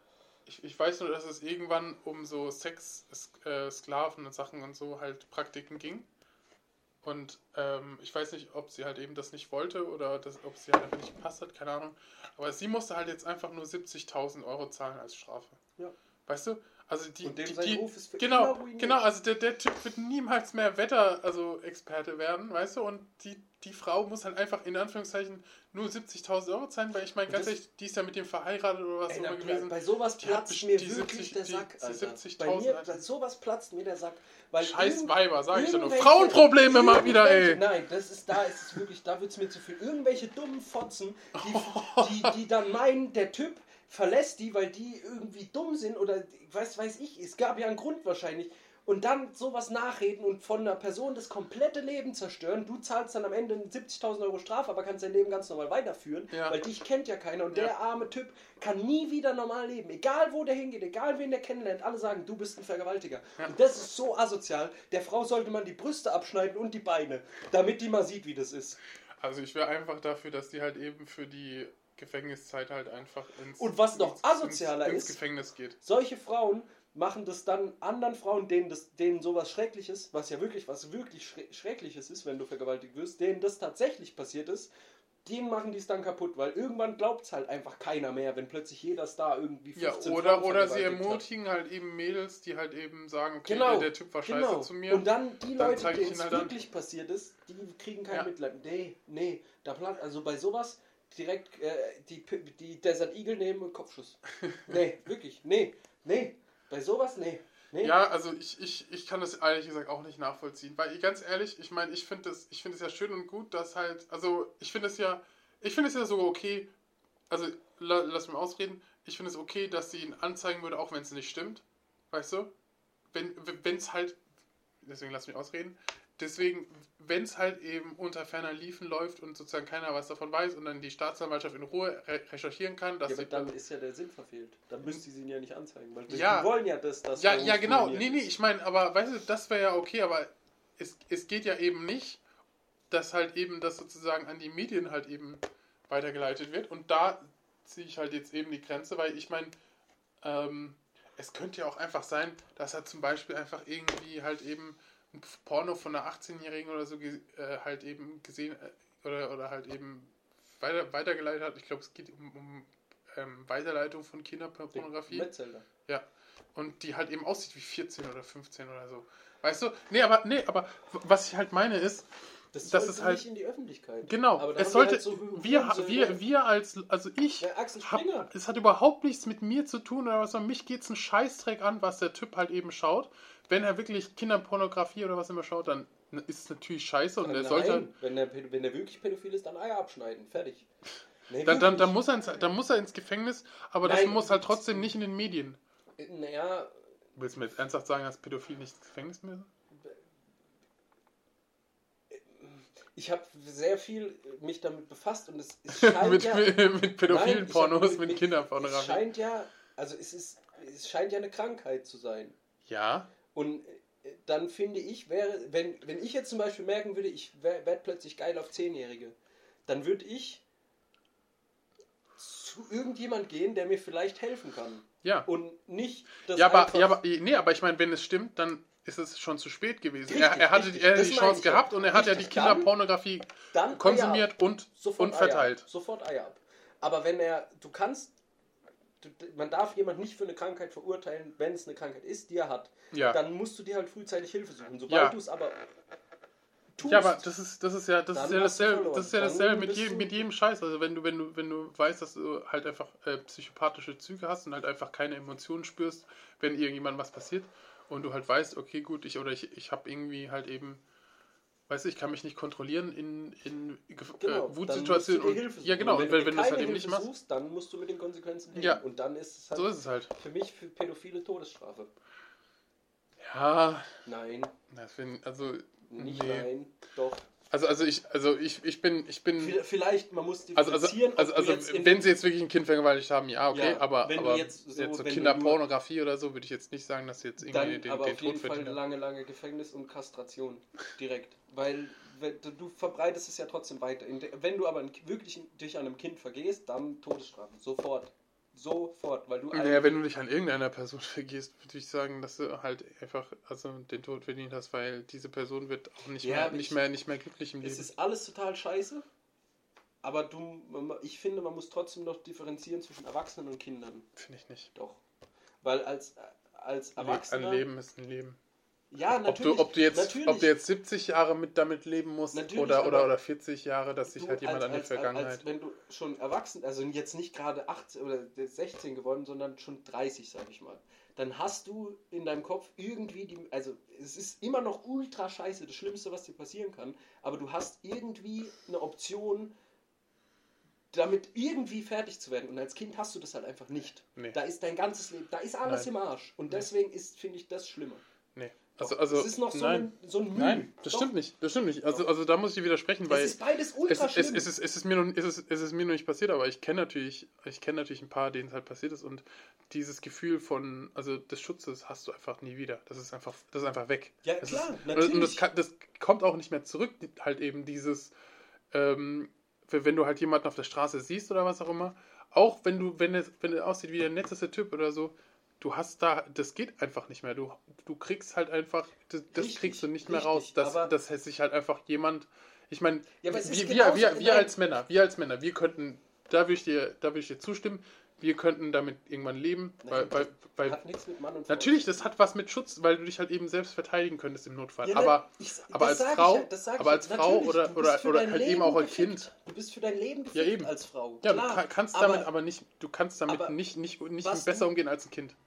Speaker 2: Ich weiß nur, dass es irgendwann um so Sex, Sklaven und Sachen und so halt Praktiken ging. Und ich weiß nicht, ob sie halt eben das nicht wollte oder ob sie halt einfach nicht gepasst hat, keine Ahnung. Aber sie musste halt jetzt einfach nur 70.000 Euro zahlen als Strafe.
Speaker 1: Ja.
Speaker 2: Weißt du? Also
Speaker 1: sein Ruf ist für
Speaker 2: genau,
Speaker 1: immer ruiniert.
Speaker 2: genau, also der Typ wird niemals mehr Experte werden, weißt du? Und die Frau muss halt einfach in Anführungszeichen nur 70.000 Euro zahlen, weil ich meine, ganz ehrlich, die ist ja mit dem verheiratet oder was immer gewesen.
Speaker 1: Bei sowas platzt mir wirklich der Sack, Alter. Bei sowas platzt mir der Sack. Weil
Speaker 2: scheiß Weiber, sag ich doch nur. Frauenprobleme mal wieder, ey.
Speaker 1: Nein, da ist es wirklich, da wird es mir zu viel. Irgendwelche dummen Fotzen, die dann meinen, der Typ verlässt die, weil die irgendwie dumm sind oder weiß ich, es gab ja einen Grund wahrscheinlich. Und dann sowas nachreden und von einer Person das komplette Leben zerstören. Du zahlst dann am Ende 70.000 Euro Strafe, aber kannst dein Leben ganz normal weiterführen, weil dich kennt ja keiner. Und der arme Typ kann nie wieder normal leben. Egal wo der hingeht, egal wen der kennenlernt, alle sagen, du bist ein Vergewaltiger. Ja. Und das ist so asozial. Der Frau sollte man die Brüste abschneiden und die Beine, damit die mal sieht, wie das ist.
Speaker 2: Also ich wäre einfach dafür, dass die halt eben für die Gefängniszeit halt einfach ins Gefängnis geht.
Speaker 1: Solche Frauen machen das dann anderen Frauen, denen sowas Schreckliches, was wirklich Schreckliches ist, wenn du vergewaltigt wirst, denen das tatsächlich passiert ist, denen machen die es dann kaputt, weil irgendwann glaubt es halt einfach keiner mehr, wenn plötzlich jeder Star irgendwie 15
Speaker 2: oder sie ermutigen halt eben Mädels, die halt eben sagen, okay, der Typ war scheiße zu mir.
Speaker 1: Und dann die Leute, denen es wirklich passiert ist, die kriegen kein Mitleid. Nee, also bei sowas direkt die Desert Eagle nehmen und Kopfschuss. Nee, wirklich, nee. Bei sowas, nee.
Speaker 2: Ja, also ich kann das ehrlich gesagt auch nicht nachvollziehen, weil ganz ehrlich, ich meine, ich finde es ja schön und gut, dass halt, also ich finde es ja sogar okay, also lass mich ausreden, ich finde es okay, dass sie ihn anzeigen würde, auch wenn es nicht stimmt, weißt du? Wenn es halt, deswegen lass mich ausreden, deswegen, wenn es halt eben unter ferner Liefen läuft und sozusagen keiner was davon weiß und dann die Staatsanwaltschaft in Ruhe recherchieren kann, dass
Speaker 3: Ja, aber dann ist ja der Sinn verfehlt. Dann müsste sie ihn ja nicht anzeigen. Weil
Speaker 2: Ja.
Speaker 3: die wollen ja, dass das
Speaker 2: Ja, genau.
Speaker 3: ruiniert
Speaker 2: Nee,
Speaker 3: ist.
Speaker 2: ich meine, aber weißt du, das wäre ja okay, aber es geht ja eben nicht, dass halt eben das sozusagen an die Medien halt eben weitergeleitet wird. Und da ziehe ich halt jetzt eben die Grenze, weil ich meine, es könnte ja auch einfach sein, dass er zum Beispiel einfach irgendwie halt eben ein Porno von einer 18-Jährigen oder so halt eben gesehen oder halt eben weitergeleitet hat. Ich glaube, es geht um Weiterleitung von Kinderpornografie.
Speaker 3: Metzelder.
Speaker 2: Ja. Und die halt eben aussieht wie 14 oder 15 oder so. Weißt du? Nee, aber was ich halt meine ist,
Speaker 3: Das
Speaker 2: dass
Speaker 3: sollte
Speaker 2: es halt
Speaker 3: nicht in die Öffentlichkeit.
Speaker 2: genau,
Speaker 3: Aber da
Speaker 2: es
Speaker 3: haben
Speaker 2: sollte
Speaker 3: halt so
Speaker 2: wir also ich
Speaker 3: Ja, Axel Springer.
Speaker 2: es hat überhaupt nichts mit mir zu tun oder was, sondern mich geht's einen Scheißdreck an, was der Typ halt eben schaut. Wenn er wirklich Kinderpornografie oder was immer schaut, dann ist es natürlich scheiße und der sollte halt,
Speaker 3: wenn der wirklich pädophil ist, dann Eier abschneiden. Fertig. Nee,
Speaker 2: dann
Speaker 3: wirklich.
Speaker 2: muss er ins Gefängnis, aber das
Speaker 3: Nein,
Speaker 2: muss halt trotzdem nicht in den Medien.
Speaker 3: Naja,
Speaker 2: Willst du mir jetzt ernsthaft sagen, dass Pädophil nicht ins Gefängnis müssen?
Speaker 3: ich habe sehr viel mich damit befasst und es scheint
Speaker 2: mit,
Speaker 3: ja...
Speaker 2: mit pädophilen
Speaker 3: Nein, ich
Speaker 2: Pornos,
Speaker 3: hab
Speaker 2: mit
Speaker 3: Es
Speaker 2: Kinderpornografie.
Speaker 3: scheint ja, also es scheint ja eine Krankheit zu sein.
Speaker 2: Ja,
Speaker 3: Und dann finde ich, wenn ich jetzt zum Beispiel merken würde, ich werde plötzlich geil auf 10-Jährige, dann würde ich zu irgendjemand gehen, der mir vielleicht helfen kann.
Speaker 2: ja.
Speaker 3: Und nicht das
Speaker 2: aber ich meine, wenn es stimmt, dann ist es schon zu spät gewesen.
Speaker 3: Richtig,
Speaker 2: Er hatte
Speaker 3: richtig.
Speaker 2: die
Speaker 3: Das meine
Speaker 2: Chance
Speaker 3: ich ja.
Speaker 2: gehabt und er hat ja die
Speaker 3: Richtig,
Speaker 2: Kinderpornografie
Speaker 3: dann
Speaker 2: konsumiert
Speaker 3: Eier ab.
Speaker 2: und
Speaker 3: Sofort
Speaker 2: verteilt.
Speaker 3: Eier ab. Sofort Eier ab. Aber man darf jemanden nicht für eine Krankheit verurteilen, wenn es eine Krankheit ist, die er hat.
Speaker 2: Ja.
Speaker 3: Dann musst du dir halt frühzeitig Hilfe suchen. Sobald
Speaker 2: Ja.
Speaker 3: du es aber tust,
Speaker 2: Ja, aber das ist ja
Speaker 3: Dann hast du
Speaker 2: dasselbe,
Speaker 3: verloren.
Speaker 2: das ist ja
Speaker 3: Dann
Speaker 2: dasselbe
Speaker 3: bist du-
Speaker 2: mit jedem Scheiß. Also wenn du weißt, dass du halt einfach psychopathische Züge hast und halt einfach keine Emotionen spürst, wenn irgendjemandem was passiert und du halt weißt, okay, gut, ich habe irgendwie halt eben, weißt du, ich kann mich nicht kontrollieren in Wutsituationen.
Speaker 3: Dann musst du dir Hilfe
Speaker 2: Ja, genau, und wenn du das
Speaker 3: keine
Speaker 2: halt eben
Speaker 3: Hilfe
Speaker 2: nicht machst,
Speaker 3: suchst, dann musst du mit den Konsequenzen leben.
Speaker 2: Ja.
Speaker 3: Und dann ist es halt
Speaker 2: so ist es halt.
Speaker 3: für mich für Pädophile Todesstrafe.
Speaker 2: Ja,
Speaker 3: Nein,
Speaker 2: also
Speaker 3: nicht
Speaker 2: nee.
Speaker 3: nein, doch.
Speaker 2: Ich bin
Speaker 3: Vielleicht, man muss
Speaker 2: also
Speaker 3: differenzieren, ob du jetzt
Speaker 2: wenn sie jetzt wirklich ein Kind vergewaltigt haben, ja, okay,
Speaker 3: Ja,
Speaker 2: aber
Speaker 3: wenn du jetzt so-
Speaker 2: jetzt so
Speaker 3: wenn du
Speaker 2: Kinderpornografie oder so, würde ich jetzt nicht sagen, dass sie jetzt irgendwie
Speaker 3: dann
Speaker 2: den
Speaker 3: aber
Speaker 2: Tod
Speaker 3: auf jeden Fall
Speaker 2: verdient haben.
Speaker 3: lange Gefängnis und Kastration direkt. Weil du verbreitest es ja trotzdem weiter. Wenn du aber wirklich dich an einem Kind vergehst, dann Todesstrafe. Sofort. Sofort. Weil du
Speaker 2: Naja, wenn du dich an irgendeiner Person vergisst, würde ich sagen, dass du halt einfach den Tod verdient hast, weil diese Person wird auch nicht
Speaker 3: Ja,
Speaker 2: mehr glücklich im
Speaker 3: es
Speaker 2: Leben.
Speaker 3: ist alles total scheiße. Aber ich finde, man muss trotzdem noch differenzieren zwischen Erwachsenen und Kindern.
Speaker 2: Finde ich nicht.
Speaker 3: Doch. Weil als Erwachsener...
Speaker 2: Ein Leben ist ein Leben.
Speaker 3: Ja, natürlich.
Speaker 2: Ob du jetzt 70 Jahre damit leben musst
Speaker 3: Natürlich, aber
Speaker 2: oder 40 Jahre, dass sich halt jemand an die Vergangenheit...
Speaker 3: wenn du schon erwachsen, also jetzt nicht gerade 18 oder 16 geworden, sondern schon 30, sag ich mal, dann hast du in deinem Kopf irgendwie also es ist immer noch ultra scheiße, das Schlimmste, was dir passieren kann, aber du hast irgendwie eine Option, damit irgendwie fertig zu werden. Und als Kind hast du das halt einfach nicht.
Speaker 2: Nee.
Speaker 3: Da ist dein ganzes Leben, da ist alles
Speaker 2: Nein.
Speaker 3: im Arsch. Und deswegen finde ich das schlimmer.
Speaker 2: Nee.
Speaker 3: Doch,
Speaker 2: Also,
Speaker 3: es ist noch so
Speaker 2: nein.
Speaker 3: ein Mühe.
Speaker 2: Nein, das
Speaker 3: Doch.
Speaker 2: stimmt nicht. Also da muss ich dir widersprechen, weil
Speaker 3: Es ist beides ultra schlimm.
Speaker 2: es ist mir noch nicht passiert, aber ich kenne natürlich ein paar, denen es halt passiert ist und dieses Gefühl des Schutzes hast du einfach nie wieder. Das ist einfach weg.
Speaker 3: Ja,
Speaker 2: das
Speaker 3: klar,
Speaker 2: ist,
Speaker 3: natürlich.
Speaker 2: das kommt auch nicht mehr zurück, halt eben dieses, wenn du halt jemanden auf der Straße siehst oder was auch immer, auch wenn er aussieht wie der netteste Typ oder so, du hast das geht einfach nicht mehr. Du kriegst halt einfach, das
Speaker 3: Richtig,
Speaker 2: kriegst du nicht mehr
Speaker 3: richtig,
Speaker 2: raus.
Speaker 3: aber-
Speaker 2: Dass sich halt einfach jemand, ich meine,
Speaker 3: Ja, aber es ist
Speaker 2: wir
Speaker 3: genauso-
Speaker 2: als Männer, wir könnten, da würde ich dir zustimmen, wir könnten damit irgendwann leben,
Speaker 3: Nein,
Speaker 2: weil
Speaker 3: hat nichts mit Mann und Frau
Speaker 2: natürlich,
Speaker 3: zu
Speaker 2: das hat was mit Schutz, weil du dich halt eben selbst verteidigen könntest im Notfall.
Speaker 3: Ja,
Speaker 2: aber
Speaker 3: das
Speaker 2: als
Speaker 3: sag ich
Speaker 2: Frau,
Speaker 3: ja, das sag ich
Speaker 2: aber
Speaker 3: ja.
Speaker 2: als Frau
Speaker 3: Natürlich,
Speaker 2: oder
Speaker 3: du bist für dein
Speaker 2: halt eben
Speaker 3: Leben
Speaker 2: auch als
Speaker 3: gefickt.
Speaker 2: Kind.
Speaker 3: Du bist für dein Leben
Speaker 2: Ja,
Speaker 3: gefickt
Speaker 2: eben.
Speaker 3: als Frau.
Speaker 2: Ja,
Speaker 3: Klar,
Speaker 2: du kannst
Speaker 3: aber
Speaker 2: damit aber nicht,
Speaker 3: aber
Speaker 2: nicht
Speaker 3: was
Speaker 2: besser
Speaker 3: du-
Speaker 2: umgehen als ein Kind.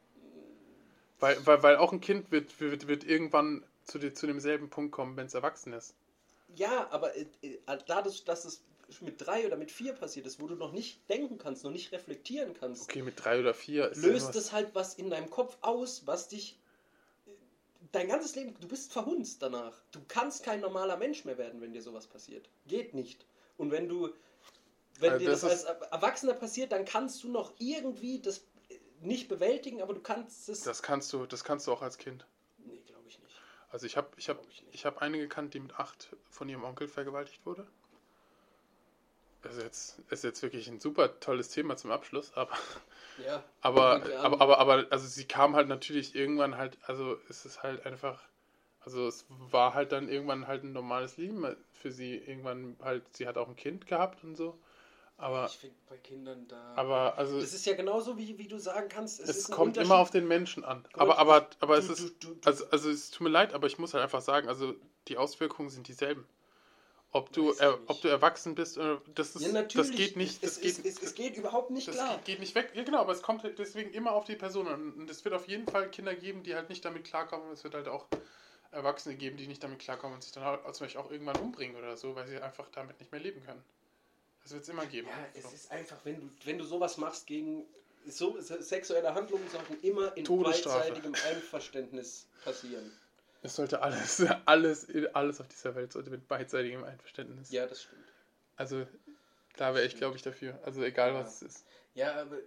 Speaker 2: Weil auch ein Kind wird irgendwann zu demselben Punkt kommen, wenn es erwachsen ist.
Speaker 3: Ja, aber dadurch, dass es mit 3 oder mit 4 passiert ist, wo du noch nicht denken kannst, noch nicht reflektieren kannst,
Speaker 2: Okay, mit 3 oder 4 ist
Speaker 3: löst
Speaker 2: irgendwas-
Speaker 3: es halt was in deinem Kopf aus, was dich dein ganzes Leben, du bist verhunzt danach. Du kannst kein normaler Mensch mehr werden, wenn dir sowas passiert. Geht nicht. Und wenn
Speaker 2: Also
Speaker 3: dir das
Speaker 2: das
Speaker 3: als Erwachsener passiert, dann kannst du noch irgendwie das nicht bewältigen, aber du kannst es...
Speaker 2: Das kannst du auch als Kind.
Speaker 3: Nee, glaube ich nicht.
Speaker 2: Also ich habe
Speaker 3: Glaub ich nicht.
Speaker 2: eine gekannt, die mit 8 von ihrem Onkel vergewaltigt wurde. Also jetzt ist jetzt wirklich ein super tolles Thema zum Abschluss,
Speaker 3: Ja.
Speaker 2: also sie kam halt natürlich irgendwann halt, also es ist halt einfach, also es war halt dann irgendwann halt ein normales Leben für sie. Irgendwann halt, sie hat auch ein Kind gehabt und so. Aber,
Speaker 3: Ich finde bei Kindern da...
Speaker 2: aber also
Speaker 3: Das ist ja genauso, wie du sagen kannst,
Speaker 2: es
Speaker 3: ist ein
Speaker 2: kommt immer auf den Menschen an.
Speaker 3: Guck mal,
Speaker 2: Aber es
Speaker 3: du-
Speaker 2: ist,
Speaker 3: du-
Speaker 2: also es tut mir leid, aber ich muss halt einfach sagen, also die Auswirkungen sind dieselben. Ob du
Speaker 3: Weiß ich nicht.
Speaker 2: ob du erwachsen bist, das
Speaker 3: Ja, natürlich.
Speaker 2: das geht nicht,
Speaker 3: Es geht überhaupt nicht
Speaker 2: das
Speaker 3: klar.
Speaker 2: geht nicht weg. Ja, genau, aber es kommt halt deswegen immer auf die Person an. Und es wird auf jeden Fall Kinder geben, die halt nicht damit klarkommen. Und es wird halt auch Erwachsene geben, die nicht damit klarkommen und sich dann halt zum Beispiel auch irgendwann umbringen oder so, weil sie einfach damit nicht mehr leben können. Das wird es immer geben.
Speaker 3: Ja, es
Speaker 2: So.
Speaker 3: ist einfach, wenn du sowas machst gegen so sexuelle Handlungen, sollten immer in
Speaker 2: Todesstrafe.
Speaker 3: beidseitigem Einverständnis passieren.
Speaker 2: Es sollte alles auf dieser Welt sollte mit beidseitigem Einverständnis.
Speaker 3: Ja, das stimmt.
Speaker 2: Also da wäre ich, glaube ich, dafür. Also egal,
Speaker 3: Ja.
Speaker 2: was es ist.
Speaker 3: Ja, aber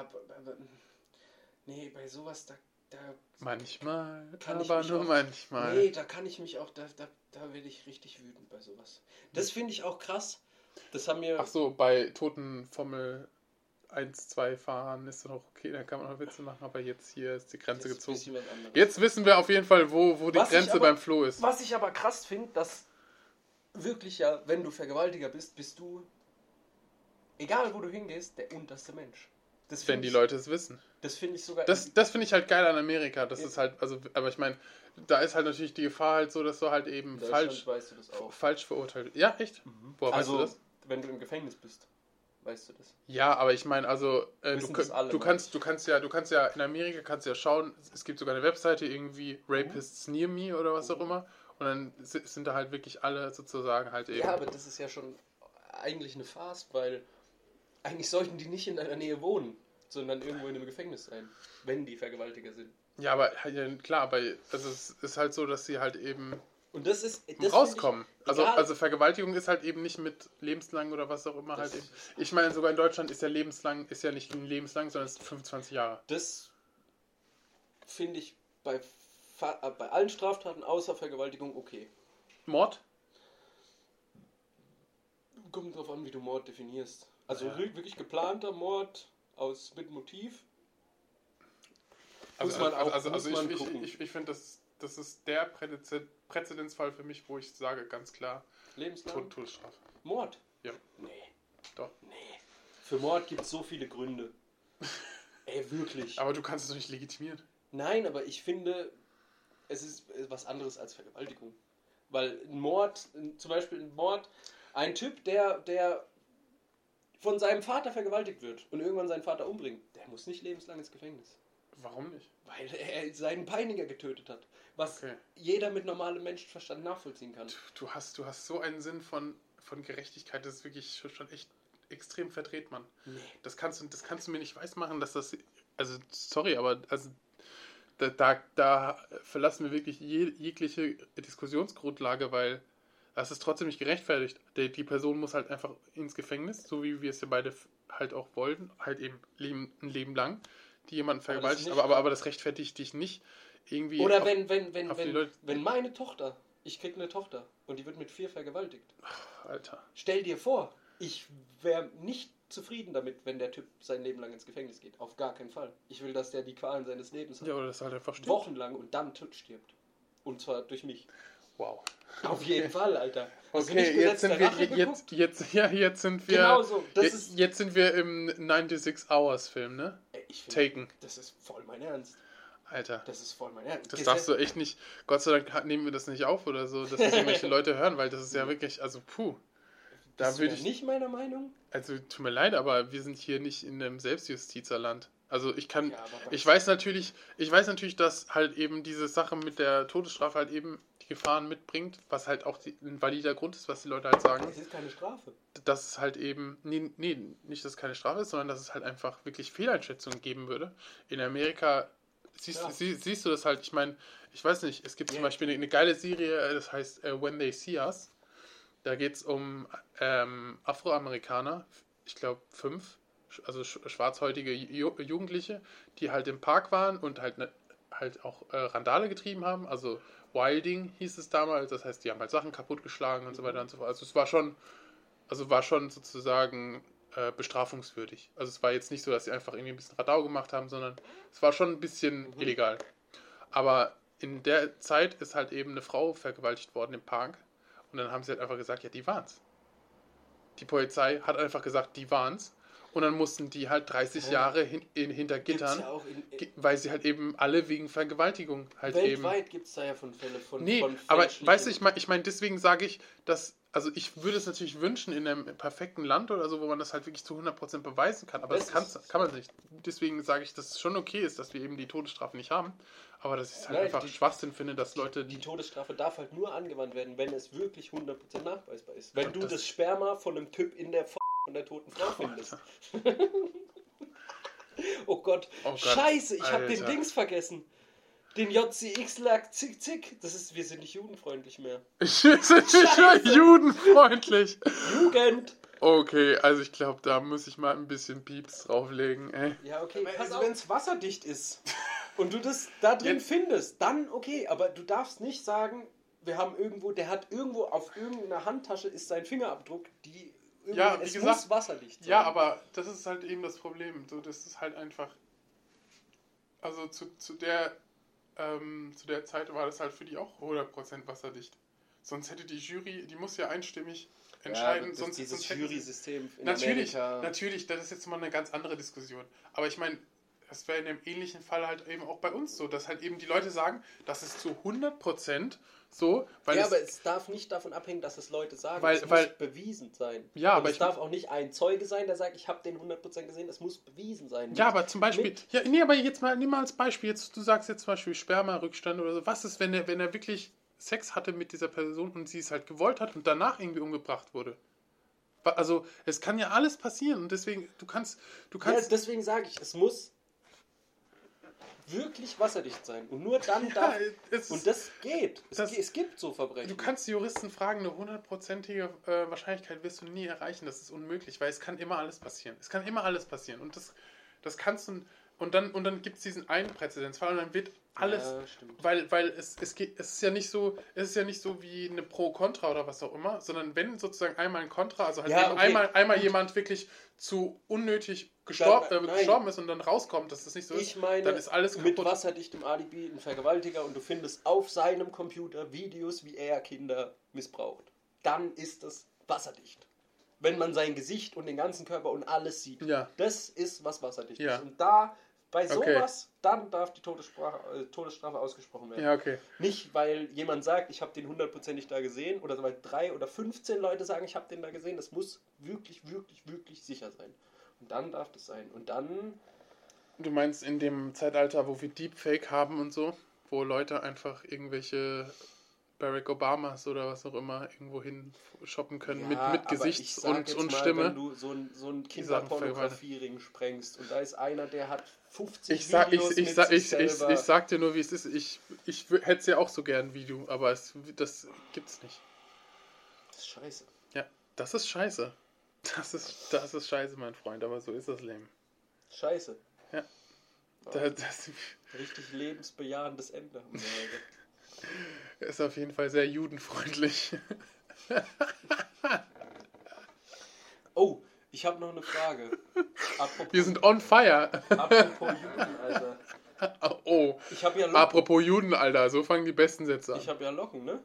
Speaker 3: nee, bei sowas, da
Speaker 2: Manchmal,
Speaker 3: kann ich
Speaker 2: aber
Speaker 3: mich
Speaker 2: nur
Speaker 3: auch-
Speaker 2: manchmal.
Speaker 3: nee, da kann ich mich auch, da werde ich richtig wütend bei sowas. Das finde ich auch krass. Das haben mir...
Speaker 2: Ach so, bei toten Formel 1, 2 Fahrern ist doch okay, da kann man noch Witze machen, aber jetzt hier ist die Grenze
Speaker 3: jetzt ein
Speaker 2: gezogen.
Speaker 3: bisschen was anderes.
Speaker 2: Jetzt wissen wir auf jeden Fall, wo die
Speaker 3: Was ich
Speaker 2: Grenze
Speaker 3: aber-
Speaker 2: beim Flo ist.
Speaker 3: Was ich aber krass finde, dass wirklich ja, wenn du Vergewaltiger bist, bist du, egal wo du hingehst, der unterste Mensch. Das
Speaker 2: Wenn
Speaker 3: find
Speaker 2: die
Speaker 3: ich-
Speaker 2: Leute es wissen.
Speaker 3: Das finde ich sogar...
Speaker 2: Das finde ich halt geil an Amerika. Das ist halt, also, aber ich meine, da ist halt natürlich die Gefahr halt so, dass du halt eben
Speaker 3: in Deutschland
Speaker 2: falsch
Speaker 3: weißt du das auch.
Speaker 2: verurteilt. Ja, echt? Boah, weißt du das?
Speaker 3: wenn du im Gefängnis bist, weißt du das.
Speaker 2: Ja, aber ich meine, also
Speaker 3: Wissen das alle,
Speaker 2: du kannst ja in Amerika kannst ja schauen, es gibt sogar eine Webseite irgendwie Rapists Near Me oder was auch immer und dann sind da halt wirklich alle sozusagen halt eben.
Speaker 3: Ja, aber das ist ja schon eigentlich eine Farce, weil eigentlich sollten die nicht in deiner Nähe wohnen, sondern irgendwo in einem Gefängnis sein, wenn die Vergewaltiger sind.
Speaker 2: Ja, aber ja, klar, aber also es ist halt so, dass sie halt eben
Speaker 3: Und das
Speaker 2: rauskommen.
Speaker 3: find ich, egal-
Speaker 2: Also Vergewaltigung ist halt eben nicht mit lebenslang oder was auch immer
Speaker 3: Das
Speaker 2: halt eben.
Speaker 3: ist-
Speaker 2: Ich meine, sogar in Deutschland ist ja lebenslang, ist ja nicht lebenslang, sondern es ist 25 Jahre.
Speaker 3: Das finde ich bei allen Straftaten außer Vergewaltigung okay.
Speaker 2: Mord?
Speaker 3: Kommt drauf an, wie du Mord definierst. Also
Speaker 2: Ja.
Speaker 3: wirklich geplanter Mord mit Motiv. Muss
Speaker 2: Also,
Speaker 3: man auch-
Speaker 2: also
Speaker 3: muss man
Speaker 2: ich
Speaker 3: gucken.
Speaker 2: finde, das ist der Präzedenzfall für mich, wo ich sage, ganz klar,
Speaker 3: Lebenslang.
Speaker 2: Todesstrafe.
Speaker 3: Mord?
Speaker 2: Ja.
Speaker 3: Nee.
Speaker 2: Doch.
Speaker 3: Nee. Für Mord gibt es so viele Gründe. Ey, wirklich.
Speaker 2: Aber du kannst es doch nicht legitimieren.
Speaker 3: Nein, aber ich finde, es ist was anderes als Vergewaltigung. Weil ein Mord, zum Beispiel ein Mord, ein Typ, der von seinem Vater vergewaltigt wird und irgendwann seinen Vater umbringt, der muss nicht lebenslang ins Gefängnis.
Speaker 2: Warum nicht?
Speaker 3: Weil er seinen Peiniger getötet hat. Was
Speaker 2: Okay.
Speaker 3: jeder mit normalem Menschenverstand nachvollziehen kann.
Speaker 2: Du hast so einen Sinn von Gerechtigkeit, das ist wirklich schon echt extrem verdreht, Mann.
Speaker 3: Nee.
Speaker 2: Das kannst du mir nicht weismachen, dass das, also sorry, aber also da verlassen wir wirklich jegliche Diskussionsgrundlage, weil das ist trotzdem nicht gerechtfertigt. Die Person muss halt einfach ins Gefängnis, so wie wir es ja beide halt auch wollen, halt eben ein Leben lang, die jemanden
Speaker 3: Aber das
Speaker 2: vergewaltigt,
Speaker 3: nicht-
Speaker 2: aber das rechtfertigt dich nicht irgendwie.
Speaker 3: Oder
Speaker 2: auf- auf die Leute-
Speaker 3: wenn meine Tochter, ich krieg eine Tochter und die wird mit 4 vergewaltigt.
Speaker 2: Alter.
Speaker 3: Stell dir vor, ich wäre nicht zufrieden damit, wenn der Typ sein Leben lang ins Gefängnis geht. Auf gar keinen Fall. Ich will, dass der die Qualen seines Lebens hat.
Speaker 2: Ja, oder das halt einfach stimmt.
Speaker 3: Wochenlang und dann stirbt. Und zwar durch mich.
Speaker 2: Wow.
Speaker 3: Auf jeden Fall, Alter. Hast du
Speaker 2: Okay,
Speaker 3: nicht Gesetz der Rache geguckt?
Speaker 2: jetzt sind wir
Speaker 3: Genau so. Das ist,
Speaker 2: jetzt sind wir im 96 Hours Film, ne?
Speaker 3: ey, ich find,
Speaker 2: Taken.
Speaker 3: das ist voll mein Ernst.
Speaker 2: Alter.
Speaker 3: Das ist voll mein Ernst.
Speaker 2: Das darfst du echt nicht. Gott sei Dank nehmen wir das nicht auf oder so, dass das irgendwelche Leute hören, weil das ist ja wirklich, also puh. Da
Speaker 3: Bist du
Speaker 2: würde
Speaker 3: da
Speaker 2: ich.
Speaker 3: nicht meiner Meinung?
Speaker 2: Also tut mir leid, aber wir sind hier nicht in einem Selbstjustizerland. Also ich kann.
Speaker 3: Ja, aber
Speaker 2: Ich weiß natürlich, dass halt eben diese Sache mit der Todesstrafe halt eben die Gefahren mitbringt, was halt auch ein valider Grund ist, was die Leute halt sagen.
Speaker 3: Es ist keine Strafe.
Speaker 2: Dass es halt eben, nee, nicht, dass es keine Strafe ist, sondern dass es halt einfach wirklich Fehleinschätzungen geben würde. In Amerika siehst du das halt? Ich meine, ich weiß nicht, es gibt zum Beispiel eine geile Serie, das heißt When They See Us. Da geht es um Afroamerikaner, ich glaube 5, also schwarzhäutige Jugendliche, die halt im Park waren und halt auch Randale getrieben haben. Also Wilding hieß es damals, das heißt, die haben halt Sachen kaputtgeschlagen und so weiter und so fort. Also es war schon sozusagen bestrafungswürdig. Also es war jetzt nicht so, dass sie einfach irgendwie ein bisschen Radau gemacht haben, sondern es war schon ein bisschen illegal. Aber in der Zeit ist halt eben eine Frau vergewaltigt worden im Park. Und dann haben sie halt einfach gesagt, ja, die waren's. Die Polizei hat einfach gesagt, die waren's. Und dann mussten die halt 30 Jahre hinter Gittern, weil sie halt eben alle wegen Vergewaltigung halt
Speaker 3: weltweit gibt es da ja von Fällen von
Speaker 2: Nee, aber weißt du, ich meine, deswegen sage ich, dass, also ich würde es natürlich wünschen in einem perfekten Land oder so, wo man das halt wirklich zu 100% beweisen kann, aber das kann man nicht. Deswegen sage ich, dass es schon okay ist, dass wir eben die Todesstrafe nicht haben, aber dass ich es halt einfach Schwachsinn finde, dass Leute...
Speaker 3: Die Todesstrafe darf halt nur angewandt werden, wenn es wirklich 100% nachweisbar ist. Wenn du das Sperma von einem Typ in der von der toten Frau findest. Oh Gott, Scheiße, ich habe den Dings vergessen. Den JCX-Lack zick. Wir sind nicht judenfreundlich mehr.
Speaker 2: Wir sind nicht mehr judenfreundlich.
Speaker 3: Jugend.
Speaker 2: Okay, also ich glaube, da muss ich mal ein bisschen Pieps drauflegen, ey.
Speaker 3: Ja, okay, also wenn es wasserdicht ist und du das da drin findest, dann okay, aber du darfst nicht sagen, der hat irgendwo auf irgendeiner Handtasche ist sein Fingerabdruck,
Speaker 2: ja, wie gesagt,
Speaker 3: muss wasserdicht sein.
Speaker 2: Ja, aber das ist halt eben das Problem. So, das ist halt einfach. Also zu der Zeit war das halt für die auch 100% wasserdicht. Sonst hätte die Jury, die muss ja einstimmig entscheiden.
Speaker 3: Ja, dieses Jury-System in
Speaker 2: natürlich,
Speaker 3: Amerika.
Speaker 2: Natürlich, das ist jetzt mal eine ganz andere Diskussion. Aber ich meine, das wäre in einem ähnlichen Fall halt eben auch bei uns so, dass halt eben die Leute sagen, das ist zu 100% so, weil
Speaker 3: aber es darf nicht davon abhängen, dass es Leute sagen.
Speaker 2: Es
Speaker 3: muss bewiesen sein.
Speaker 2: Ja, aber
Speaker 3: es darf auch nicht ein Zeuge sein, der sagt, ich habe den 100% gesehen. Es muss bewiesen sein.
Speaker 2: Ja, aber zum Beispiel, aber jetzt mal, nimm mal als Beispiel, du sagst jetzt zum Beispiel Sperma-Rückstand oder so. Was ist, wenn er wirklich Sex hatte mit dieser Person und sie es halt gewollt hat und danach irgendwie umgebracht wurde? Also, es kann ja alles passieren und deswegen, du kannst...
Speaker 3: Ja, deswegen sage ich, es muss wirklich wasserdicht sein. Und nur dann darf... und das geht. Es gibt so Verbrechen.
Speaker 2: Du kannst die Juristen fragen, eine 100%ige Wahrscheinlichkeit wirst du nie erreichen. Das ist unmöglich, weil es kann immer alles passieren. Es kann immer alles passieren. Und das kannst du... Und dann gibt es diesen einen Präzedenzfall und dann wird alles...
Speaker 3: Ja, stimmt.
Speaker 2: Weil es ist ja nicht so wie eine Pro-Kontra oder was auch immer, sondern wenn sozusagen einmal ein Kontra, also halt einmal jemand wirklich zu unnötig gestorben ist und dann rauskommt, dass das nicht so ist, dann ist alles kaputt.
Speaker 3: Mit wasserdichtem Alibi ein Vergewaltiger und du findest auf seinem Computer Videos, wie er Kinder missbraucht. Dann ist das wasserdicht. Wenn man sein Gesicht und den ganzen Körper und alles sieht.
Speaker 2: Ja.
Speaker 3: Das ist, was wasserdicht
Speaker 2: ist.
Speaker 3: Und bei sowas, dann darf die Todesstrafe ausgesprochen werden.
Speaker 2: Ja, okay.
Speaker 3: Nicht, weil jemand sagt, ich habe den 100%ig da gesehen, oder weil 3 oder 15 Leute sagen, ich habe den da gesehen. Das muss wirklich, wirklich, wirklich sicher sein. Und dann darf das sein. Und dann...
Speaker 2: Du meinst in dem Zeitalter, wo wir Deepfake haben und so, wo Leute einfach irgendwelche Barack Obamas oder was auch immer irgendwo hin shoppen können mit Gesichts- und Stimme.
Speaker 3: Wenn du so ein Kinderpornografie-Ring sprengst und da ist einer, der hat 50
Speaker 2: ich
Speaker 3: sag
Speaker 2: dir nur, wie es ist. Ich hätte es ja auch so gern wie du, aber das gibt's nicht.
Speaker 3: Das ist scheiße.
Speaker 2: Ja, das ist scheiße. Das ist scheiße, mein Freund, aber so ist das Leben.
Speaker 3: Scheiße.
Speaker 2: Ja.
Speaker 3: Richtig lebensbejahendes Ende haben wir heute.
Speaker 2: Ist auf jeden Fall sehr judenfreundlich.
Speaker 3: Oh, ich habe noch eine Frage.
Speaker 2: Wir sind on fire.
Speaker 3: Apropos Juden, Alter.
Speaker 2: Oh,
Speaker 3: ich hab ja Locken.
Speaker 2: Apropos Juden, Alter, so fangen die besten Sätze an.
Speaker 3: Ich habe ja Locken, ne?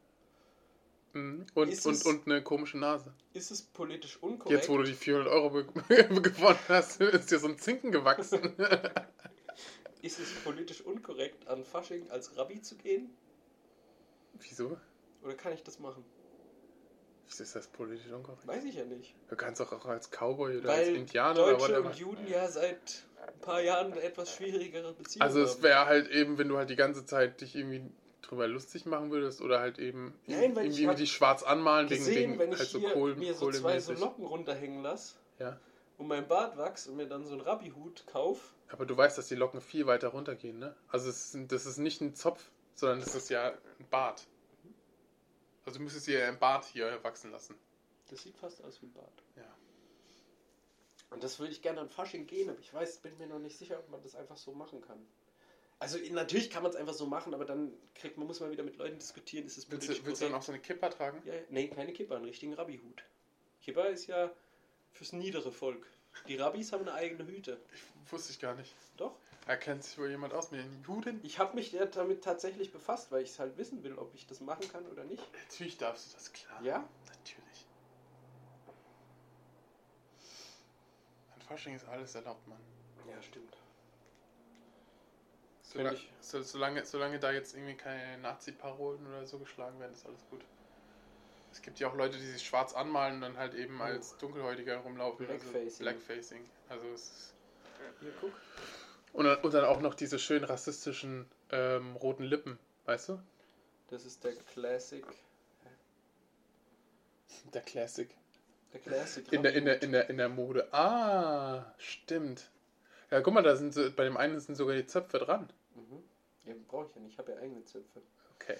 Speaker 2: Und eine komische Nase.
Speaker 3: Ist es politisch unkorrekt?
Speaker 2: Jetzt, wo du die 400 Euro gewonnen hast, ist dir so ein Zinken gewachsen.
Speaker 3: Ist es politisch unkorrekt, an Fasching als Rabbi zu gehen?
Speaker 2: Wieso?
Speaker 3: Oder kann ich das machen?
Speaker 2: Ist das politisch unkorrekt?
Speaker 3: Weiß ich ja nicht.
Speaker 2: Du kannst auch als Cowboy oder
Speaker 3: weil
Speaker 2: als Indianer
Speaker 3: Deutsche
Speaker 2: oder whatever.
Speaker 3: Und Juden ja seit ein paar Jahren eine etwas schwierigere Beziehung
Speaker 2: Also es
Speaker 3: haben.
Speaker 2: wäre halt eben, wenn du halt die ganze Zeit dich irgendwie drüber lustig machen würdest oder halt eben irgendwie die schwarz anmalen
Speaker 3: gesehen,
Speaker 2: wegen
Speaker 3: wenn ich
Speaker 2: halt so
Speaker 3: hier
Speaker 2: Kohl,
Speaker 3: mir so zwei so Locken runterhängen lasse,
Speaker 2: ja.
Speaker 3: und mein Bart wachse und mir dann so einen Rabbi-Hut kaufe.
Speaker 2: Aber du weißt, dass die Locken viel weiter runtergehen, ne? Also das ist nicht ein Zopf, sondern das ist ja ein Bart. Also du müsstest dir ein Bart hier wachsen lassen.
Speaker 3: Das sieht fast aus wie ein Bart.
Speaker 2: Ja.
Speaker 3: Und das würde ich gerne an Fasching gehen, aber bin mir noch nicht sicher, ob man das einfach so machen kann. Also natürlich kann man es einfach so machen, aber dann muss man wieder mit Leuten diskutieren, ist es
Speaker 2: Willst du dann auch so eine Kippa tragen?
Speaker 3: Ja, nee, keine Kippa, einen richtigen Rabbi-Hut. Kippa ist ja fürs niedere Volk. Die Rabbis haben eine eigene Hüte.
Speaker 2: Wusste ich gar nicht.
Speaker 3: Doch.
Speaker 2: Erkennt sich wohl jemand aus mit den Juden?
Speaker 3: Ich habe mich damit tatsächlich befasst, weil ich es halt wissen will, ob ich das machen kann oder nicht.
Speaker 2: Natürlich darfst du das, klar.
Speaker 3: Ja?
Speaker 2: Natürlich. An Fasching ist alles erlaubt, Mann.
Speaker 3: Ja, stimmt.
Speaker 2: Solange da jetzt irgendwie keine Nazi-Parolen oder so geschlagen werden, ist alles gut. Es gibt ja auch Leute, die sich schwarz anmalen und dann halt eben als Dunkelhäutiger rumlaufen.
Speaker 3: Blackfacing.
Speaker 2: Also Blackfacing. Also es ist...
Speaker 3: Hier, guck.
Speaker 2: Und dann auch noch diese schön rassistischen roten Lippen, weißt du?
Speaker 3: Das ist der Classic.
Speaker 2: Der Classic.
Speaker 3: Der Classic.
Speaker 2: In der Mode. Ah, stimmt. Ja, guck mal, bei dem einen sind sogar die Zöpfe dran.
Speaker 3: Mhm. Ja, brauche ich ja nicht. Ich habe ja eigene Zöpfe.
Speaker 2: Okay.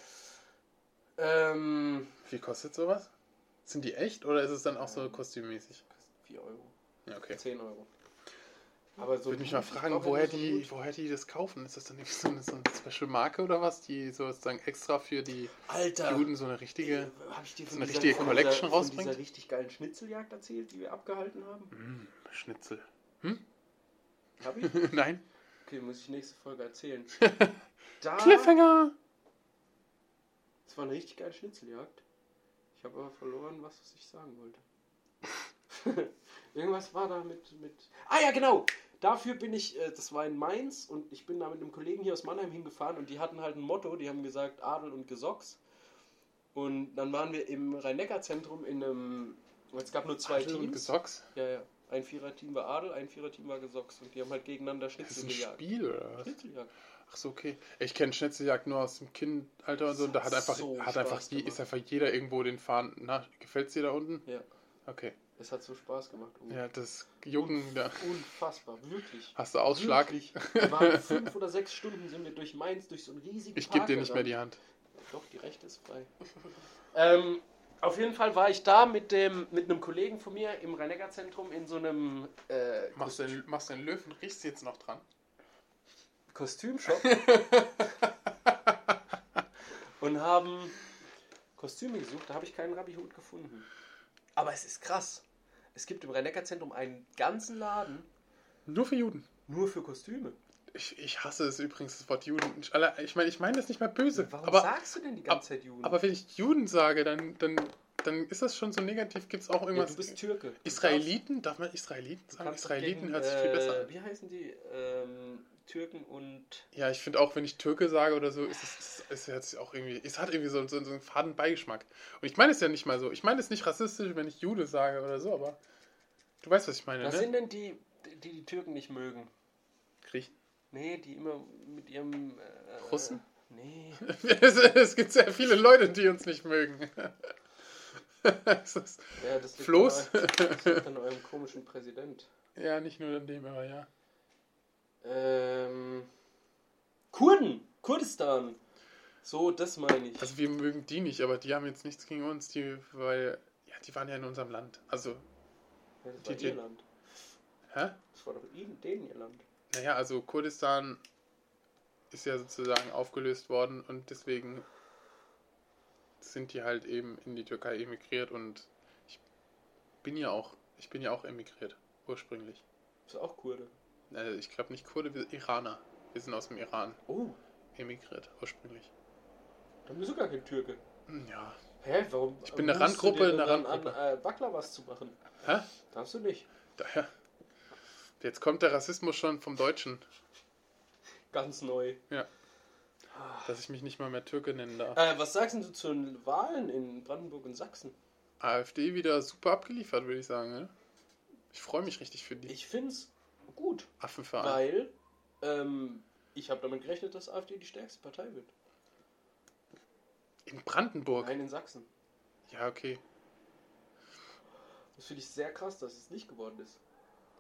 Speaker 2: Wie kostet sowas? Sind die echt oder ist es dann auch so kostümmäßig?
Speaker 3: 4 Euro.
Speaker 2: Ja, okay.
Speaker 3: 10 Euro. Aber so
Speaker 2: ich würde mich mal fragen, woher die das kaufen. Ist das dann irgendwie so eine Special Marke oder was, die sozusagen extra für die Juden so eine richtige,
Speaker 3: hab ich dir
Speaker 2: so eine richtige Collection rausbringt?
Speaker 3: Von dieser richtig geilen Schnitzeljagd erzählt, die wir abgehalten haben?
Speaker 2: Schnitzel.
Speaker 3: Hab ich?
Speaker 2: Nein.
Speaker 3: Okay, muss ich nächste Folge erzählen.
Speaker 2: Cliffhanger!
Speaker 3: Das war eine richtig geile Schnitzeljagd. Ich habe aber verloren, was ich sagen wollte. Irgendwas war da mit... Ah ja, genau! Dafür bin ich, das war in Mainz und ich bin da mit einem Kollegen hier aus Mannheim hingefahren und die hatten halt ein Motto, die haben gesagt Adel und Gesocks. Und dann waren wir im Rhein-Neckar-Zentrum in einem... Es gab nur 2
Speaker 2: Adel
Speaker 3: Teams.
Speaker 2: Und Gesocks?
Speaker 3: Ja. Ein Viererteam war Adel, ein Viererteam war Gesocks und die haben halt gegeneinander Schnitzel
Speaker 2: gejagt. Ist das ein
Speaker 3: gejagt.
Speaker 2: Spiel oder was?
Speaker 3: Schnitzeljagd.
Speaker 2: Ach so, okay. Ich kenne Schnitzeljagd nur aus dem Kindalter und so. Da ist einfach jeder irgendwo den Fahren. Na, gefällt's dir da unten?
Speaker 3: Ja.
Speaker 2: Okay.
Speaker 3: Es hat so Spaß gemacht.
Speaker 2: Ja, das Jucken da.
Speaker 3: Unfassbar, wirklich.
Speaker 2: Hast du Ausschlag?
Speaker 3: Wirklich. Wir waren 5 oder 6 Stunden sind wir durch Mainz, durch so einen riesigen
Speaker 2: Ich gebe dir nicht mehr die Hand.
Speaker 3: Doch, die rechte ist frei. Auf jeden Fall war ich da mit einem Kollegen von mir im Rhein-Neckar-Zentrum in so einem
Speaker 2: Machst du den Löwen, riechst du jetzt noch dran?
Speaker 3: Kostümshop und haben Kostüme gesucht, da habe ich keinen Rabbi-Hut gefunden. Aber es ist krass. Es gibt im Rhein-Neckar-Zentrum einen ganzen Laden
Speaker 2: Nur für Juden.
Speaker 3: nur für Kostüme.
Speaker 2: Ich hasse es übrigens, das Wort Juden. Ich meine das nicht mal böse.
Speaker 3: Warum
Speaker 2: aber,
Speaker 3: sagst du denn die ganze Zeit Juden?
Speaker 2: Aber wenn ich Juden sage, dann ist das schon so negativ. Gibt es auch irgendwas?
Speaker 3: Ja, du bist Türke.
Speaker 2: Israeliten? Darf man Israeliten sagen? Israeliten hört sich viel besser an.
Speaker 3: Wie heißen die? Türken und...
Speaker 2: Ja, ich finde auch, wenn ich Türke sage oder so, es hört sich auch irgendwie... Es hat irgendwie so einen faden Beigeschmack. Und ich meine es ja nicht mal so. Ich meine es nicht rassistisch, wenn ich Jude sage oder so, aber... Du weißt, was ich meine,
Speaker 3: Was
Speaker 2: ne?
Speaker 3: sind denn die Türken nicht mögen?
Speaker 2: Griechen?
Speaker 3: Nee, die immer mit ihrem...
Speaker 2: Russen?
Speaker 3: Nee.
Speaker 2: Es gibt sehr viele Leute, die uns nicht mögen.
Speaker 3: Ja, das liegt
Speaker 2: Floß?
Speaker 3: Das liegt an eurem komischen Präsident.
Speaker 2: Ja, nicht nur an dem, aber ja.
Speaker 3: Kurdistan. So, das meine ich.
Speaker 2: Also wir mögen die nicht, aber die haben jetzt nichts gegen uns, weil die waren ja in unserem Land. Also.
Speaker 3: Ja, das war ihr Land.
Speaker 2: Hä?
Speaker 3: Das war doch denen ihr Land.
Speaker 2: Naja, also Kurdistan ist ja sozusagen aufgelöst worden und deswegen sind die halt eben in die Türkei emigriert und ich bin ja auch emigriert, ursprünglich.
Speaker 3: Bist du auch Kurde?
Speaker 2: Ich glaube nicht Kurde, wir sind Iraner. Wir sind aus dem Iran.
Speaker 3: Oh.
Speaker 2: Emigriert, ursprünglich.
Speaker 3: Dann bist du gar kein Türke.
Speaker 2: Ja.
Speaker 3: Hä, warum?
Speaker 2: Ich bin eine Randgruppe,
Speaker 3: An Baklava zu machen.
Speaker 2: Hä?
Speaker 3: Darfst du nicht.
Speaker 2: Daher. Jetzt kommt der Rassismus schon vom Deutschen.
Speaker 3: Ganz neu.
Speaker 2: Ja. Dass ich mich nicht mal mehr Türke nennen darf.
Speaker 3: Was sagst du zu den Wahlen in Brandenburg und Sachsen?
Speaker 2: AfD wieder super abgeliefert, würde ich sagen. Ne? Ich freue mich richtig für die.
Speaker 3: Ich find's gut.
Speaker 2: Affenverein.
Speaker 3: Weil ich habe damit gerechnet, dass AfD die stärkste Partei wird.
Speaker 2: In Brandenburg?
Speaker 3: Nein, in Sachsen.
Speaker 2: Ja, okay.
Speaker 3: Das finde ich sehr krass, dass es nicht geworden ist.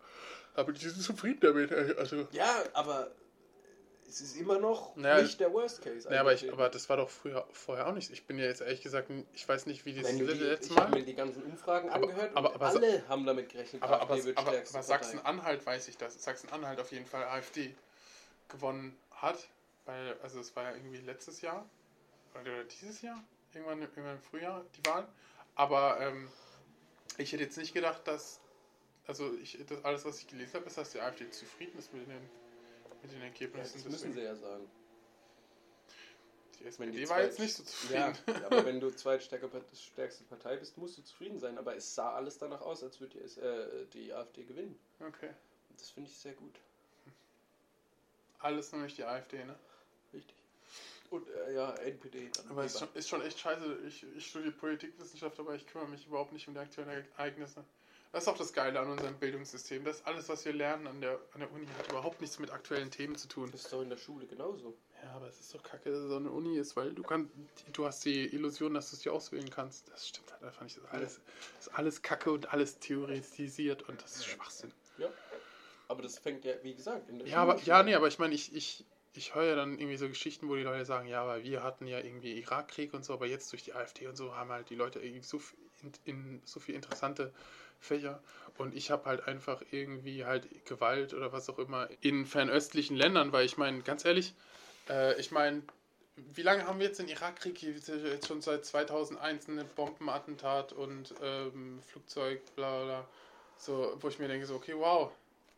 Speaker 2: Aber die sind zufrieden damit. Also,
Speaker 3: Ja, aber es ist immer noch
Speaker 2: Naja,
Speaker 3: nicht der Worst Case.
Speaker 2: ja, aber das war doch vorher auch nicht. Ich bin ja jetzt ehrlich gesagt, ich weiß nicht, wie das
Speaker 3: Wenn du
Speaker 2: letzte
Speaker 3: ich habe
Speaker 2: Mal.
Speaker 3: mir die ganzen Umfragen
Speaker 2: Aber-
Speaker 3: angehört
Speaker 2: aber-
Speaker 3: und
Speaker 2: aber-
Speaker 3: alle haben damit gerechnet, AfD wird stärkste
Speaker 2: aber
Speaker 3: Partei.
Speaker 2: Sachsen-Anhalt weiß ich das. Sachsen-Anhalt auf jeden Fall AfD gewonnen hat. Weil, also es war ja irgendwie letztes Jahr oder dieses Jahr, irgendwann im Frühjahr die Wahl. Aber ich hätte jetzt nicht gedacht, dass, das alles, was ich gelesen habe, ist, dass die AfD zufrieden ist mit den
Speaker 3: Ja,
Speaker 2: Ergebnissen.
Speaker 3: das müssen sie ja sagen.
Speaker 2: Die
Speaker 3: Wenn
Speaker 2: SPD
Speaker 3: die
Speaker 2: war jetzt nicht so zufrieden.
Speaker 3: Ja, aber wenn du zweitstärkste Partei bist, musst du zufrieden sein. Aber es sah alles danach aus, als würde die AfD gewinnen.
Speaker 2: Okay.
Speaker 3: Und das finde ich sehr gut.
Speaker 2: Alles nur nicht die AfD, ne?
Speaker 3: Richtig. Und ja, NPD. Dann
Speaker 2: Aber es
Speaker 3: lieber.
Speaker 2: ist schon echt scheiße. Ich studiere Politikwissenschaft, aber ich kümmere mich überhaupt nicht um die aktuellen Ereignisse. Das ist auch das Geile an unserem Bildungssystem. Das alles, was wir lernen an der Uni, hat überhaupt nichts mit aktuellen Themen zu tun.
Speaker 3: Das ist doch in der Schule genauso.
Speaker 2: Ja, aber es ist doch kacke, dass es so eine Uni ist, weil du hast die Illusion, dass du es dir auswählen kannst. Das stimmt halt einfach nicht. Das ist alles kacke und alles theoretisiert und das ist Schwachsinn.
Speaker 3: Ja. Aber das fängt ja, wie gesagt, in der
Speaker 2: Ja,
Speaker 3: Schule
Speaker 2: aber,
Speaker 3: schon
Speaker 2: ja,
Speaker 3: an.
Speaker 2: nee, aber ich meine, ich höre ja dann irgendwie so Geschichten, wo die Leute sagen, ja, aber wir hatten ja irgendwie Irakkrieg und so, aber jetzt durch die AfD und so haben halt die Leute irgendwie so viel interessante Fächer und ich habe halt einfach irgendwie halt Gewalt oder was auch immer in fernöstlichen Ländern, weil ich meine, ganz ehrlich, wie lange haben wir jetzt den Irakkrieg? Jetzt schon seit 2001 ein Bombenattentat und Flugzeug, bla bla, so, wo ich mir denke, so, okay, wow.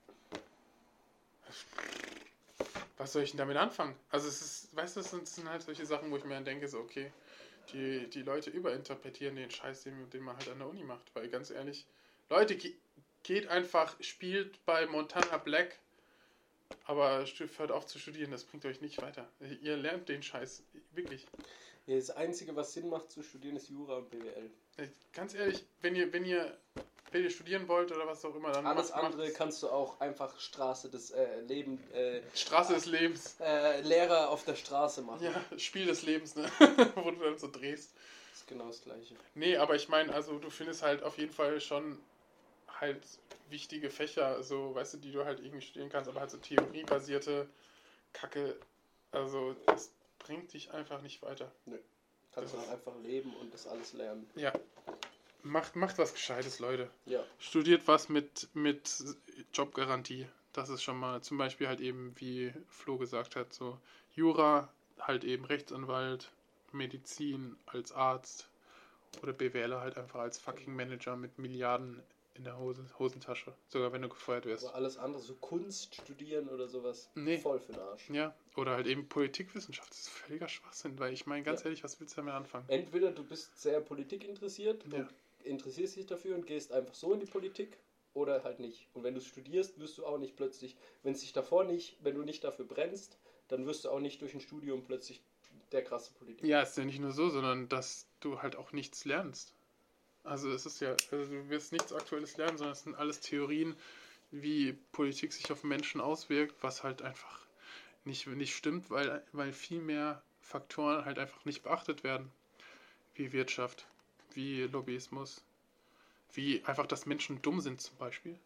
Speaker 2: Was soll ich denn damit anfangen? Also es ist, weißt du, das sind halt solche Sachen, wo ich mir dann denke, so okay, die Leute überinterpretieren den Scheiß, den man halt an der Uni macht. Weil ganz ehrlich, Leute, geht einfach, spielt bei Montana Black, aber hört auf zu studieren, das bringt euch nicht weiter. Ihr lernt den Scheiß, wirklich.
Speaker 3: Ja, das Einzige, was Sinn macht zu studieren, ist Jura und BWL.
Speaker 2: Ganz ehrlich, wenn ihr studieren wollt oder was auch immer, dann
Speaker 3: Alles
Speaker 2: macht
Speaker 3: andere
Speaker 2: es.
Speaker 3: kannst du auch einfach Straße des
Speaker 2: Straße des Lebens.
Speaker 3: Lehrer auf der Straße machen.
Speaker 2: Ja, Spiel des Lebens, ne? Wo du dann so drehst.
Speaker 3: Das ist genau das Gleiche.
Speaker 2: Nee, aber ich meine, also du findest halt auf jeden Fall schon halt wichtige Fächer, so, weißt du, die du halt irgendwie studieren kannst, aber halt so theoriebasierte Kacke, also das bringt dich einfach nicht weiter.
Speaker 3: Kannst du einfach leben und das alles lernen.
Speaker 2: Ja. Macht was Gescheites, Leute.
Speaker 3: Ja.
Speaker 2: Studiert was mit Jobgarantie. Das ist schon mal, zum Beispiel halt eben, wie Flo gesagt hat, so Jura, halt eben Rechtsanwalt, Medizin als Arzt oder BWLer halt einfach als fucking Manager mit Milliarden in der Hosentasche. Sogar wenn du gefeuert wirst.
Speaker 3: Aber alles andere, so Kunst studieren oder sowas,
Speaker 2: Nee.
Speaker 3: voll für den Arsch.
Speaker 2: Ja, oder halt eben Politikwissenschaft. Das ist völliger Schwachsinn, weil ich meine, ganz
Speaker 3: Ja.
Speaker 2: ehrlich, was willst du damit anfangen?
Speaker 3: Entweder du bist sehr Politik interessiert
Speaker 2: Ja.
Speaker 3: und interessierst dich dafür und gehst einfach so in die Politik oder halt nicht. Und wenn du studierst, wirst du auch nicht plötzlich, wenn du nicht dafür brennst, dann wirst du auch nicht durch ein Studium plötzlich der krasse Politiker.
Speaker 2: Ja, ist ja nicht nur so, sondern dass du halt auch nichts lernst. Also es ist ja, also du wirst nichts Aktuelles lernen, sondern es sind alles Theorien, wie Politik sich auf Menschen auswirkt, was halt einfach nicht stimmt, weil viel mehr Faktoren halt einfach nicht beachtet werden. Wie Wirtschaft, wie Lobbyismus, wie einfach, dass Menschen dumm sind zum Beispiel.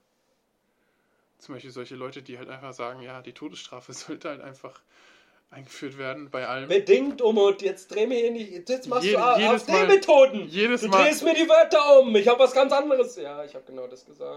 Speaker 2: Zum Beispiel solche Leute, die halt einfach sagen, ja, die Todesstrafe sollte halt einfach eingeführt werden bei allem.
Speaker 3: Bedingt, Umut, jetzt dreh mir hier nicht. Jetzt machst
Speaker 2: Jedes
Speaker 3: du
Speaker 2: Mal-
Speaker 3: AfD-Methoden.
Speaker 2: jedes
Speaker 3: Du
Speaker 2: Mal-
Speaker 3: drehst mir die Wörter um. Ich habe was ganz anderes. Ja, ich habe genau das gesagt.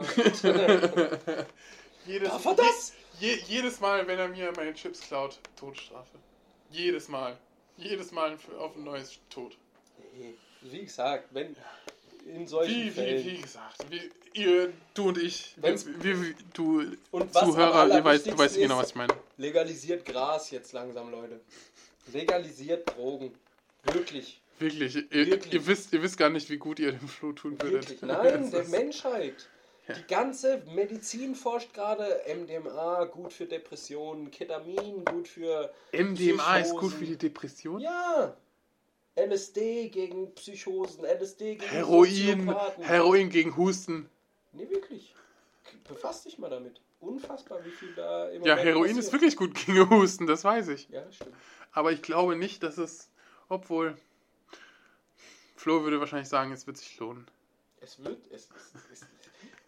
Speaker 3: Darf er das?
Speaker 2: Jedes Mal, wenn er mir meine Chips klaut, Todesstrafe. Jedes Mal. Jedes Mal auf ein neues Tod.
Speaker 3: Wie gesagt, wenn in solchen Fällen.
Speaker 2: Wie gesagt, du und ich,
Speaker 3: Wenn's-
Speaker 2: du
Speaker 3: Und was am
Speaker 2: Zuhörer, du
Speaker 3: allerwichtigsten
Speaker 2: weißt genau,
Speaker 3: ist,
Speaker 2: was ich meine.
Speaker 3: Legalisiert Gras jetzt langsam, Leute. Legalisiert Drogen. Wirklich.
Speaker 2: Wirklich,
Speaker 3: Wirklich.
Speaker 2: Ihr wisst gar nicht, wie gut ihr dem Flo tun würdet.
Speaker 3: Wirklich. Nein,
Speaker 2: Das
Speaker 3: der
Speaker 2: ist-
Speaker 3: Menschheit.
Speaker 2: Ja.
Speaker 3: Die ganze Medizin forscht gerade. MDMA, gut für Depressionen. Ketamin, gut für
Speaker 2: MDMA ist
Speaker 3: Psychosen.
Speaker 2: gut für die Depression.
Speaker 3: Ja. LSD gegen Psychosen, LSD gegen
Speaker 2: Heroin
Speaker 3: Soziopathen.
Speaker 2: gegen Husten.
Speaker 3: Nee, wirklich. Befass dich mal damit. Unfassbar, wie viel da immer
Speaker 2: Ja, Heroin ist wirklich gut gegen Husten, das weiß ich.
Speaker 3: Ja, das stimmt.
Speaker 2: Aber ich glaube nicht, dass es, obwohl Flo würde wahrscheinlich sagen, es wird sich lohnen.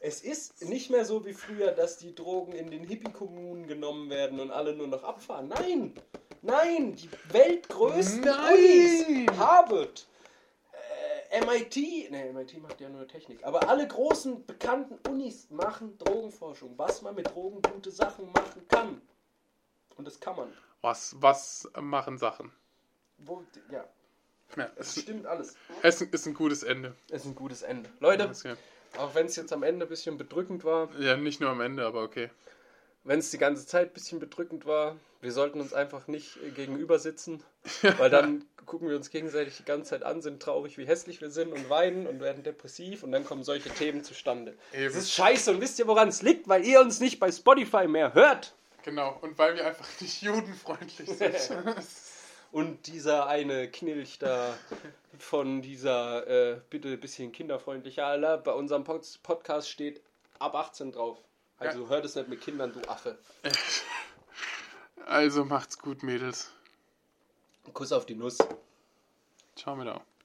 Speaker 3: Es ist nicht mehr so wie früher, dass die Drogen in den Hippie-Kommunen genommen werden und alle nur noch abfahren. Nein! Nein! Die weltgrößten Unis, Harvard, MIT, MIT macht ja nur Technik, aber alle großen, bekannten Unis machen Drogenforschung, was man mit Drogen gute Sachen machen kann. Und das kann man.
Speaker 2: Was machen Sachen?
Speaker 3: Ja,
Speaker 2: Ja,
Speaker 3: es stimmt alles.
Speaker 2: Es ist ein gutes Ende.
Speaker 3: Es ist ein gutes Ende. Leute,
Speaker 2: Okay.
Speaker 3: auch wenn es jetzt am Ende ein bisschen bedrückend war,
Speaker 2: Ja, nicht nur am Ende, aber okay.
Speaker 3: wenn es die ganze Zeit ein bisschen bedrückend war, wir sollten uns einfach nicht gegenüber sitzen, weil dann gucken wir uns gegenseitig die ganze Zeit an, sind traurig, wie hässlich wir sind und weinen und werden depressiv und dann kommen solche Themen zustande.
Speaker 2: Eben.
Speaker 3: Das ist scheiße und wisst ihr, woran es liegt? Weil ihr uns nicht bei Spotify mehr hört.
Speaker 2: Genau, und weil wir einfach nicht judenfreundlich sind.
Speaker 3: Und dieser eine Knilch da von dieser bitte ein bisschen kinderfreundlicher Alter, bei unserem Podcast steht ab 18 drauf. Also hört es nicht mit Kindern, du Affe.
Speaker 2: Also macht's gut, Mädels.
Speaker 3: Kuss auf die Nuss.
Speaker 2: Ciao mit auch.